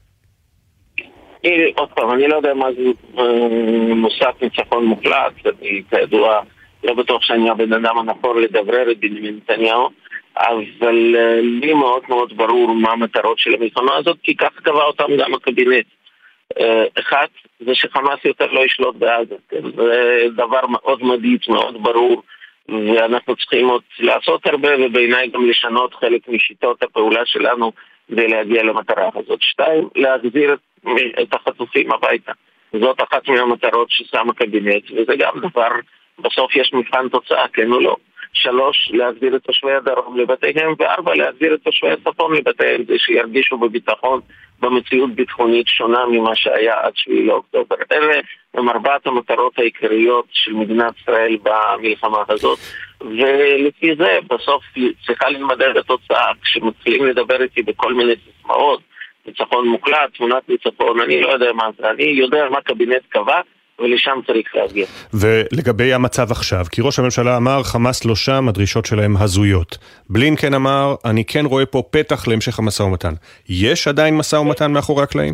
עוד פעם, אני לא יודע מה זה אה, מושג ניצחון מוחלט, אני כידוע לא בטוח שאני הבן אדם הנכון לדברר את בנימין נתניהו, אבל לי מאוד מאוד ברור מה המטרות של המלחמה הזאת, כי כך קבע אותם גם הקבינט. אחד, זה שחמאס יותר לא ישלוט בעזה. זה דבר מאוד מדהים, מאוד ברור, ואנחנו צריכים עוד לעשות הרבה, ובעיניי גם לשנות חלק משיטות הפעולה שלנו כדי להגיע למטרה הזאת. שתיים, להחזיר את החטופים הביתה. זאת אחת מהמטרות ששם הקבינט, וזה גם דבר, בסוף יש מבחן תוצאה, כן או לא. שלוש, להחזיר את תושבי הדרום לבתיהם, וארבע, להחזיר את תושבי הצפון לבתיהם, זה שירגישו בביטחון במציאות ביטחונית שונה ממה שהיה עד שביעי לאוקטובר. אלה הם ארבעת המטרות העיקריות של מדינת ישראל במלחמה הזאת, ולפי זה בסוף צריכה להימדד התוצאה. כשמתחילים לדבר איתי בכל מיני סיסמאות, ניצחון מוקלט, תמונת ניצחון, אני לא יודע מה זה, אני יודע מה קבינט קבע, ולשם צריך להגיע. ולגבי המצב עכשיו, כי ראש הממשלה אמר, חמאס לא שם, הדרישות שלהם הזויות. בלינקן אמר, אני כן רואה פה פתח להמשך המשא ומתן. יש עדיין משא ומתן מאחורי הקלעים?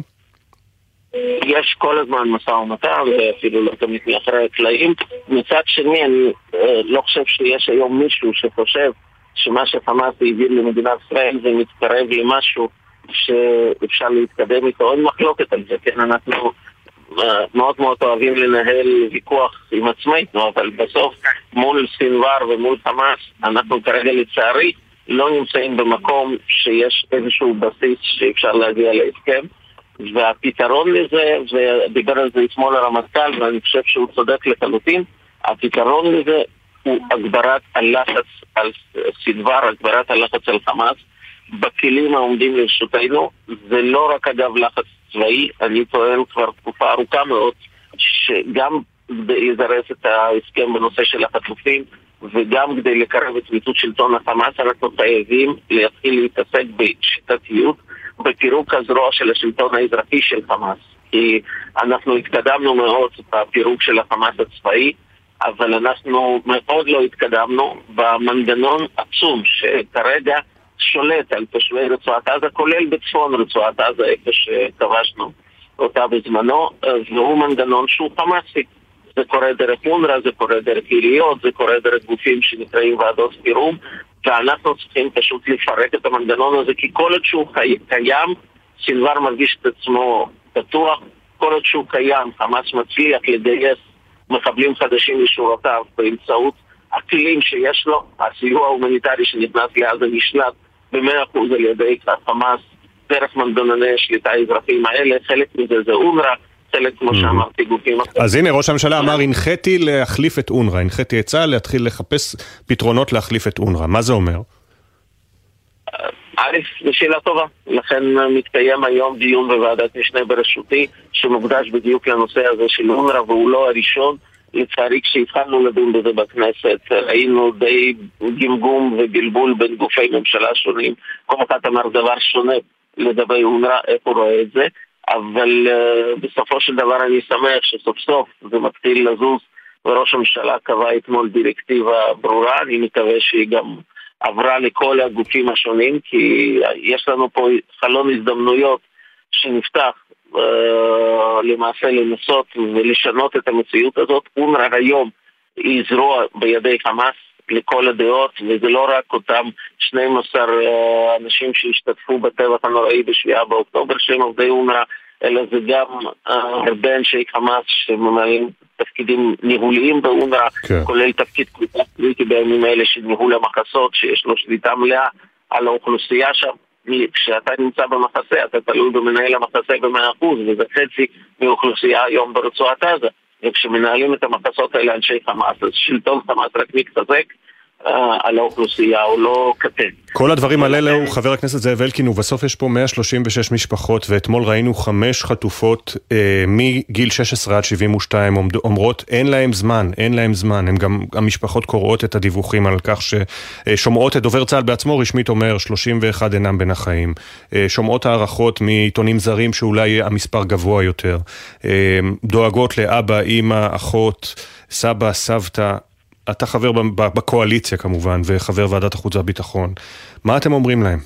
יש כל הזמן משא ומתן, ואפילו לא תמיד מאחורי הקלעים. מצד שני, אני אה, לא חושב שיש היום מישהו שחושב שמה שחמאס העביר למדינת ישראל זה מתקרב למשהו שאפשר להתקדם איתו. אין מחלוקת על זה, כן, אנחנו מאוד מאוד אוהבים לנהל ויכוח עם עצמנו, אבל בסוף מול סינואר ומול חמאס אנחנו כרגע לצערי לא נמצאים במקום שיש איזשהו בסיס שאפשר להגיע להסכם, והפתרון לזה, ודיבר על זה אתמול הרמטכ"ל ואני חושב שהוא צודק לחלוטין, הפתרון לזה הוא הגברת הלחץ על סינואר, הגברת הלחץ על חמאס בכלים העומדים לרשותנו. זה לא רק אגב לחץ צבאי, אני טוען כבר תקופה ארוכה מאוד שגם כדי לזרז את ההסכם בנושא של החטופים וגם כדי לקרב את מיטוט שלטון החמאס אנחנו חייבים להתחיל להתעסק בשיטתיות בפירוק הזרוע של השלטון האזרחי של חמאס, כי אנחנו התקדמנו מאוד בפירוק של החמאס הצבאי, אבל אנחנו מאוד לא התקדמנו במנגנון עצום שכרגע שולט על תושבי רצועת עזה, כולל בצפון רצועת עזה, איפה שכבשנו אותה בזמנו, והוא מנגנון שהוא חמאסי. זה קורה דרך אונר"א, זה קורה דרך עיריות, זה קורה דרך גופים שנקראים ועדות חירום, ואנחנו צריכים פשוט לפרק את המנגנון הזה, כי כל עוד שהוא קיים, סינואר מרגיש את עצמו פתוח, כל עוד שהוא קיים, חמאס מצליח לגייס מחבלים חדשים לשורותיו באמצעות הכלים שיש לו, הסיוע ההומניטרי שנכנס לעזה נשלט ב-מאה אחוז על ידי חמאס דרך מנגנוני השליטה האזרחיים האלה, חלק מזה זה אונר"א, חלק כמו שאמרתי גופים אחרים. אז הנה ראש הממשלה אמר, הנחיתי להחליף את אונר"א, הנחיתי את צה"ל להתחיל לחפש פתרונות להחליף את אונר"א. מה זה אומר? א', זו שאלה טובה, לכן מתקיים היום דיון בוועדת משנה בראשותי שמוקדש בדיוק לנושא הזה של אונר"א, והוא לא הראשון. לצערי כשהתחלנו לדון בזה בכנסת ראינו די גמגום ובלבול בין גופי ממשלה שונים, כל אחד אמר דבר שונה לגבי אונר"א, איך הוא רואה את זה, אבל uh, בסופו של דבר אני שמח שסוף סוף זה מתחיל לזוז וראש הממשלה קבע אתמול דירקטיבה ברורה, אני מקווה שהיא גם עברה לכל הגופים השונים, כי יש לנו פה חלון הזדמנויות שנפתח uh, למעשה לנסות ולשנות את המציאות הזאת. אונר"א היום היא זרוע בידי חמאס לכל הדעות, וזה לא רק אותם שנים עשר uh, אנשים שהשתתפו בטבח הנוראי בשביעה באוקטובר שהם עובדי אונר"א, אלא זה גם uh, הרבה אנשי חמאס שממלאים תפקידים ניהוליים באונר"א, כן. כולל תפקיד קריטי בימים האלה של ניהול המחסות, שיש לו שליטה מלאה על האוכלוסייה שם. כשאתה נמצא במחסה, אתה תלוי במנהל המחסה ב-מאה אחוז, וזה חצי מאוכלוסייה היום ברצועת עזה. וכשמנהלים את המחסות האלה אנשי חמאס, אז שלטון חמאס רק מתחזק על האוכלוסייה, הוא לא קטן. כל הדברים האלה הוא חבר הכנסת זאב אלקין, ובסוף יש פה מאה שלושים ושש משפחות, ואתמול ראינו חמש חטופות אה, מגיל שש עשרה עד שבעים ושתיים, אומרות אין להם זמן, אין להם זמן. הם גם, המשפחות קוראות את הדיווחים על כך ששומעות את דובר צה"ל בעצמו, רשמית אומר שלושים ואחד אינם בין החיים. אה, שומעות הערכות מעיתונים זרים שאולי המספר גבוה יותר. אה, דואגות לאבא, אמא, אחות, סבא, סבתא. אתה חבר בקואליציה כמובן, וחבר ועדת החוץ והביטחון. מה אתם אומרים להם?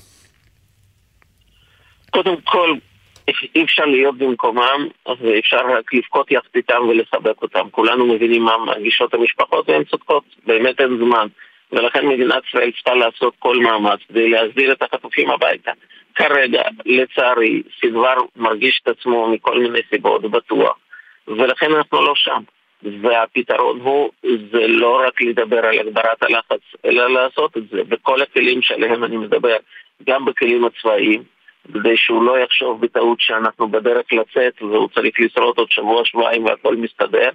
קודם כל, אי אפשר להיות במקומם, ואפשר רק לבכות יחד איתם ולחבק אותם. כולנו מבינים מה מרגישות המשפחות, והן צודקות, באמת אין זמן. ולכן מדינת ישראל צריכה לעשות כל מאמץ כדי להחזיר את החטופים הביתה. כרגע, לצערי, סנוואר מרגיש את עצמו מכל מיני סיבות, בטוח, ולכן אנחנו לא שם. והפתרון הוא, זה לא רק לדבר על הגברת הלחץ, אלא לעשות את זה בכל הכלים שעליהם אני מדבר, גם בכלים הצבאיים, כדי שהוא לא יחשוב בטעות שאנחנו בדרך לצאת והוא צריך לשרוד עוד שבוע, שבועיים והכל מסתדר.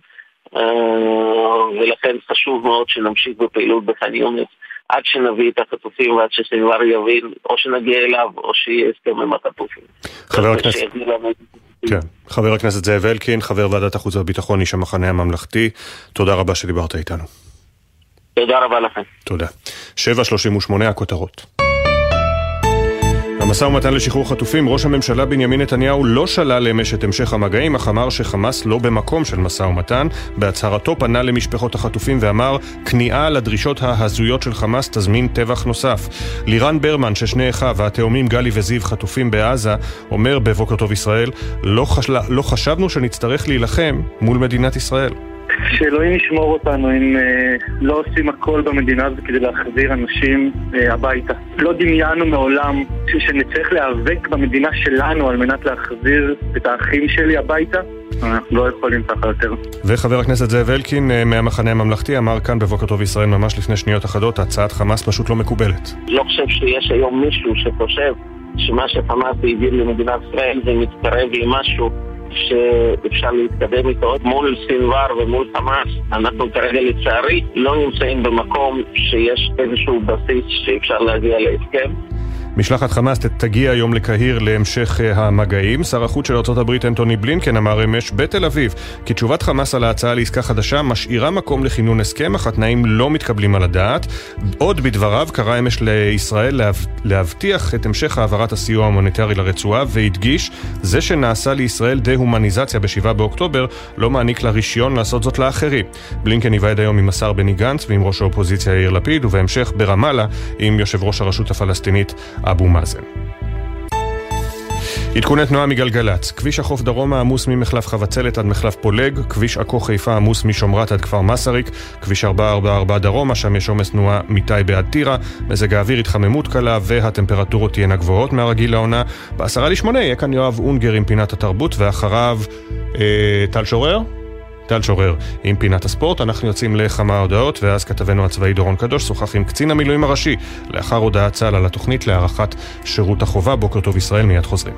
ולכן חשוב מאוד שנמשיך בפעילות בח'אן יונס עד שנביא את החטופים ועד שסנוואר יבין, או שנגיע אליו או שיהיה הסכם עם החטופים. חבר הכנסת כן, חבר הכנסת זאב אלקין, חבר ועדת החוץ והביטחון, איש המחנה הממלכתי, תודה רבה שדיברת איתנו. תודה רבה לכם. תודה. שבע שלושים ושמונה הכותרות. המשא ומתן לשחרור חטופים, ראש הממשלה בנימין נתניהו לא שלל אמש את המשך המגעים, אך אמר שחמאס לא במקום של משא ומתן. בהצהרתו פנה למשפחות החטופים ואמר, כניעה לדרישות ההזויות של חמאס תזמין טבח נוסף. לירן ברמן, ששני אחיו והתאומים גלי וזיו חטופים בעזה, אומר בבוקר טוב ישראל, לא, חשל... לא חשבנו שנצטרך להילחם מול מדינת ישראל. שאלוהים ישמור אותנו אם אה, לא עושים הכל במדינה הזאת כדי להחזיר אנשים אה, הביתה. לא דמיינו מעולם ש- שנצטרך להיאבק במדינה שלנו על מנת להחזיר את האחים שלי הביתה. אנחנו לא יכולים ככה יותר. וחבר הכנסת זאב אלקין מהמחנה הממלכתי אמר כאן בבוקר טוב ישראל ממש לפני שניות אחדות, הצעת חמאס פשוט לא מקובלת. לא חושב שיש היום מישהו שחושב שמה שחמאס העביר למדינת ישראל זה מתקרב למשהו שאפשר להתקדם איתו מול סנוואר ומול חמאס. אנחנו כרגע לצערי לא נמצאים במקום שיש איזשהו בסיס שאפשר להגיע להסכם. משלחת חמאס תגיע היום לקהיר להמשך המגעים. שר החוץ של ארצות הברית אנטוני בלינקן אמר אמש בתל אביב כי תשובת חמאס על ההצעה לעסקה חדשה משאירה מקום לכינון הסכם, אך התנאים לא מתקבלים על הדעת. עוד בדבריו קרא אמש לישראל להבטיח את המשך העברת הסיוע ההומניטרי לרצועה, והדגיש זה שנעשה לישראל דה-הומניזציה ב-שבעה באוקטובר לא מעניק לה רישיון לעשות זאת לאחרים. בלינקן יבעד היום עם השר בני גנץ ועם ראש האופוזיציה יאיר לפיד, ובהמשך ברמאללה עם יושב ראש הרשות הפלסטינית אבו מאזן. עדכוני תנועה מגלגלץ. כביש החוף דרומה עמוס ממחלף חבצלת עד מחלף פולג, כביש עכו חיפה עמוס משומרת עד כפר מסריק, כביש ארבע ארבע ארבע דרומה, שם יש עומס תנועה מטייבה עד טירה, מזג האוויר התחממות קלה והטמפרטורות תהיינה גבוהות מהרגיל לעונה. בעשרה לשמונה יהיה כאן יואב אונגר עם פינת התרבות, ואחריו אה, טל שורר? טל שורר עם פינת הספורט. אנחנו יוצאים לכמה הודעות, ואז כתבנו הצבאי דורון קדוש שוחח עם קצין המילואים הראשי לאחר הודעת צה"ל על התוכנית להארכת שירות החובה. בוקר טוב ישראל, מיד חוזרים.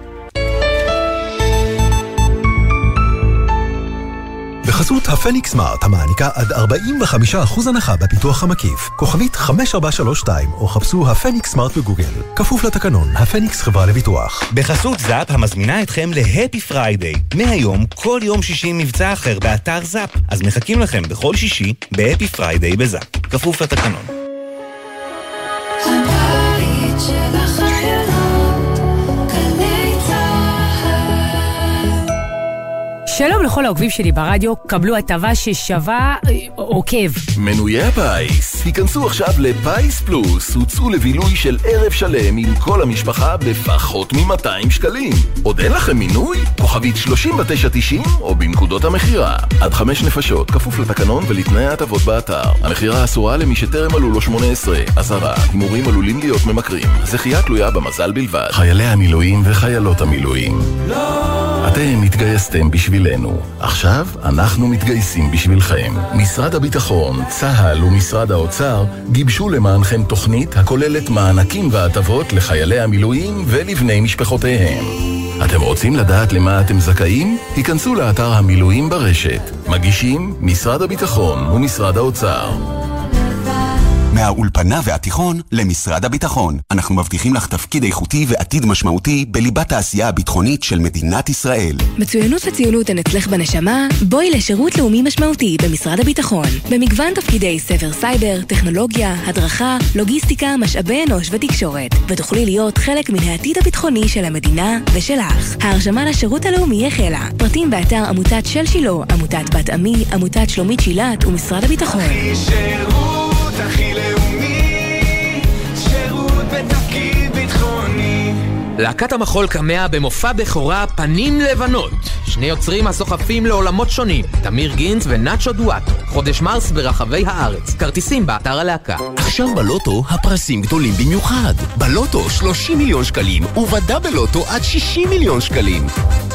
בחסות הפניקס סמארט המעניקה עד ארבעים וחמישה אחוז הנחה בפיתוח המקיף. כוכבית חמש ארבע שלוש שתיים או חפשו הפניקס סמארט בגוגל. כפוף לתקנון, הפניקס חברה לביטוח. בחסות זאפ המזמינה אתכם להפי פריידיי. מהיום כל יום שישי מבצע אחר באתר זאפ. אז מחכים לכם בכל שישי בהפי פריידיי בזאפ. כפוף לתקנון. הבית של החיילות, גלי צהל. שלום לכל העוקבים שלי ברדיו, קבלו הטבה ששווה עוקב. מנויי הפיס, היכנסו עכשיו לפייס פלוס, הוצאו לבילוי של ערב שלם עם כל המשפחה בפחות מ-מאתיים שקלים. עוד אין לכם מינוי? כוכבית שלושים ותשע תשעים או בנקודות המחירה. עד חמש נפשות, כפוף לתקנון ולתנאי ההטבות באתר. המחירה אסורה למי שטרם מלאו לו שמונה עשרה. אזהרה, הימורים עלולים להיות ממכרים. זכייה תלויה במזל בלבד. חיילי המילואים וחיילות המילואים. לא! אתם התגייסתם בשבילנו. עכשיו אנחנו מתגייסים בשבילכם. משרד הביטחון, צה"ל ומשרד האוצר גיבשו למענכם תוכנית הכוללת מענקים והטבות לחיילי המילואים ולבני משפחותיהם. אתם רוצים לדעת למה אתם זכאים? היכנסו לאתר המילואים ברשת. מגישים משרד הביטחון ומשרד האוצר. מהאולפנה והתיכון למשרד הביטחון. אנחנו מבטיחים לך תפקיד איכותי ועתיד משמעותי בליבת העשייה הביטחונית של מדינת ישראל. מצוינות וציונות הן אצלך בנשמה? בואי לשירות לאומי משמעותי במשרד הביטחון. במגוון תפקידי ספר סייבר, טכנולוגיה, הדרכה, לוגיסטיקה, משאבי אנוש ותקשורת. ותוכלי להיות חלק מן העתיד הביטחוני של המדינה ושלך. ההרשמה לשירות הלאומי החלה. פרטים באתר עמותת של שילה, עמותת בת עמי, עמותת שלומית שילת ומשרד הביטחון. הכי לאומי, שירות בתפקיד ביטחוני. להקת המחול קמע במופע בכורה פנים לבנות, שני יוצרים הסוחפים לעולמות שונים, תמיר גינץ ונאצ'ו דואטו. חודש מרס ברחבי הארץ. כרטיסים באתר הלהקה. עכשיו בלוטו הפרסים גדולים במיוחד. בלוטו שלושים מיליון שקלים, ובדה בלוטו עד שישים מיליון שקלים.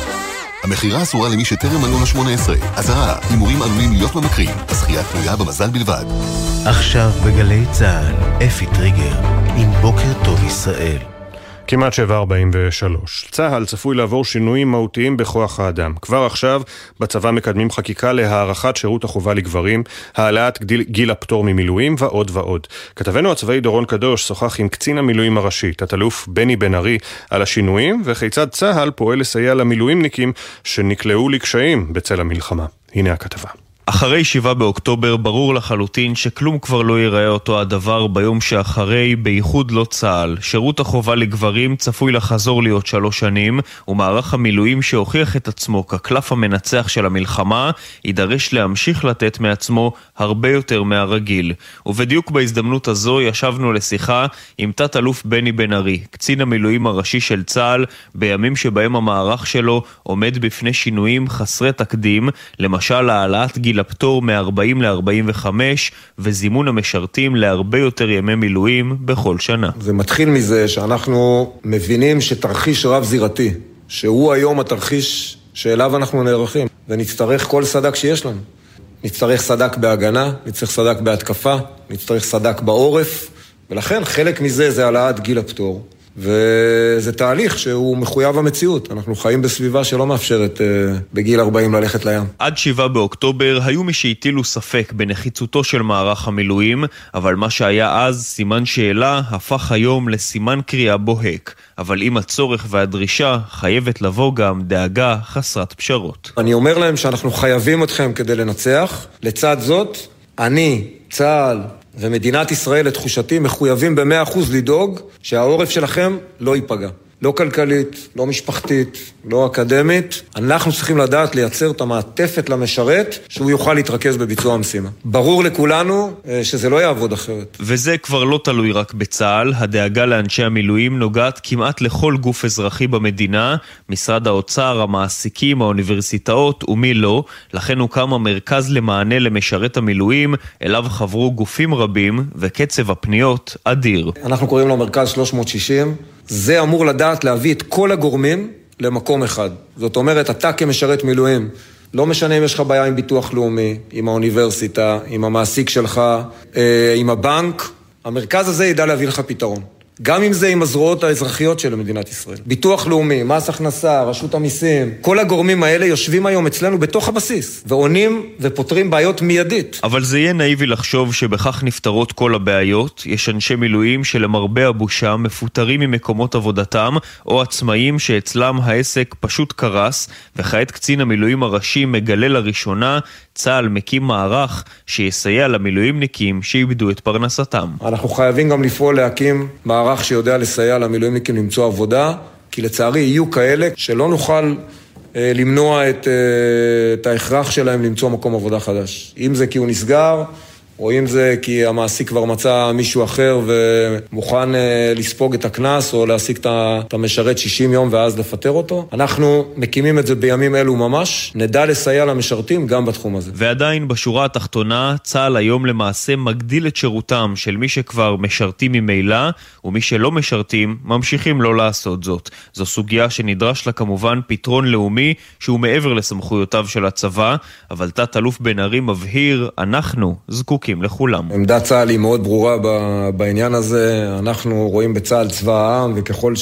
המחירה אסורה למי שטרם מלאו לו שמונה עשרה. אזהרה, הימורים עלולים להיות ממכרים. הזכייה תלויה במזל בלבד. עכשיו בגלי צה"ל, אפי טריגר, עם בוקר טוב ישראל. כמעט שבע ארבעים ושלוש. צה"ל צפוי לעבור שינויים מהותיים בכוח האדם. כבר עכשיו בצבא מקדמים חקיקה להארכת שירות החובה לגברים, העלאת גיל, גיל הפטור ממילואים ועוד ועוד. כתבנו הצבאי דורון קדוש שוחח עם קצין המילואים הראשי, תת-אלוף בני בן ארי, על השינויים וכיצד צה"ל פועל לסייע למילואימניקים שנקלעו לקשיים בצל המלחמה. הנה הכתבה. אחרי שבעה באוקטובר ברור לחלוטין שכלום כבר לא ייראה אותו הדבר ביום שאחרי, בייחוד לא צה"ל. שירות החובה לגברים צפוי לחזור להיות שלוש שנים, ומערך המילואים שהוכיח את עצמו כקלף המנצח של המלחמה, יידרש להמשיך לתת מעצמו הרבה יותר מהרגיל. ובדיוק בהזדמנות הזו ישבנו לשיחה עם תת-אלוף בני בן ארי, קצין המילואים הראשי של צה"ל, בימים שבהם המערך שלו עומד בפני שינויים חסרי תקדים, למשל העלאת גיל הפטור מ-ארבעים ל-ארבעים וחמש וזימון המשרתים להרבה יותר ימי מילואים בכל שנה. זה מתחיל מזה שאנחנו מבינים שתרחיש רב זירתי, שהוא היום התרחיש שאליו אנחנו נערכים, ונצטרך כל סדק שיש לנו. נצטרך סדק בהגנה, נצטרך סדק בהתקפה, נצטרך סדק בעורף, ולכן חלק מזה זה העלאת גיל הפטור. וזה תהליך שהוא מחויב המציאות. אנחנו חיים בסביבה שלא מאפשרת אה, בגיל ארבעים ללכת לים. עד שבעה באוקטובר היו מי שהטילו ספק בנחיצותו של מערך המילואים, אבל מה שהיה אז סימן שאלה הפך היום לסימן קריאה בוהק. אבל עם הצורך והדרישה חייבת לבוא גם דאגה חסרת פשרות. אני אומר להם שאנחנו חייבים אתכם כדי לנצח. לצד זאת, אני, צה"ל ומדינת ישראל, לתחושתי, מחויבים ב-מאה אחוז לדאוג שהעורף שלכם לא ייפגע. לא כלכלית, לא משפחתית, לא אקדמית. אנחנו צריכים לדעת לייצר את המעטפת למשרת שהוא יוכל להתרכז בביצוע המשימה. ברור לכולנו שזה לא יעבוד אחרת. וזה כבר לא תלוי רק בצה"ל. הדאגה לאנשי המילואים נוגעת כמעט לכל גוף אזרחי במדינה, משרד האוצר, המעסיקים, האוניברסיטאות ומי לא. לכן הוקם המרכז למענה למשרת המילואים, אליו חברו גופים רבים וקצב הפניות אדיר. אנחנו קוראים לו מרכז שלוש מאות שישים. זה אמור לדעת להביא את כל הגורמים למקום אחד. זאת אומרת, אתה כמשרת מילואים, לא משנה אם יש לך בעיה עם ביטוח לאומי, עם האוניברסיטה, עם המעסיק שלך, עם הבנק, המרכז הזה ידע להביא לך פתרון. גם אם זה עם הזרועות האזרחיות של מדינת ישראל. ביטוח לאומי, מס הכנסה, רשות המיסים, כל הגורמים האלה יושבים היום אצלנו בתוך הבסיס, ועונים ופותרים בעיות מיידית. אבל זה יהיה נאיבי לחשוב שבכך נפתרות כל הבעיות. יש אנשי מילואים שלמרבה הבושה מפוטרים ממקומות עבודתם, או עצמאים שאצלם העסק פשוט קרס, וכעת קצין המילואים הראשי מגלה לראשונה, צה"ל מקים מערך שיסייע למילואימניקים שאיבדו את פרנסתם. אנחנו חייבים גם לפעול להקים מערך שיודע לסייע למילואימניקים למצוא עבודה, כי לצערי יהיו כאלה שלא נוכל אה, למנוע את, אה, את ההכרח שלהם למצוא מקום עבודה חדש. אם זה כי הוא נסגר, או אם זה כי המעסיק כבר מצא מישהו אחר ומוכן אה, לספוג את הכנס, או להשיג את המשרת שישים יום ואז לפטר אותו. אנחנו מקימים את זה בימים אלו ממש, נדע לסייע למשרתים גם בתחום הזה. ועדיין בשורה התחתונה, צה"ל היום למעשה מגדיל את שירותם של מי שכבר משרתים ממילא, ומי שלא משרתים ממשיכים לא לעשות זאת. זו סוגיה שנדרש לה כמובן פתרון לאומי, שהוא מעבר לסמכויותיו של הצבא, אבל תת-אלוף בן ארי מבהיר, אנחנו זקוקים לכולם. עמדת צה"ל היא מאוד ברורה בעניין הזה. אנחנו רואים בצה"ל צבא העם, וככל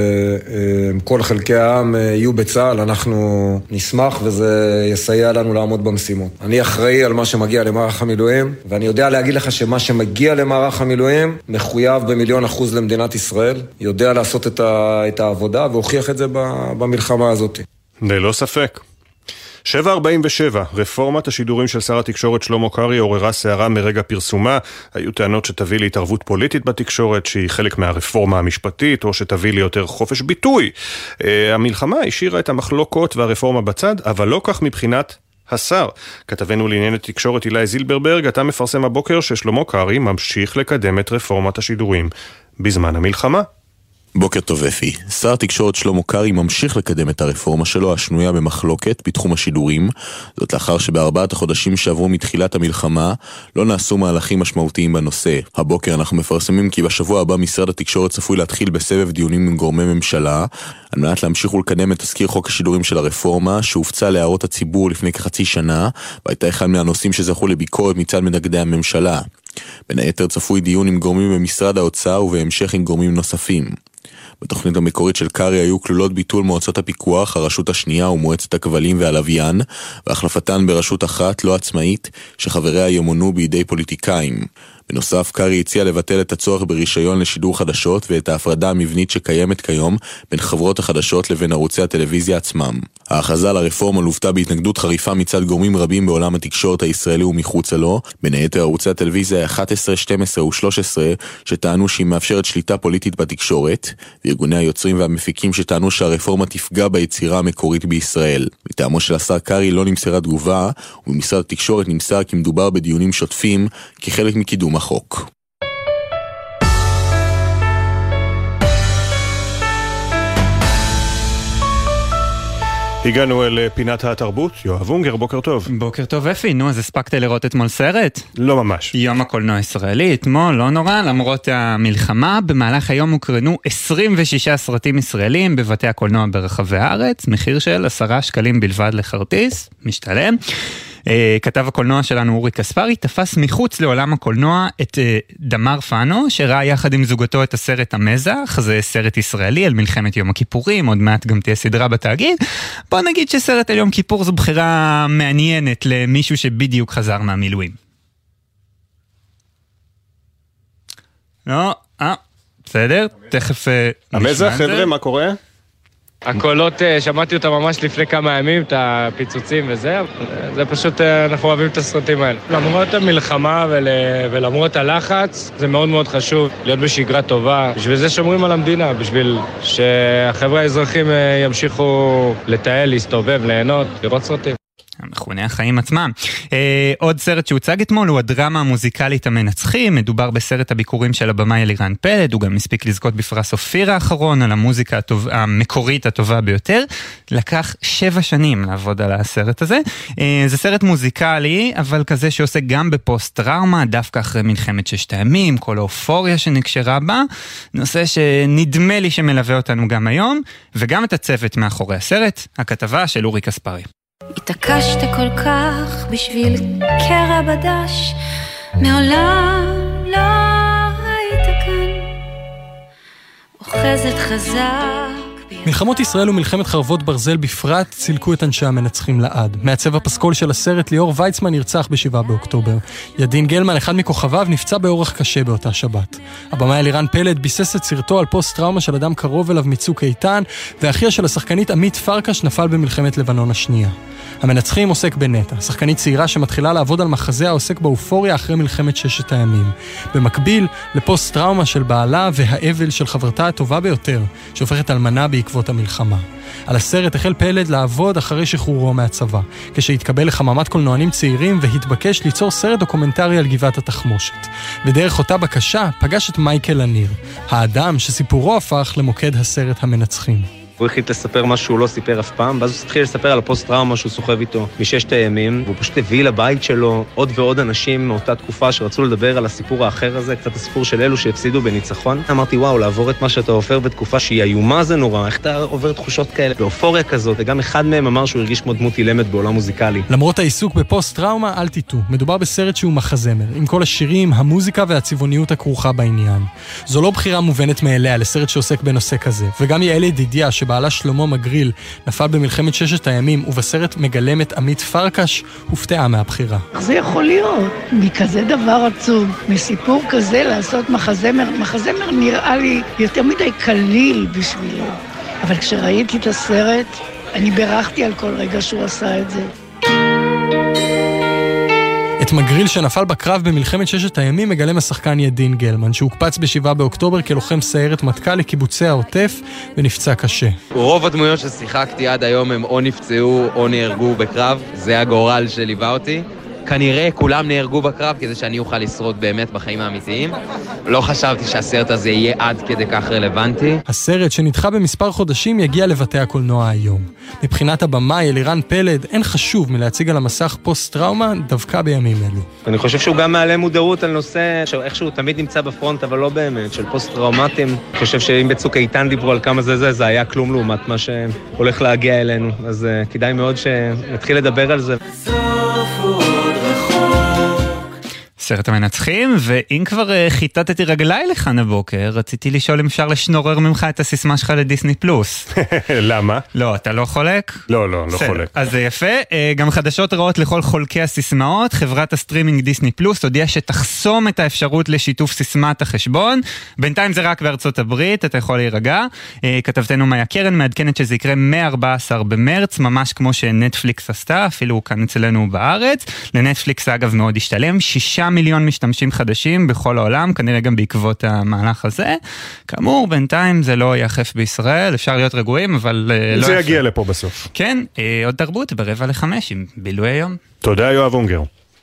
שכל חלקי העם יהיו בצה"ל, אנחנו נשמח וזה יסייע לנו לעמוד במשימות. אני אחראי על מה שמגיע למערך המילואים, ואני יודע להגיד לך שמה שמגיע למערך המילואים מחויב במיליון אחוז למדינת ישראל, יודע לעשות את העבודה והוכיח את זה במלחמה הזאת. ללא ספק. שבע ארבעים ושבע, רפורמת השידורים של שר התקשורת שלמה קרעי עוררה סערה מרגע פרסומה. היו טענות שתביא להתערבות פוליטית בתקשורת שהיא חלק מהרפורמה המשפטית, או שתביא ליותר חופש ביטוי. המלחמה השאירה את המחלוקות והרפורמה בצד, אבל לא כך מבחינת השר. כתבנו לענייני תקשורת אילי זילברברג, אתה מפרסם הבוקר ששלמה קרעי ממשיך לקדם את רפורמת השידורים בזמן המלחמה. בוקר טוב אפי. שר התקשורת שלמה קרעי ממשיך לקדם את הרפורמה שלו השנויה במחלוקת בתחום השידורים, זאת לאחר שבארבעת החודשים שעברו מתחילת המלחמה לא נעשו מהלכים משמעותיים בנושא. הבוקר אנחנו מפרסמים כי בשבוע הבא משרד התקשורת צפוי להתחיל בסבב דיונים עם גורמי ממשלה על מנת להמשיך ולקדם את תזכיר חוק השידורים של הרפורמה שהופצה להערות הציבור לפני כחצי שנה והייתה אחד מהנושאים שזכו לביקורת מצד מנגדי הממשלה. בין היתר צפוי דיון עם גורמים במשרד האוצר ובהמשך עם גורמים נוספים. בתוכנית המקורית של קרי היו כלולות ביטול מועצות הפיקוח, הרשות השנייה ומועצת הכבלים והלוויין, והחלפתן ברשות אחת לא עצמאית, שחבריה ימונו בידי פוליטיקאים. בנוסף, קרי הציע לבטל את הצורך ברישיון לשידור חדשות ואת ההפרדה המבנית שקיימת כיום בין חברות החדשות לבין ערוצי הטלוויזיה עצמם. ההכרזה על הרפורמה לוותה בהתנגדות חריפה מצד גורמים רבים בעולם התקשורת הישראלי ומחוצה לו, בין היתר ערוצי הטלוויזיה אחת עשרה, שתים עשרה ו-שלוש עשרה שטענו שהיא מאפשרת שליטה פוליטית בתקשורת, וארגוני היוצרים והמפיקים שטענו שהרפורמה תפגע ביצירה המקורית בישראל. מטעמו של השר קרי לא נמסרה תגובה, ובמשרד התקשורת נמסר כי מדובר בדיונים שוטפים כחלק מקידום החוק. הגענו אל פינת התרבות. יואב אונגר, בוקר טוב. בוקר טוב אפי, נו, אז הספקת לראות אתמול סרט? לא ממש. יום הקולנוע הישראלי, אתמול, לא נורא, למרות המלחמה, במהלך היום הוקרנו עשרים ושישה סרטים ישראלים בבתי הקולנוע ברחבי הארץ, מחיר של עשרה שקלים בלבד לכרטיס, משתלם. כתב הקולנוע שלנו אורי קספרי תפס מחוץ לעולם הקולנוע את דמר פאנו, שראה יחד עם זוגתו את הסרט המזח, זה סרט ישראלי על מלחמת יום הכיפורים, עוד מעט גם תהיה סדרה בתאגיד. בוא נגיד שסרט על יום כיפור זו בחירה מעניינת למישהו שבדיוק חזר מהמילואים. לא, אה, בסדר, תכף המזח, חבר'ה, מה קורה? הקולות, שמעתי אותה ממש לפני כמה ימים, את הפיצוצים וזה, זה פשוט, אנחנו אוהבים את הסרטים האלה. למרות המלחמה ול, ולמרות הלחץ, זה מאוד מאוד חשוב להיות בשגרה טובה. בשביל זה שומרים על המדינה, בשביל שהחבר'ה האזרחים ימשיכו לטייל, להסתובב, ליהנות, לראות סרטים. המכוני החיים עצמם. אה, עוד סרט שהוצג אתמול הוא הדרמה המוזיקלית המנצחים, מדובר בסרט הביקורים של הבמאי אלירן פלד, הוא גם מספיק לזכות בפרס אופיר האחרון על המוזיקה הטוב, המקורית הטובה ביותר, לקח שבע שנים לעבוד על הסרט הזה. אה, זה סרט מוזיקלי, אבל כזה שעוסק גם בפוסט טראומה, דווקא אחרי מלחמת ששת הימים, כל האופוריה שנקשרה בה, נושא שנדמה לי שמלווה אותנו גם היום, וגם את הצוות מאחורי הסרט, הכתבה של אורי קספרי. התעקשת כל כך בשביל קרע בדש, מעולם לא היית כאן, אוחזת חזק. מלחמות ישראל ומלחמת חרבות ברזל בפרט צילקו את אנשי המנצחים לעד. מעצב הפסקול של הסרט ליאור ויצמן נרצח בשבעה באוקטובר. ידין גלמן, אחד מכוכביו, נפצע באורח קשה באותה שבת. הבמאי אלירן פלד ביסס את סרטו על פוסט טראומה של אדם קרוב אליו מצוק איתן, ואחיה של השחקנית עמית פרקש נפל במלחמת לבנון השנייה. המנצחים עוסק בנטה, שחקנית צעירה שמתחילה לעבוד על מחזה העוסק באופוריה אחרי מלחמת ששת הימים. במקביל לפוסט טראומה של בעלה והאבל של חברתה הטובה ביותר, שהופכת אלמנה בעקבות המלחמה. על הסרט החל פלד לעבוד אחרי שחרורו מהצבא, כשהתקבל לחממת קולנוענים צעירים והתבקש ליצור סרט דוקומנטרי על גבעת התחמושת. ודרך אותה בקשה פגש את מייקל לניר, האדם שסיפורו הפך למוקד הסרט המנצחים. הוא החליט לספר משהו שהוא לא סיפר אף פעם, ואז הוא התחיל לספר על הפוסט-טראומה שהוא סוחב איתו מששת הימים, והוא פשוט הביא לבית שלו עוד ועוד אנשים מאותה תקופה שרצו לדבר על הסיפור האחר הזה, קצת הסיפור של אלו שהפסידו בניצחון. אמרתי, וואו, לעבור את מה שאתה עובר בתקופה שהיא איומה זה נורא, איך אתה עובר תחושות כאלה, באופוריה כזאת, וגם אחד מהם אמר שהוא הרגיש כמו דמות אילמת בעולם מוזיקלי. למרות העיסוק בפוסט-טראומה, אל תיטו. מדובר בסרט שהוא מחזמר, עם כל השירים, המוזיקה והצבעוניות הכרוכה בעניין. זו לא בחירה מובנת מאליה לסרט שעוסק בנושא כזה, וגם יעל ידידיה שבעלה שלמה מגריל נפל במלחמת ששת הימים ובסרט מגלמת עמית פרקש הופתעה מהבחירה. זה יכול להיות מכזה דבר עצוב, מסיפור כזה לעשות מחזמר, מחזמר נראה לי יותר מדי קליל בשבילו, אבל כשראיתי את הסרט אני בירכתי על כל רגע שהוא עשה את זה. את מגריל שנפל בקרב במלחמת ששת הימים מגלם השחקן ידין גלמן, שהוקפץ בשבעה באוקטובר כלוחם סיירת מטכ"ל לקיבוצי העוטף ונפצע קשה. רוב הדמויות ששיחקתי עד היום הם או נפצעו או נהרגו בקרב, זה הגורל שליווה אותי. כנראה כולם נהרגו בקרב כדי שאני אוכל לשרוד באמת בחיים האמיתיים. לא חשבתי שהסרט הזה יהיה עד כדי כך רלוונטי. הסרט שנדחה במספר חודשים יגיע לבתי הקולנוע היום. מבחינת הבמאי אלירן פלד, אין חשוב מלהציג על המסך פוסט-טראומה דווקא בימים אלו. אני חושב שהוא גם מעלה מודעות על נושא שאיכשהו תמיד נמצא בפרונט, אבל לא באמת, של פוסט-טראומטיים. אני חושב שאם בצוק איתן דיברו על כמה זה זה, זה היה כלום לעומת מה שהולך להגיע אלינו. אז uh, כדאי מאוד שנתחיל לדבר על זה. סרט המנצחים, ואם כבר uh, חיטטתי רגליי לכאן הבוקר, רציתי לשאול אם אפשר לשנורר ממך את הסיסמה שלך לדיסני פלוס. למה? לא, אתה לא חולק? לא, לא, לא חולק. אז זה יפה. Uh, גם חדשות רעות לכל חולקי הסיסמאות, חברת הסטרימינג דיסני פלוס הודיעה שתחסום את האפשרות לשיתוף סיסמת החשבון. בינתיים זה רק בארצות הברית, אתה יכול להירגע. Uh, כתבתנו מאיה קרן מעדכנת שזה יקרה מ-ארבעה עשר במרץ, ממש כמו שנטפליקס עשתה, אפילו כאן אצלנו בארץ. לנטפליקס אגב מאוד השתלם, שישה מיליון משתמשים חדשים בכל העולם, כנראה גם בעקבות המהלך הזה. כאמור, בינתיים זה לא יחף בישראל, אפשר להיות רגועים, אבל לא זה יגיע לפה בסוף. כן, עוד תרבות ברבע לחמש עם בילוי היום. תודה יואב אונגר.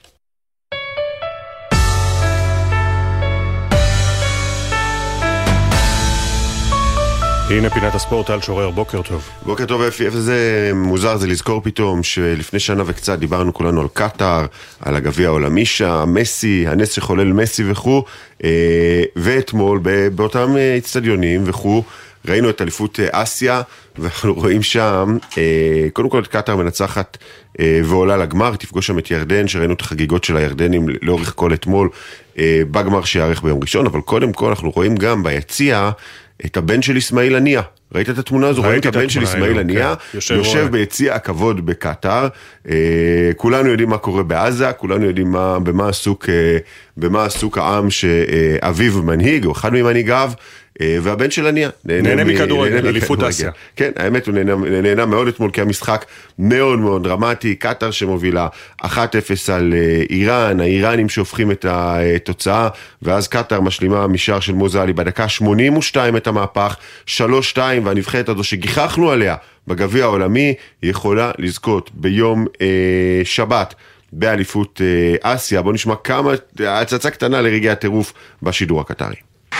הנה פינת הספורט על שורר, בוקר טוב. בוקר טוב אפי, איפה זה מוזר זה לזכור פתאום שלפני שנה וקצת דיברנו כולנו על קטר, על הגביע העולמי שם, מסי, הנס שחולל מסי וכו', ואתמול באותם אצטדיונים וכו', ראינו את אליפות אסיה, ואנחנו רואים שם, קודם כל את קטר מנצחת ועולה לגמר, תפגוש שם את ירדן, שראינו את החגיגות של הירדנים לאורך כל אתמול, בגמר שיערך ביום ראשון, אבל קודם כל אנחנו רואים גם ביציע, את הבן של אסמאעיל הנייה. ראית את התמונה הזו? ראית את הבן של אסמאעיל הנייה? יושב ביציע הכבוד בקטר. כולנו יודעים מה קורה בעזה, כולנו יודעים במה עסוק, במה עסוק העם שאביו מנהיג, או אחד ממנהיגיו, והבן של הנייה. נהנה מכדורגל, אליפות אסיה. כן, האמת הוא נהנה מאוד אתמול, כי המשחק מאוד מאוד דרמטי, קטר שמובילה אחת אפס על איראן, האיראנים שהופכים את התוצאה, ואז קטר משלימה משער של מוזלי בדקה שמונים ושתיים את המהפך, שלוש שתיים, והנבחרת הזו שגיחכנו עליה בגביע העולמי, היא יכולה לזכות ביום אה, שבת באליפות אה, אסיה. בואו נשמע כמה, הצצה קטנה לרגעי הטירוף בשידור הקטרי.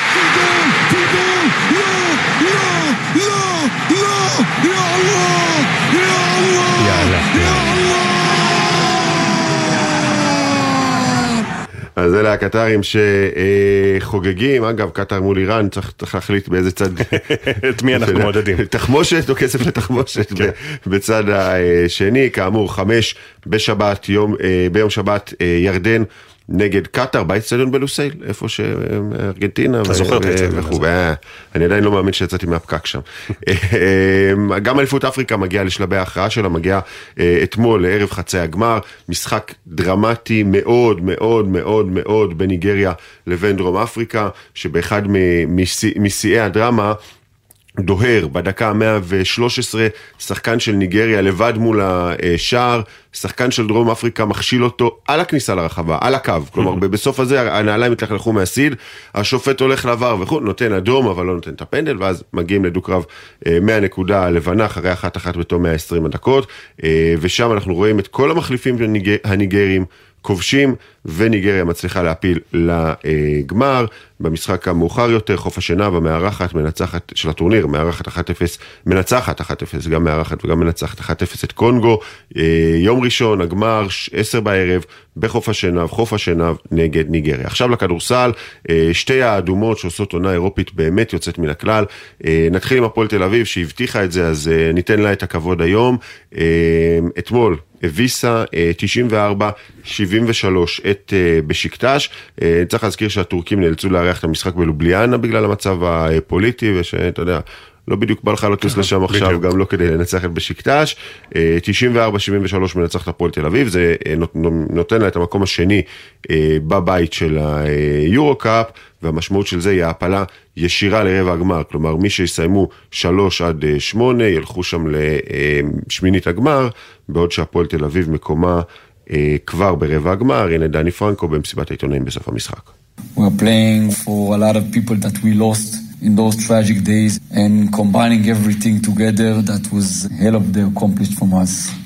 אז אלה הקטרים שחוגגים, אגב, קטר מול איראן, צריך להחליט באיזה צד... את מי אנחנו מודדים? תחמושת או כסף לתחמושת בצד השני, כאמור, חמש בשבת, ביום שבת ירדן, נגד קטר, באצטדיון בלוסייל, איפה שארגנטינה וכו'. אני עדיין לא מאמין שיצאתי מהפקק שם. גם אליפות אפריקה מגיעה לשלבי ההכרעה שלה, מגיעה אתמול לערב חצי הגמר, משחק דרמטי מאוד מאוד מאוד מאוד בניגריה לבין דרום אפריקה, שבאחד משיאי הדרמה, דוהר בדקה מאה ושלוש עשרה, שחקן של ניגריה לבד מול השער, שחקן של דרום אפריקה מכשיל אותו על הכניסה לרחבה, על הקו, כלומר בסוף הזה הנעליים התלכלכו מהסיד, השופט הולך לעבר וכו', נותן אדום אבל לא נותן את הפנדל, ואז מגיעים לדו-קרב מהנקודה הלבנה, אחרי אחת אחת בתום מאה ועשרים הדקות, ושם אנחנו רואים את כל המחליפים הניגרים, כובשים, וניגריה מצליחה להפיל לגמר. במשחק המאוחר יותר, חוף השינה במארחת מנצחת של הטורניר, מארחת אחת אפס, מנצחת אחת אפס, גם מארחת וגם מנצחת אחת אפס את קונגו. יום ראשון, הגמר, עשר בערב, בחוף השינה, חוף השינה נגד ניגריה. עכשיו לכדורסל, שתי האדומות שעושות עונה אירופית באמת יוצאת מן הכלל. נתחיל עם הפועל תל אביב שהבטיחה את זה, אז ניתן לה את הכבוד היום. אתמול, הביסה תשעים וארבע שבעים ושלוש את בשיקטש. צריך להזכיר שהטורקים נאלצו לארח את המשחק בלובליאנה בגלל המצב הפוליטי, ושאתה יודע, לא בדיוק בא לך לטוס לשם עכשיו, גם לא כדי לנצח את בשיקטש. תשעים וארבע שבעים ושלוש מנצח את הפועל תל אביב, זה נותן לה את המקום השני בבית של היורו-קאפ, והמשמעות של זה היא העפלה ישירה לרבע הגמר, כלומר מי שיסיימו שלוש עד שמונה ילכו שם לשמינית הגמר, בעוד שהפועל תל אביב מקומה כבר ברבע הגמר. הנה דני פרנקו במסיבת העיתונאים בסוף המשחק. We are playing for a lot of people that we lost in those tragic days, and combining everything together, that was hell of the accomplished from us.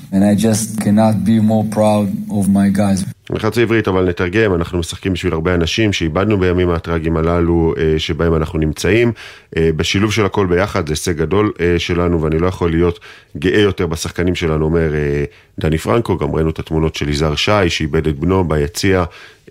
and I just cannot be more proud of my guys. בחצי עברית, אבל נתרגם, אנחנו משחקים בשביל הרבה אנשים שאיבדנו בימים הטרגיים הללו שבהם אנחנו נמצאים. בשילוב של הכל ביחד זה הישג גדול שלנו, ואני לא יכול להיות גאה יותר בשחקנים שלנו, אומר דני פרנקו. גם ראינו את התמונות של יזהר שי שאיבד את בנו ביציע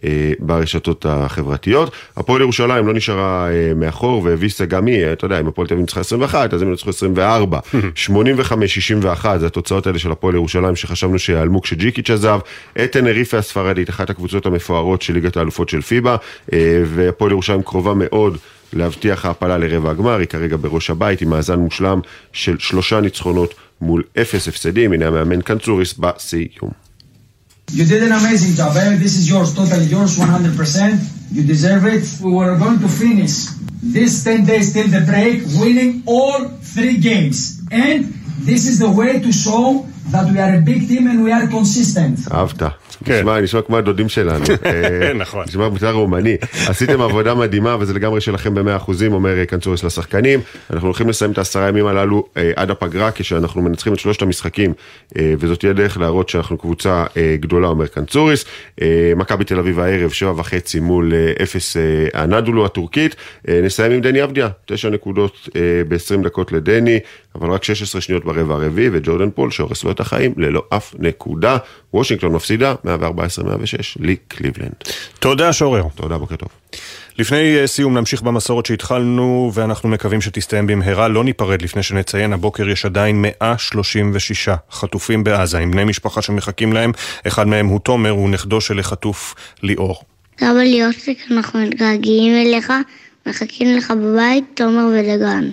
ברשתות החברתיות. הפועל ירושלים לא נשארה מאחור, והביסה גם היא, אתה יודע, אם הפועל תל אביב צריכה עשרים ואחת, אז הם צריכים עשרים וארבע. שמונים וחמש שישים ואחת, זה התוצאות האלה של הפועל ירושלים שחשבנו שיעלמו כשג'יקיץ' עזב. את טנריפה הספרדית, אחת הקבוצות המפוארות של ליגת האלופות של פיבה, והפועל ירושלים קרובה מאוד להבטיח ההפלה לרבע הגמר. היא כרגע בראש הבית עם מאזן מושלם של שלושה ניצחונות מול אפס הפסדים. הנה המאמן קנצוריס בסיום. You did an amazing job. Eh? This is yours, totally yours, one hundred percent. You deserve it. We were going to finish this ten days till the break, winning all three games. And this is the way to show that we are a big team and we are consistent. אהבת. נשמע, נשמע כמו הדודים שלנו. נכון. נשמע מוצר רומני. עשיתם עבודה מדהימה, וזה לגמרי שלכם במאה אחוזים, אומר קנצוריס לשחקנים. אנחנו הולכים לסיים את העשרה ימים הללו עד הפגרה, כשאנחנו מנצחים את שלושת המשחקים, וזאת תהיה דרך להראות שאנחנו קבוצה גדולה, אומר קנצוריס. מכבי תל אביב הערב, שבע וחצי מול אפס הנדולו הטורקית. נסיים עם דני אבדיה, תשע נקודות ב-עשרים דקות לדני, אבל רק שש עשרה שניות ברבע הרביעי, וג'ורדן פול שהורס לו את החיים ללא אף נקודה. וושינגטון מפסידה מאה וארבע עשרה מאה ושש לקליבלנד. תודה שורר. תודה, בוקר טוב. לפני סיום נמשיך במסורת שהתחלנו, ואנחנו מקווים שתסתיים במהרה. לא ניפרד לפני שנציין, הבוקר יש עדיין מאה שלושים ושש חטופים בעזה, עם בני משפחה שמחכים להם. אחד מהם הוא תומר, הוא נכדו של החטוף ליאור. אבא ליאוסיק, אנחנו מתגעגעים אליך, מחכים לך בבית, תומר ודגן.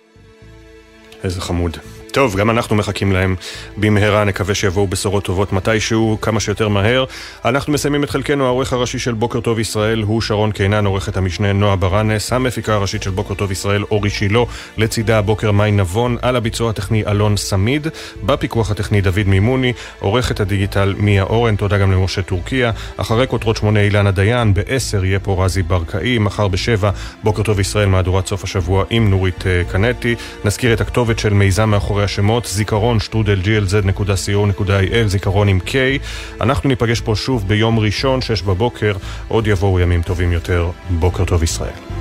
איזה חמוד. טוב, גם אנחנו מחכים להם במהרה, נקווה שיבואו בשורות טובות מתישהו, כמה שיותר מהר. אנחנו מסיימים את חלקנו. העורך הראשי של בוקר טוב ישראל הוא שרון קינן, עורכת המשנה נועה ברנס, המפיקה הראשית של בוקר טוב ישראל אורי שילו, לצידה הבוקר מי נבון, על הביצוע הטכני אלון סמיד, בפיקוח הטכני דוד מימוני, עורכת הדיגיטל מיה אורן, תודה גם למשה טורקיה. אחרי כותרות שמונה אילנה דיין, בעשר יהיה פה רזי ברקאי, מחר בשבע בוקר טוב ישראל מהדורת סוף השבוע עם נורית קנטי. נזכיר את הכתובת של מיזם מאחורי השמות, זיכרון שטרודל ג'י אל זד נקודה סי או נקודה איי אל, זיכרון עם K. אנחנו ניפגש פה שוב ביום ראשון, שש בבוקר. עוד יבואו ימים טובים יותר. בוקר טוב ישראל.